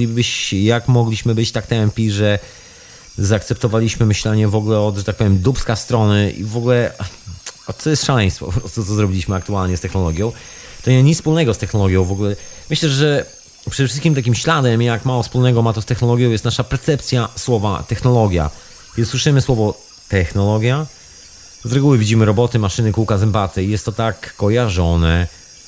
jak mogliśmy być tak tępi, że zaakceptowaliśmy myślenie w ogóle od, że tak powiem, dupska strony i w ogóle to jest szaleństwo po prostu, co zrobiliśmy aktualnie z technologią. To nie ma nic wspólnego z technologią w ogóle. Myślę, że przede wszystkim takim śladem, jak mało wspólnego ma to z technologią, jest nasza percepcja słowa technologia. Kiedy słyszymy słowo technologia, z reguły widzimy roboty, maszyny, kółka zębate i jest to tak kojarzone,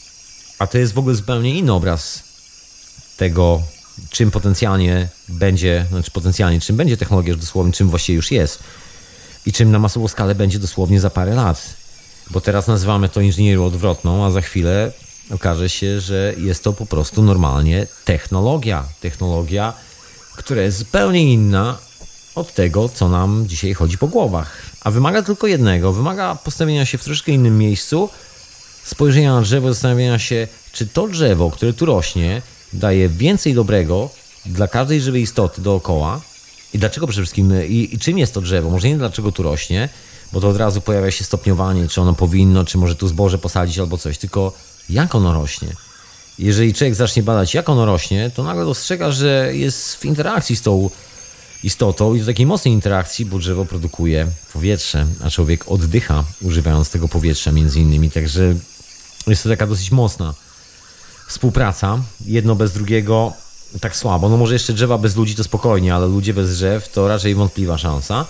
a to jest w ogóle zupełnie inny obraz tego, czym potencjalnie będzie, czym będzie technologia dosłownie, czym właściwie już jest i czym na masową skalę będzie dosłownie za parę lat. Bo teraz nazywamy to inżynierią odwrotną, a za chwilę okaże się, że jest to po prostu normalnie technologia. Technologia, która jest zupełnie inna od tego, co nam dzisiaj chodzi po głowach. A wymaga tylko jednego. Wymaga postawienia się w troszkę innym miejscu, spojrzenia na drzewo, zastanowienia się, czy to drzewo, które tu rośnie, daje więcej dobrego dla każdej żywej istoty dookoła i dlaczego przede wszystkim, i czym jest to drzewo. Może nie dlaczego tu rośnie, bo to od razu pojawia się stopniowanie, czy ono powinno, czy może tu zboże posadzić albo coś, tylko jak ono rośnie. Jeżeli człowiek zacznie badać, jak ono rośnie, to nagle dostrzega, że jest w interakcji z tą istotą i do takiej mocnej interakcji, bo drzewo produkuje powietrze, a człowiek oddycha używając tego powietrza między innymi. Także jest to taka dosyć mocna współpraca. Jedno bez drugiego tak słabo. No może jeszcze drzewa bez ludzi to spokojnie, ale ludzie bez drzew to raczej wątpliwa szansa.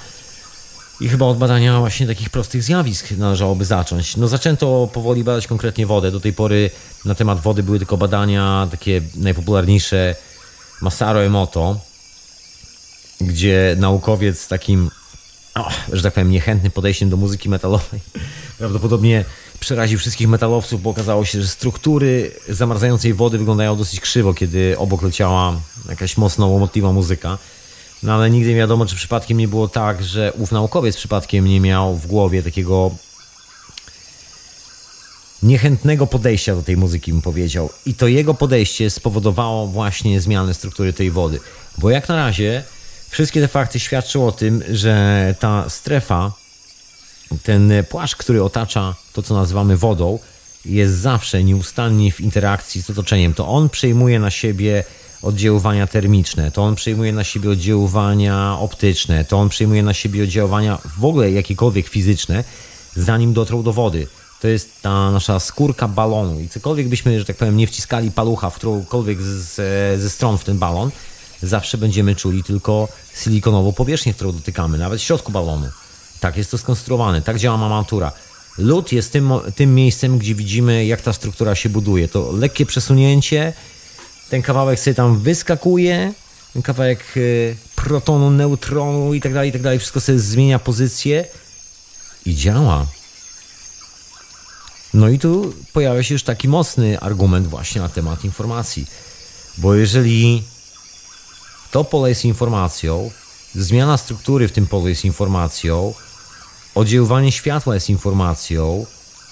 I chyba od badania właśnie takich prostych zjawisk należałoby zacząć. No zaczęto powoli badać konkretnie wodę. Do tej pory na temat wody były tylko badania takie najpopularniejsze Masaru Emoto, gdzie naukowiec z takim, że tak powiem, niechętnym podejściem do muzyki metalowej prawdopodobnie przeraził wszystkich metalowców, bo okazało się, że struktury zamarzającej wody wyglądają dosyć krzywo, kiedy obok leciała jakaś mocno łomotliwa muzyka. No ale nigdy nie wiadomo, czy przypadkiem nie było tak, że ów naukowiec przypadkiem nie miał w głowie takiego niechętnego podejścia do tej muzyki, bym powiedział. I to jego podejście spowodowało właśnie zmianę struktury tej wody. Bo jak na razie wszystkie te fakty świadczą o tym, że ta strefa, ten płaszcz, który otacza to, co nazywamy wodą, jest zawsze nieustannie w interakcji z otoczeniem. To on przejmuje na siebie oddziaływania termiczne, to on przejmuje na siebie oddziaływania optyczne, to on przejmuje na siebie oddziaływania w ogóle jakiekolwiek fizyczne, zanim dotrą do wody. To jest ta nasza skórka balonu i cokolwiek byśmy, że tak powiem, nie wciskali palucha w którąkolwiek ze stron w ten balon, zawsze będziemy czuli tylko silikonową powierzchnię, którą dotykamy, nawet w środku balonu. Tak jest to skonstruowane, tak działa armatura. Lód jest tym miejscem, gdzie widzimy, jak ta struktura się buduje. To lekkie przesunięcie, ten kawałek sobie tam wyskakuje, ten kawałek protonu, neutronu i tak dalej, wszystko sobie zmienia pozycję i działa. No i tu pojawia się już taki mocny argument właśnie na temat informacji. Bo jeżeli to pole jest informacją, zmiana struktury w tym polu jest informacją, oddziaływanie światła jest informacją,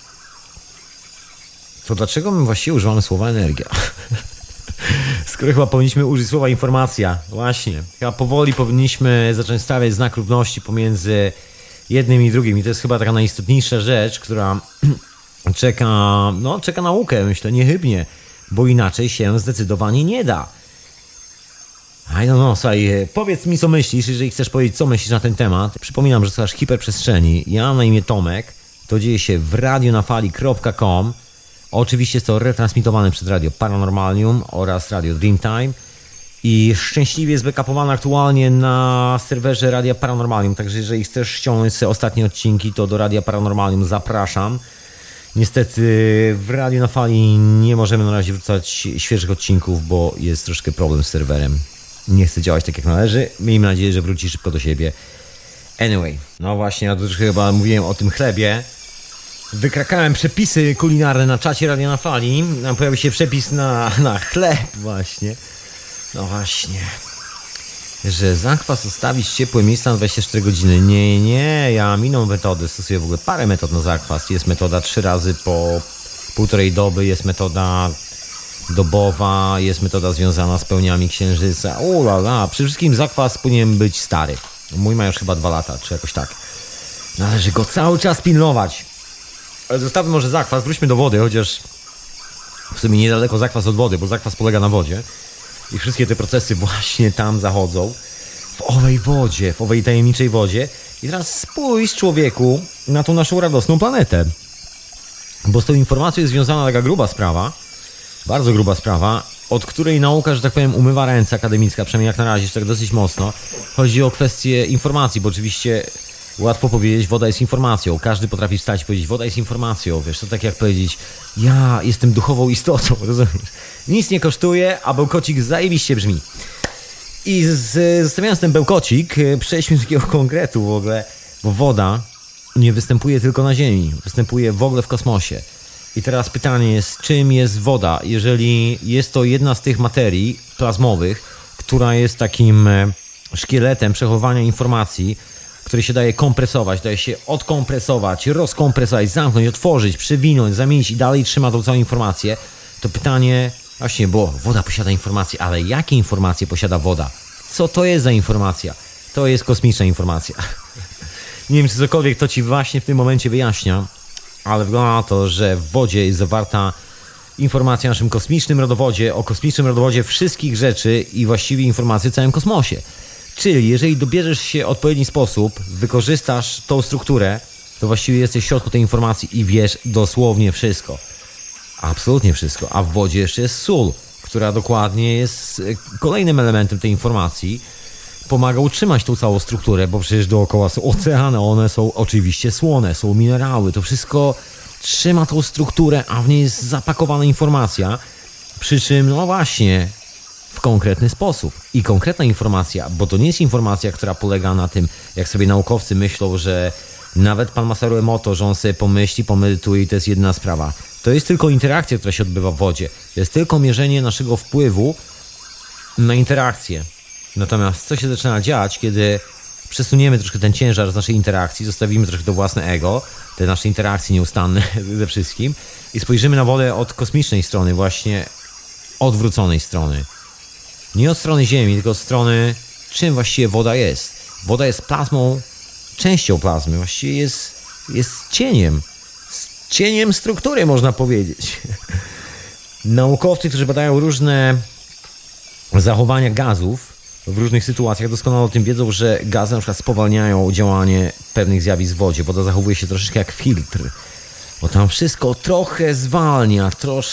to dlaczego my właściwie używamy słowa energia? Skoro chyba powinniśmy użyć słowa informacja. Właśnie. Chyba powoli powinniśmy zacząć stawiać znak równości pomiędzy jednym i drugim. I to jest chyba taka najistotniejsza rzecz, która czeka naukę, myślę, niechybnie. Bo inaczej się zdecydowanie nie da. Słuchaj, powiedz mi, co myślisz, jeżeli chcesz powiedzieć, co myślisz na ten temat. Przypominam, że słuchasz Hiperprzestrzeni. Ja mam na imię Tomek. To dzieje się w radionafali.com. Oczywiście jest to retransmitowane przez Radio Paranormalium oraz Radio Dreamtime i szczęśliwie jest backupowane aktualnie na serwerze Radia Paranormalium, także jeżeli chcesz ściągnąć sobie ostatnie odcinki, to do Radia Paranormalium zapraszam. Niestety w Radio na Fali nie możemy na razie wrzucać świeżych odcinków, bo jest troszkę problem z serwerem. Nie chce działać tak jak należy. Miejmy nadzieję, że wróci szybko do siebie. Anyway, no właśnie, ja już chyba mówiłem o tym chlebie. Wykrakałem przepisy kulinarne na czacie Radia na Fali. Tam pojawił się przepis na chleb właśnie. No właśnie. Że zakwas zostawić w ciepłe miejsca na 24 godziny. Nie, ja mam inną metodę. Stosuję w ogóle parę metod na zakwas. Jest metoda 3 razy po 1,5 doby. Jest metoda dobowa, jest metoda związana z pełniami księżyca. Ulala, przede wszystkim zakwas powinien być stary. Mój ma już chyba 2 lata, czy jakoś tak. Należy go cały czas pilnować. Ale zostawmy może zakwas, wróćmy do wody, chociaż w sumie niedaleko zakwas od wody, bo zakwas polega na wodzie. I wszystkie te procesy właśnie tam zachodzą. W owej wodzie, w owej tajemniczej wodzie. I teraz spójrz, człowieku, na tą naszą radosną planetę. Bo z tą informacją jest związana taka gruba sprawa, bardzo gruba sprawa, od której nauka, że tak powiem, umywa ręce akademicka, przynajmniej jak na razie, tak dosyć mocno. Chodzi o kwestię informacji, bo oczywiście łatwo powiedzieć, woda jest informacją. Każdy potrafi wstać i powiedzieć, woda jest informacją. Wiesz, to tak jak powiedzieć, ja jestem duchową istotą, rozumiesz? Nic nie kosztuje, a bełkocik zajebiście brzmi. I zostawiając ten bełkocik, przejdźmy do takiego konkretu w ogóle, bo woda nie występuje tylko na Ziemi, występuje w ogóle w kosmosie. I teraz pytanie jest, czym jest woda, jeżeli jest to jedna z tych materii plazmowych, która jest takim szkieletem przechowywania informacji, który się daje kompresować, daje się odkompresować, rozkompresować, zamknąć, otworzyć, przewinąć, zamienić i dalej trzyma tą całą informację. To pytanie, właśnie, bo woda posiada informacje, ale jakie informacje posiada woda? Co to jest za informacja? To jest kosmiczna informacja. Nie wiem, czy cokolwiek to ci właśnie w tym momencie wyjaśnia, ale wygląda na to, że w wodzie jest zawarta informacja o naszym kosmicznym rodowodzie, o kosmicznym rodowodzie wszystkich rzeczy i właściwie informacje o całym kosmosie. Czyli jeżeli dobierzesz się w odpowiedni sposób, wykorzystasz tą strukturę, to właściwie jesteś w środku tej informacji i wiesz dosłownie wszystko. Absolutnie wszystko. A w wodzie jeszcze jest sól, która dokładnie jest kolejnym elementem tej informacji. Pomaga utrzymać tą całą strukturę, bo przecież dookoła są oceany, one są oczywiście słone, są minerały. To wszystko trzyma tą strukturę, a w niej jest zapakowana informacja. Przy czym, no właśnie, w konkretny sposób. I konkretna informacja, bo to nie jest informacja, która polega na tym, jak sobie naukowcy myślą, że nawet pan Masaru Emoto, że on sobie pomyśli, pomedytuje i to jest jedna sprawa. To jest tylko interakcja, która się odbywa w wodzie. To jest tylko mierzenie naszego wpływu na interakcję. Natomiast co się zaczyna dziać, kiedy przesuniemy troszkę ten ciężar z naszej interakcji, zostawimy troszkę to własne ego, te nasze interakcje nieustanne ze wszystkim i spojrzymy na wodę od kosmicznej strony, właśnie odwróconej strony. Nie od strony Ziemi, tylko od strony, czym właściwie woda jest. Woda jest plazmą, częścią plazmy, właściwie jest cieniem struktury, można powiedzieć. Naukowcy, którzy badają różne zachowania gazów w różnych sytuacjach, doskonale o tym wiedzą, że gazy na przykład spowalniają działanie pewnych zjawisk w wodzie. Woda zachowuje się troszeczkę jak filtr, bo tam wszystko trochę zwalnia,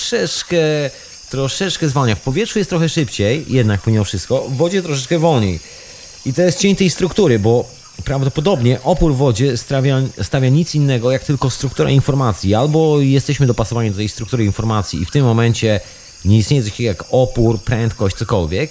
troszeczkę zwalnia. W powietrzu jest trochę szybciej, jednak pomimo wszystko, w wodzie troszeczkę wolniej. I to jest cień tej struktury, bo prawdopodobnie opór w wodzie stawia nic innego jak tylko struktura informacji. Albo jesteśmy dopasowani do tej struktury informacji i w tym momencie nie istnieje coś takiego jak opór, prędkość, cokolwiek.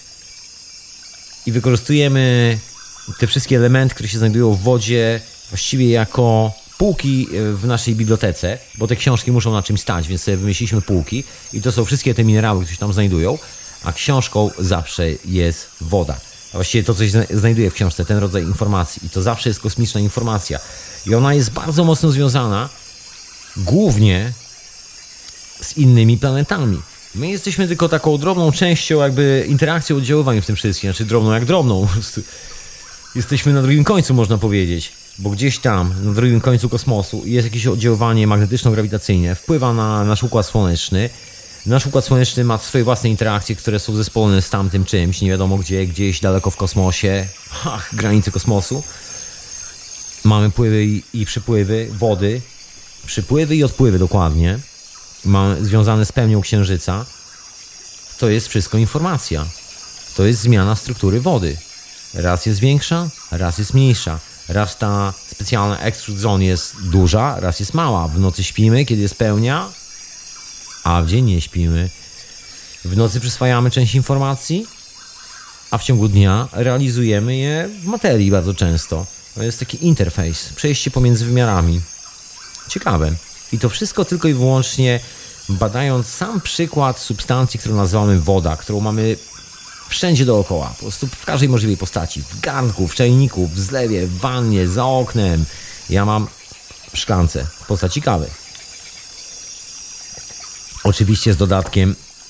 I wykorzystujemy te wszystkie elementy, które się znajdują w wodzie właściwie jako półki w naszej bibliotece, bo te książki muszą na czymś stać, więc sobie wymyśliliśmy półki i to są wszystkie te minerały, które się tam znajdują, a książką zawsze jest woda. A właściwie to, co się znajduje w książce, ten rodzaj informacji i to zawsze jest kosmiczna informacja. I ona jest bardzo mocno związana głównie z innymi planetami. My jesteśmy tylko taką drobną częścią jakby interakcji oddziaływań w tym wszystkim, znaczy drobną jak drobną. Jesteśmy na drugim końcu, można powiedzieć, bo gdzieś tam, na drugim końcu kosmosu jest jakieś oddziaływanie magnetyczno-grawitacyjne, wpływa na nasz Układ Słoneczny. Nasz Układ Słoneczny ma swoje własne interakcje, które są zespolone z tamtym czymś, nie wiadomo gdzie, gdzieś daleko w kosmosie, granicy kosmosu. Mamy pływy i przypływy wody, przypływy i odpływy dokładnie. Mamy związane z pełnią Księżyca. To jest wszystko informacja. To jest zmiana struktury wody. Raz jest większa, raz jest mniejsza. Raz ta specjalna extrude zone jest duża, raz jest mała. W nocy śpimy, kiedy jest pełnia, a w dzień nie śpimy. W nocy przyswajamy część informacji, a w ciągu dnia realizujemy je w materii bardzo często. To jest taki interfejs, przejście pomiędzy wymiarami. Ciekawe. I to wszystko tylko i wyłącznie badając sam przykład substancji, którą nazywamy woda, którą mamy wszędzie dookoła, po prostu w każdej możliwej postaci. W garnku, w czajniku, w zlewie, w wannie, za oknem. Ja mam w szklance w postaci kawy. Oczywiście z dodatkiem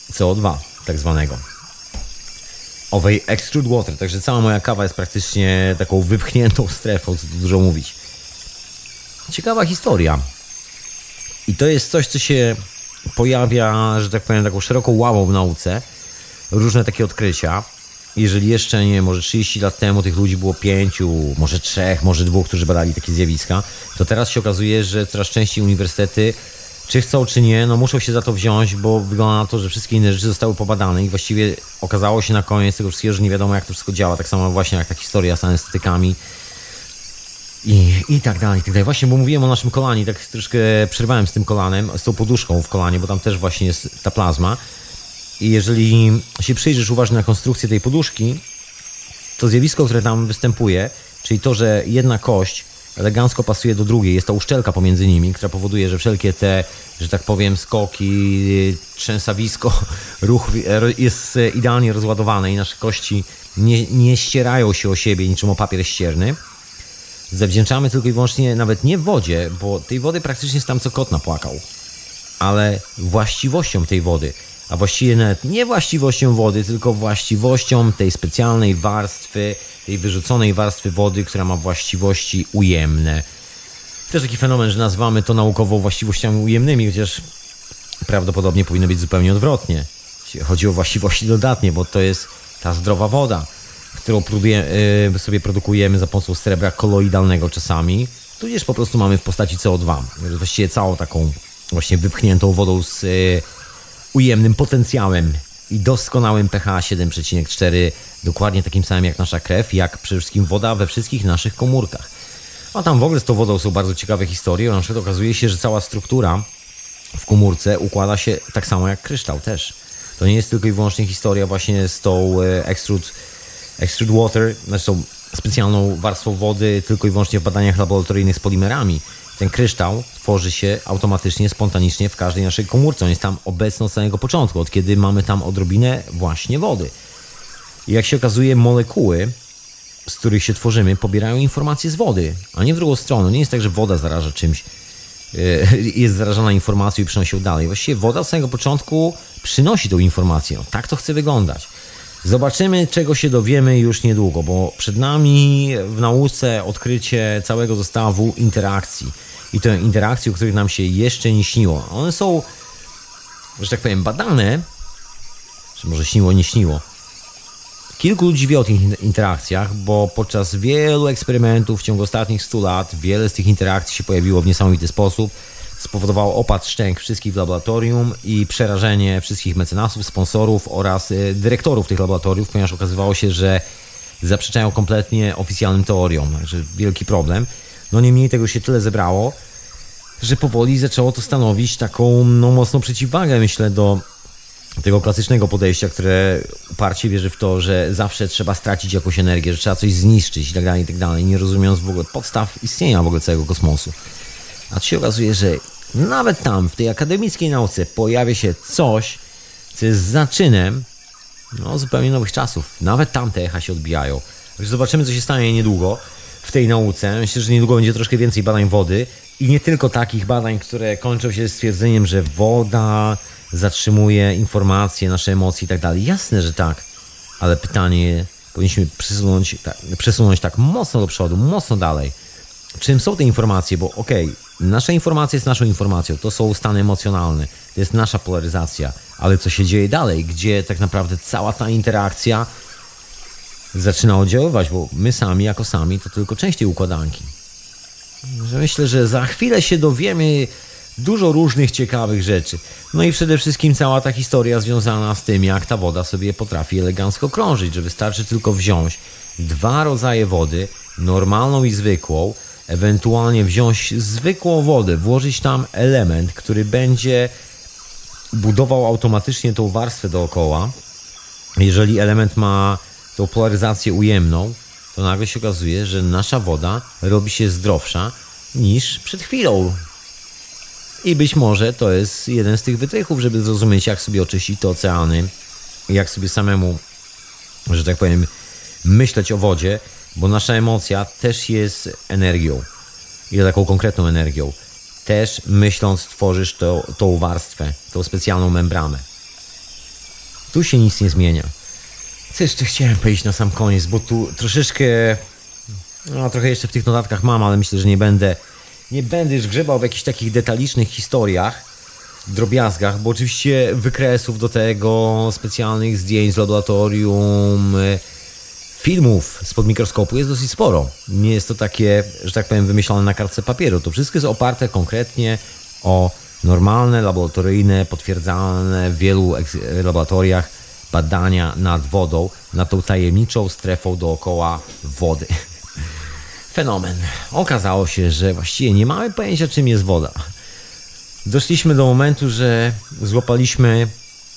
CO2 tak zwanego. Owej extrude water, także cała moja kawa jest praktycznie taką wypchniętą strefą, co tu dużo mówić. Ciekawa historia. I to jest coś, co się pojawia, że tak powiem, taką szeroką ławą w nauce. Różne takie odkrycia. Jeżeli jeszcze nie, może 30 lat temu tych ludzi było 5, może 3, może 2, którzy badali takie zjawiska, to teraz się okazuje, że coraz częściej uniwersytety, czy chcą, czy nie, no muszą się za to wziąć, bo wygląda na to, że wszystkie inne rzeczy zostały pobadane i właściwie okazało się na koniec tego wszystkiego, że nie wiadomo, jak to wszystko działa. Tak samo właśnie jak ta historia z anestetykami i tak dalej, i tak dalej. Właśnie, bo mówiłem o naszym kolanie, tak troszkę przerwałem z tym kolanem, z tą poduszką w kolanie, bo tam też właśnie jest ta plazma. I jeżeli się przyjrzysz uważnie na konstrukcję tej poduszki, to zjawisko, które tam występuje, czyli to, że jedna kość elegancko pasuje do drugiej, jest ta uszczelka pomiędzy nimi, która powoduje, że wszelkie te, że tak powiem, skoki, trzęsawisko, ruch jest idealnie rozładowane i nasze kości nie ścierają się o siebie niczym o papier ścierny. Zawdzięczamy tylko i wyłącznie nawet nie wodzie, bo tej wody praktycznie jest tam co kot napłakał, ale właściwością tej wody. A właściwie nawet nie właściwością wody, tylko właściwością tej specjalnej warstwy, tej wyrzuconej warstwy wody, która ma właściwości ujemne. Też taki fenomen, że nazywamy to naukowo właściwościami ujemnymi, chociaż prawdopodobnie powinno być zupełnie odwrotnie. Chodzi o właściwości dodatnie, bo to jest ta zdrowa woda, którą sobie produkujemy za pomocą srebra koloidalnego czasami, tudzież po prostu mamy w postaci CO2. Właściwie całą taką właśnie wypchniętą wodą z ujemnym potencjałem i doskonałym pH 7,4, dokładnie takim samym jak nasza krew, jak przede wszystkim woda we wszystkich naszych komórkach. A tam w ogóle z tą wodą są bardzo ciekawe historie. Na przykład okazuje się, że cała struktura w komórce układa się tak samo jak kryształ też. To nie jest tylko i wyłącznie historia właśnie z tą extrude water, znaczy tą specjalną warstwą wody tylko i wyłącznie w badaniach laboratoryjnych z polimerami. Ten kryształ tworzy się automatycznie, spontanicznie w każdej naszej komórce. On jest tam obecny od samego początku, od kiedy mamy tam odrobinę właśnie wody. I jak się okazuje, molekuły, z których się tworzymy, pobierają informacje z wody, a nie w drugą stronę. Nie jest tak, że woda zaraża czymś, jest zarażana informacją i przynosi ją dalej. Właściwie woda od samego początku przynosi tą informację. No, tak to chce wyglądać. Zobaczymy, czego się dowiemy już niedługo, bo przed nami w nauce odkrycie całego zestawu interakcji. I to interakcje, o których nam się jeszcze nie śniło. One są, że tak powiem, badane, czy może śniło, nie śniło. Kilku ludzi wie o tych interakcjach, bo podczas wielu eksperymentów w ciągu ostatnich 100 lat wiele z tych interakcji się pojawiło w niesamowity sposób. Spowodowało opad szczęk wszystkich w laboratorium i przerażenie wszystkich mecenasów, sponsorów oraz dyrektorów tych laboratoriów, ponieważ okazywało się, że zaprzeczają kompletnie oficjalnym teoriom. Także wielki problem. No niemniej tego się tyle zebrało, że powoli zaczęło to stanowić taką mocną przeciwwagę, myślę, do tego klasycznego podejścia, które uparcie wierzy w to, że zawsze trzeba stracić jakąś energię, że trzeba coś zniszczyć i tak dalej, nie rozumiejąc w ogóle podstaw istnienia w ogóle całego kosmosu. A tu się okazuje, że nawet tam, w tej akademickiej nauce pojawia się coś, co jest zaczynem zupełnie nowych czasów. Nawet tam te echa się odbijają. Także zobaczymy, co się stanie niedługo w tej nauce. Myślę, że niedługo będzie troszkę więcej badań wody i nie tylko takich badań, które kończą się stwierdzeniem, że woda zatrzymuje informacje, nasze emocje i tak dalej. Jasne, że tak, ale pytanie powinniśmy przesunąć tak mocno do przodu, mocno dalej. Czym są te informacje? Bo nasza informacja jest naszą informacją, to są stany emocjonalne, to jest nasza polaryzacja, ale co się dzieje dalej, gdzie tak naprawdę cała ta interakcja zaczyna oddziaływać, bo my sami, jako sami, to tylko część tej układanki. Myślę, że za chwilę się dowiemy dużo różnych ciekawych rzeczy. No i przede wszystkim cała ta historia związana z tym, jak ta woda sobie potrafi elegancko krążyć, że wystarczy tylko wziąć 2 rodzaje wody, normalną i zwykłą, ewentualnie wziąć zwykłą wodę, włożyć tam element, który będzie budował automatycznie tą warstwę dookoła. Jeżeli element ma tą polaryzację ujemną, to nagle się okazuje, że nasza woda robi się zdrowsza niż przed chwilą. I być może to jest jeden z tych wytrychów, żeby zrozumieć, jak sobie oczyścić te oceany, jak sobie samemu, że tak powiem, myśleć o wodzie, bo nasza emocja też jest energią. I taką konkretną energią. Też myśląc tworzysz tą warstwę, tą specjalną membranę. Tu się nic nie zmienia. Co jeszcze chciałem powiedzieć na sam koniec, bo tu troszeczkę, trochę jeszcze w tych notatkach mam, ale myślę, że nie będę już grzebał w jakichś takich detalicznych historiach, drobiazgach, bo oczywiście wykresów do tego, specjalnych zdjęć z laboratorium, filmów spod mikroskopu jest dosyć sporo. Nie jest to takie, że tak powiem, wymyślone na kartce papieru. To wszystko jest oparte konkretnie o normalne, laboratoryjne, potwierdzane w wielu laboratoriach badania nad wodą, nad tą tajemniczą strefą dookoła wody. Fenomen. Okazało się, że właściwie nie mamy pojęcia, czym jest woda. Doszliśmy do momentu, że złapaliśmy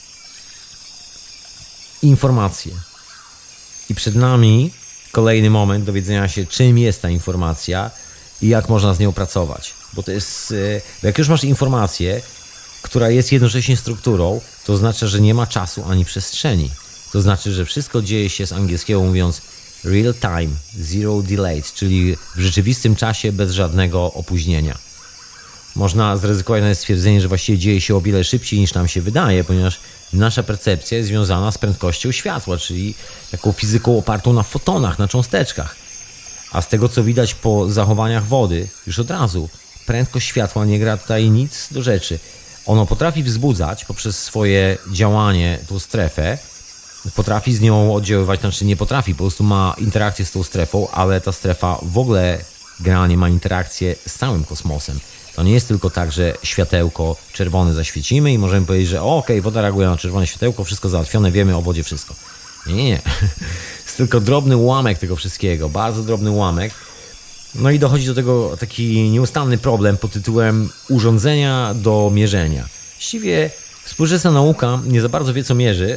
informację. I przed nami kolejny moment dowiedzenia się, czym jest ta informacja i jak można z nią pracować. Bo to jest, jak już masz informację, która jest jednocześnie strukturą, to oznacza, że nie ma czasu ani przestrzeni. To znaczy, że wszystko dzieje się, z angielskiego mówiąc, real time, zero delayed, czyli w rzeczywistym czasie bez żadnego opóźnienia. Można zryzykować nawet stwierdzenie, że właściwie dzieje się o wiele szybciej niż nam się wydaje, ponieważ nasza percepcja jest związana z prędkością światła, czyli taką fizyką opartą na fotonach, na cząsteczkach. A z tego, co widać po zachowaniach wody, już od razu prędkość światła nie gra tutaj nic do rzeczy. Ono potrafi wzbudzać poprzez swoje działanie tą strefę, potrafi z nią oddziaływać, znaczy nie potrafi, po prostu ma interakcję z tą strefą, ale ta strefa w ogóle generalnie ma interakcję z całym kosmosem. To nie jest tylko tak, że światełko czerwone zaświecimy i możemy powiedzieć, że okej, woda reaguje na czerwone światełko, wszystko załatwione, wiemy o wodzie wszystko. Nie. Jest tylko drobny ułamek tego wszystkiego, bardzo drobny ułamek. No i dochodzi do tego taki nieustanny problem pod tytułem urządzenia do mierzenia. Właściwie współczesna nauka nie za bardzo wie, co mierzy.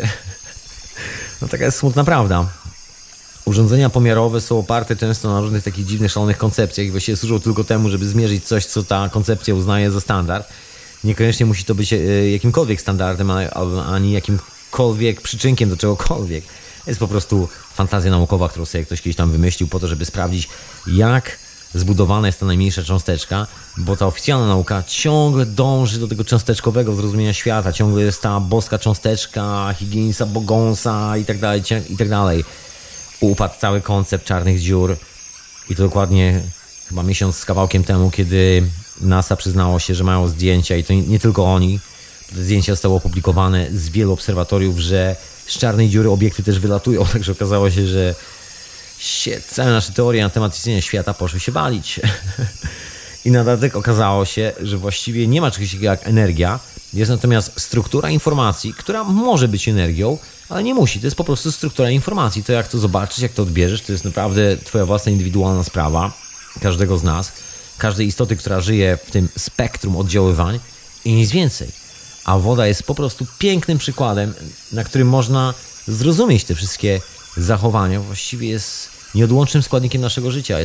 No taka jest smutna prawda. Urządzenia pomiarowe są oparte często na różnych takich dziwnych, szalonych koncepcjach i właściwie służą tylko temu, żeby zmierzyć coś, co ta koncepcja uznaje za standard. Niekoniecznie musi to być jakimkolwiek standardem, ani jakimkolwiek przyczynkiem do czegokolwiek. Jest po prostu fantazja naukowa, którą sobie ktoś kiedyś tam wymyślił po to, żeby sprawdzić, jak zbudowana jest ta najmniejsza cząsteczka, bo ta oficjalna nauka ciągle dąży do tego cząsteczkowego zrozumienia świata, ciągle jest ta boska cząsteczka, Higginsa, Bogonsa i tak dalej. Upadł cały koncept czarnych dziur i to dokładnie chyba miesiąc z kawałkiem temu, kiedy NASA przyznało się, że mają zdjęcia i to nie tylko oni. Te zdjęcia zostały opublikowane z wielu obserwatoriów, że z czarnej dziury obiekty też wylatują, także okazało się, że całe nasze teorie na temat istnienia świata poszły się walić. I na dodatek okazało się, że właściwie nie ma czegoś takiego jak energia, jest natomiast struktura informacji, która może być energią, ale nie musi. To jest po prostu struktura informacji. To jak to zobaczysz, jak to odbierzesz, to jest naprawdę twoja własna indywidualna sprawa każdego z nas, każdej istoty, która żyje w tym spektrum oddziaływań i nic więcej. A woda jest po prostu pięknym przykładem, na którym można zrozumieć te wszystkie zachowania. Właściwie jest nieodłącznym składnikiem naszego życia.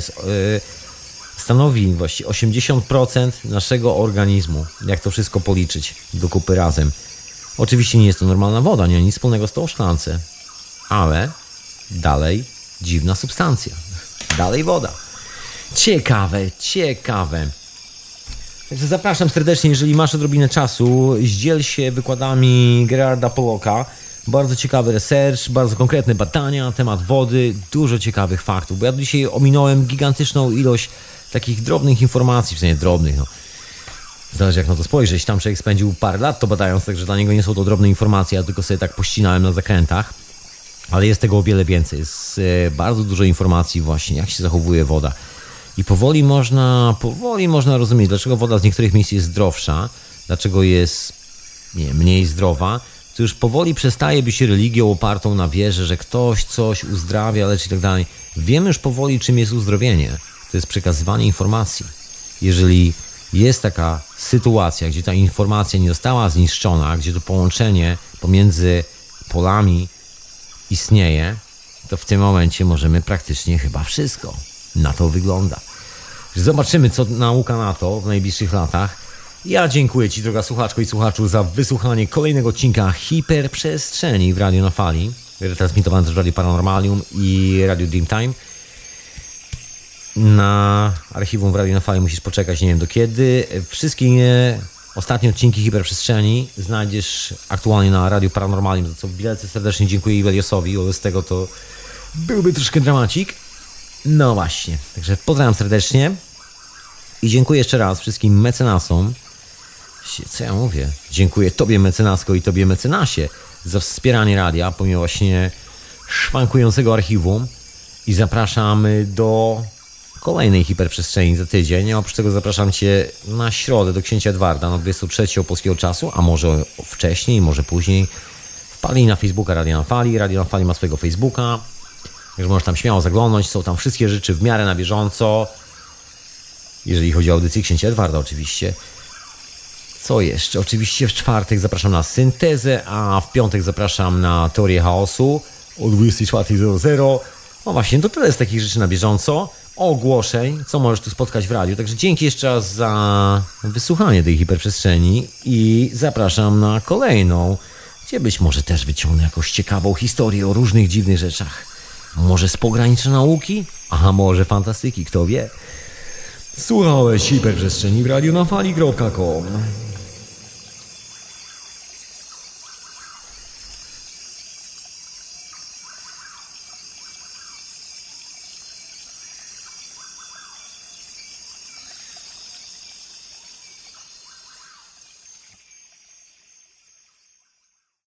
Stanowi właściwie 80% naszego organizmu, jak to wszystko policzyć do kupy razem. Oczywiście nie jest to normalna woda, nie ma nic wspólnego z tą w szklance, ale dalej dziwna substancja. Dalej woda. Ciekawe. Także zapraszam serdecznie, jeżeli masz odrobinę czasu, zdziel się wykładami Gerarda Pollocka. Bardzo ciekawy research, bardzo konkretne badania na temat wody, dużo ciekawych faktów, bo ja dzisiaj ominąłem gigantyczną ilość takich drobnych informacji, w sensie drobnych, zależy jak na to spojrzeć. Tam człowiek spędził parę lat to badając, także dla niego nie są to drobne informacje, ja tylko sobie tak pościnałem na zakrętach, ale jest tego o wiele więcej. Jest bardzo dużo informacji właśnie, jak się zachowuje woda. I powoli można rozumieć, dlaczego woda z niektórych miejsc jest zdrowsza, dlaczego jest mniej zdrowa. To już powoli przestaje być religią opartą na wierze, że ktoś coś uzdrawia, leczy i tak dalej. Wiemy już powoli, czym jest uzdrowienie. To jest przekazywanie informacji. Jeżeli jest taka sytuacja, gdzie ta informacja nie została zniszczona, gdzie to połączenie pomiędzy polami istnieje, to w tym momencie możemy praktycznie chyba wszystko. Na to wygląda. Zobaczymy, co nauka na to w najbliższych latach. Ja dziękuję Ci, droga słuchaczko i słuchaczu, za wysłuchanie kolejnego odcinka Hiperprzestrzeni w Radio na Fali. Retransmitowany też w Radio Paranormalium i Radio Dreamtime. Na archiwum w Radio na Fali musisz poczekać, nie wiem do kiedy. Wszystkie Ostatnie odcinki Hiperprzestrzeni znajdziesz aktualnie na Radiu Paranormalium, za co wielce serdecznie dziękuję Iweliosowi, bo bez tego to byłby troszkę dramacik. No właśnie, także pozdrawiam serdecznie i dziękuję jeszcze raz wszystkim mecenasom. Co ja mówię? Dziękuję Tobie mecenasko i Tobie mecenasie za wspieranie radia, pomimo właśnie szwankującego archiwum, i zapraszam do kolejnej Hiperprzestrzeni za tydzień. Oprócz tego zapraszam Cię na środę do księcia Edwarda na 23 polskiego czasu, a może wcześniej, może później. Wpadnij na Facebooka Radio na Fali. Radio na Fali ma swojego Facebooka, także możesz tam śmiało zaglądnąć. Są tam wszystkie rzeczy w miarę na bieżąco, jeżeli chodzi o audycję księcia Edwarda oczywiście. Co jeszcze? Oczywiście w czwartek zapraszam na Syntezę, a w piątek zapraszam na Teorię Chaosu o 24:00. No właśnie, to tyle z takich rzeczy na bieżąco. Ogłoszeń, co możesz tu spotkać w radiu. Także dzięki jeszcze raz za wysłuchanie tej Hiperprzestrzeni i zapraszam na kolejną, gdzie być może też wyciągnę jakąś ciekawą historię o różnych dziwnych rzeczach. Może z pogranicza nauki, a może fantastyki, kto wie. Słuchałeś Hiperprzestrzeni w radionafali.com.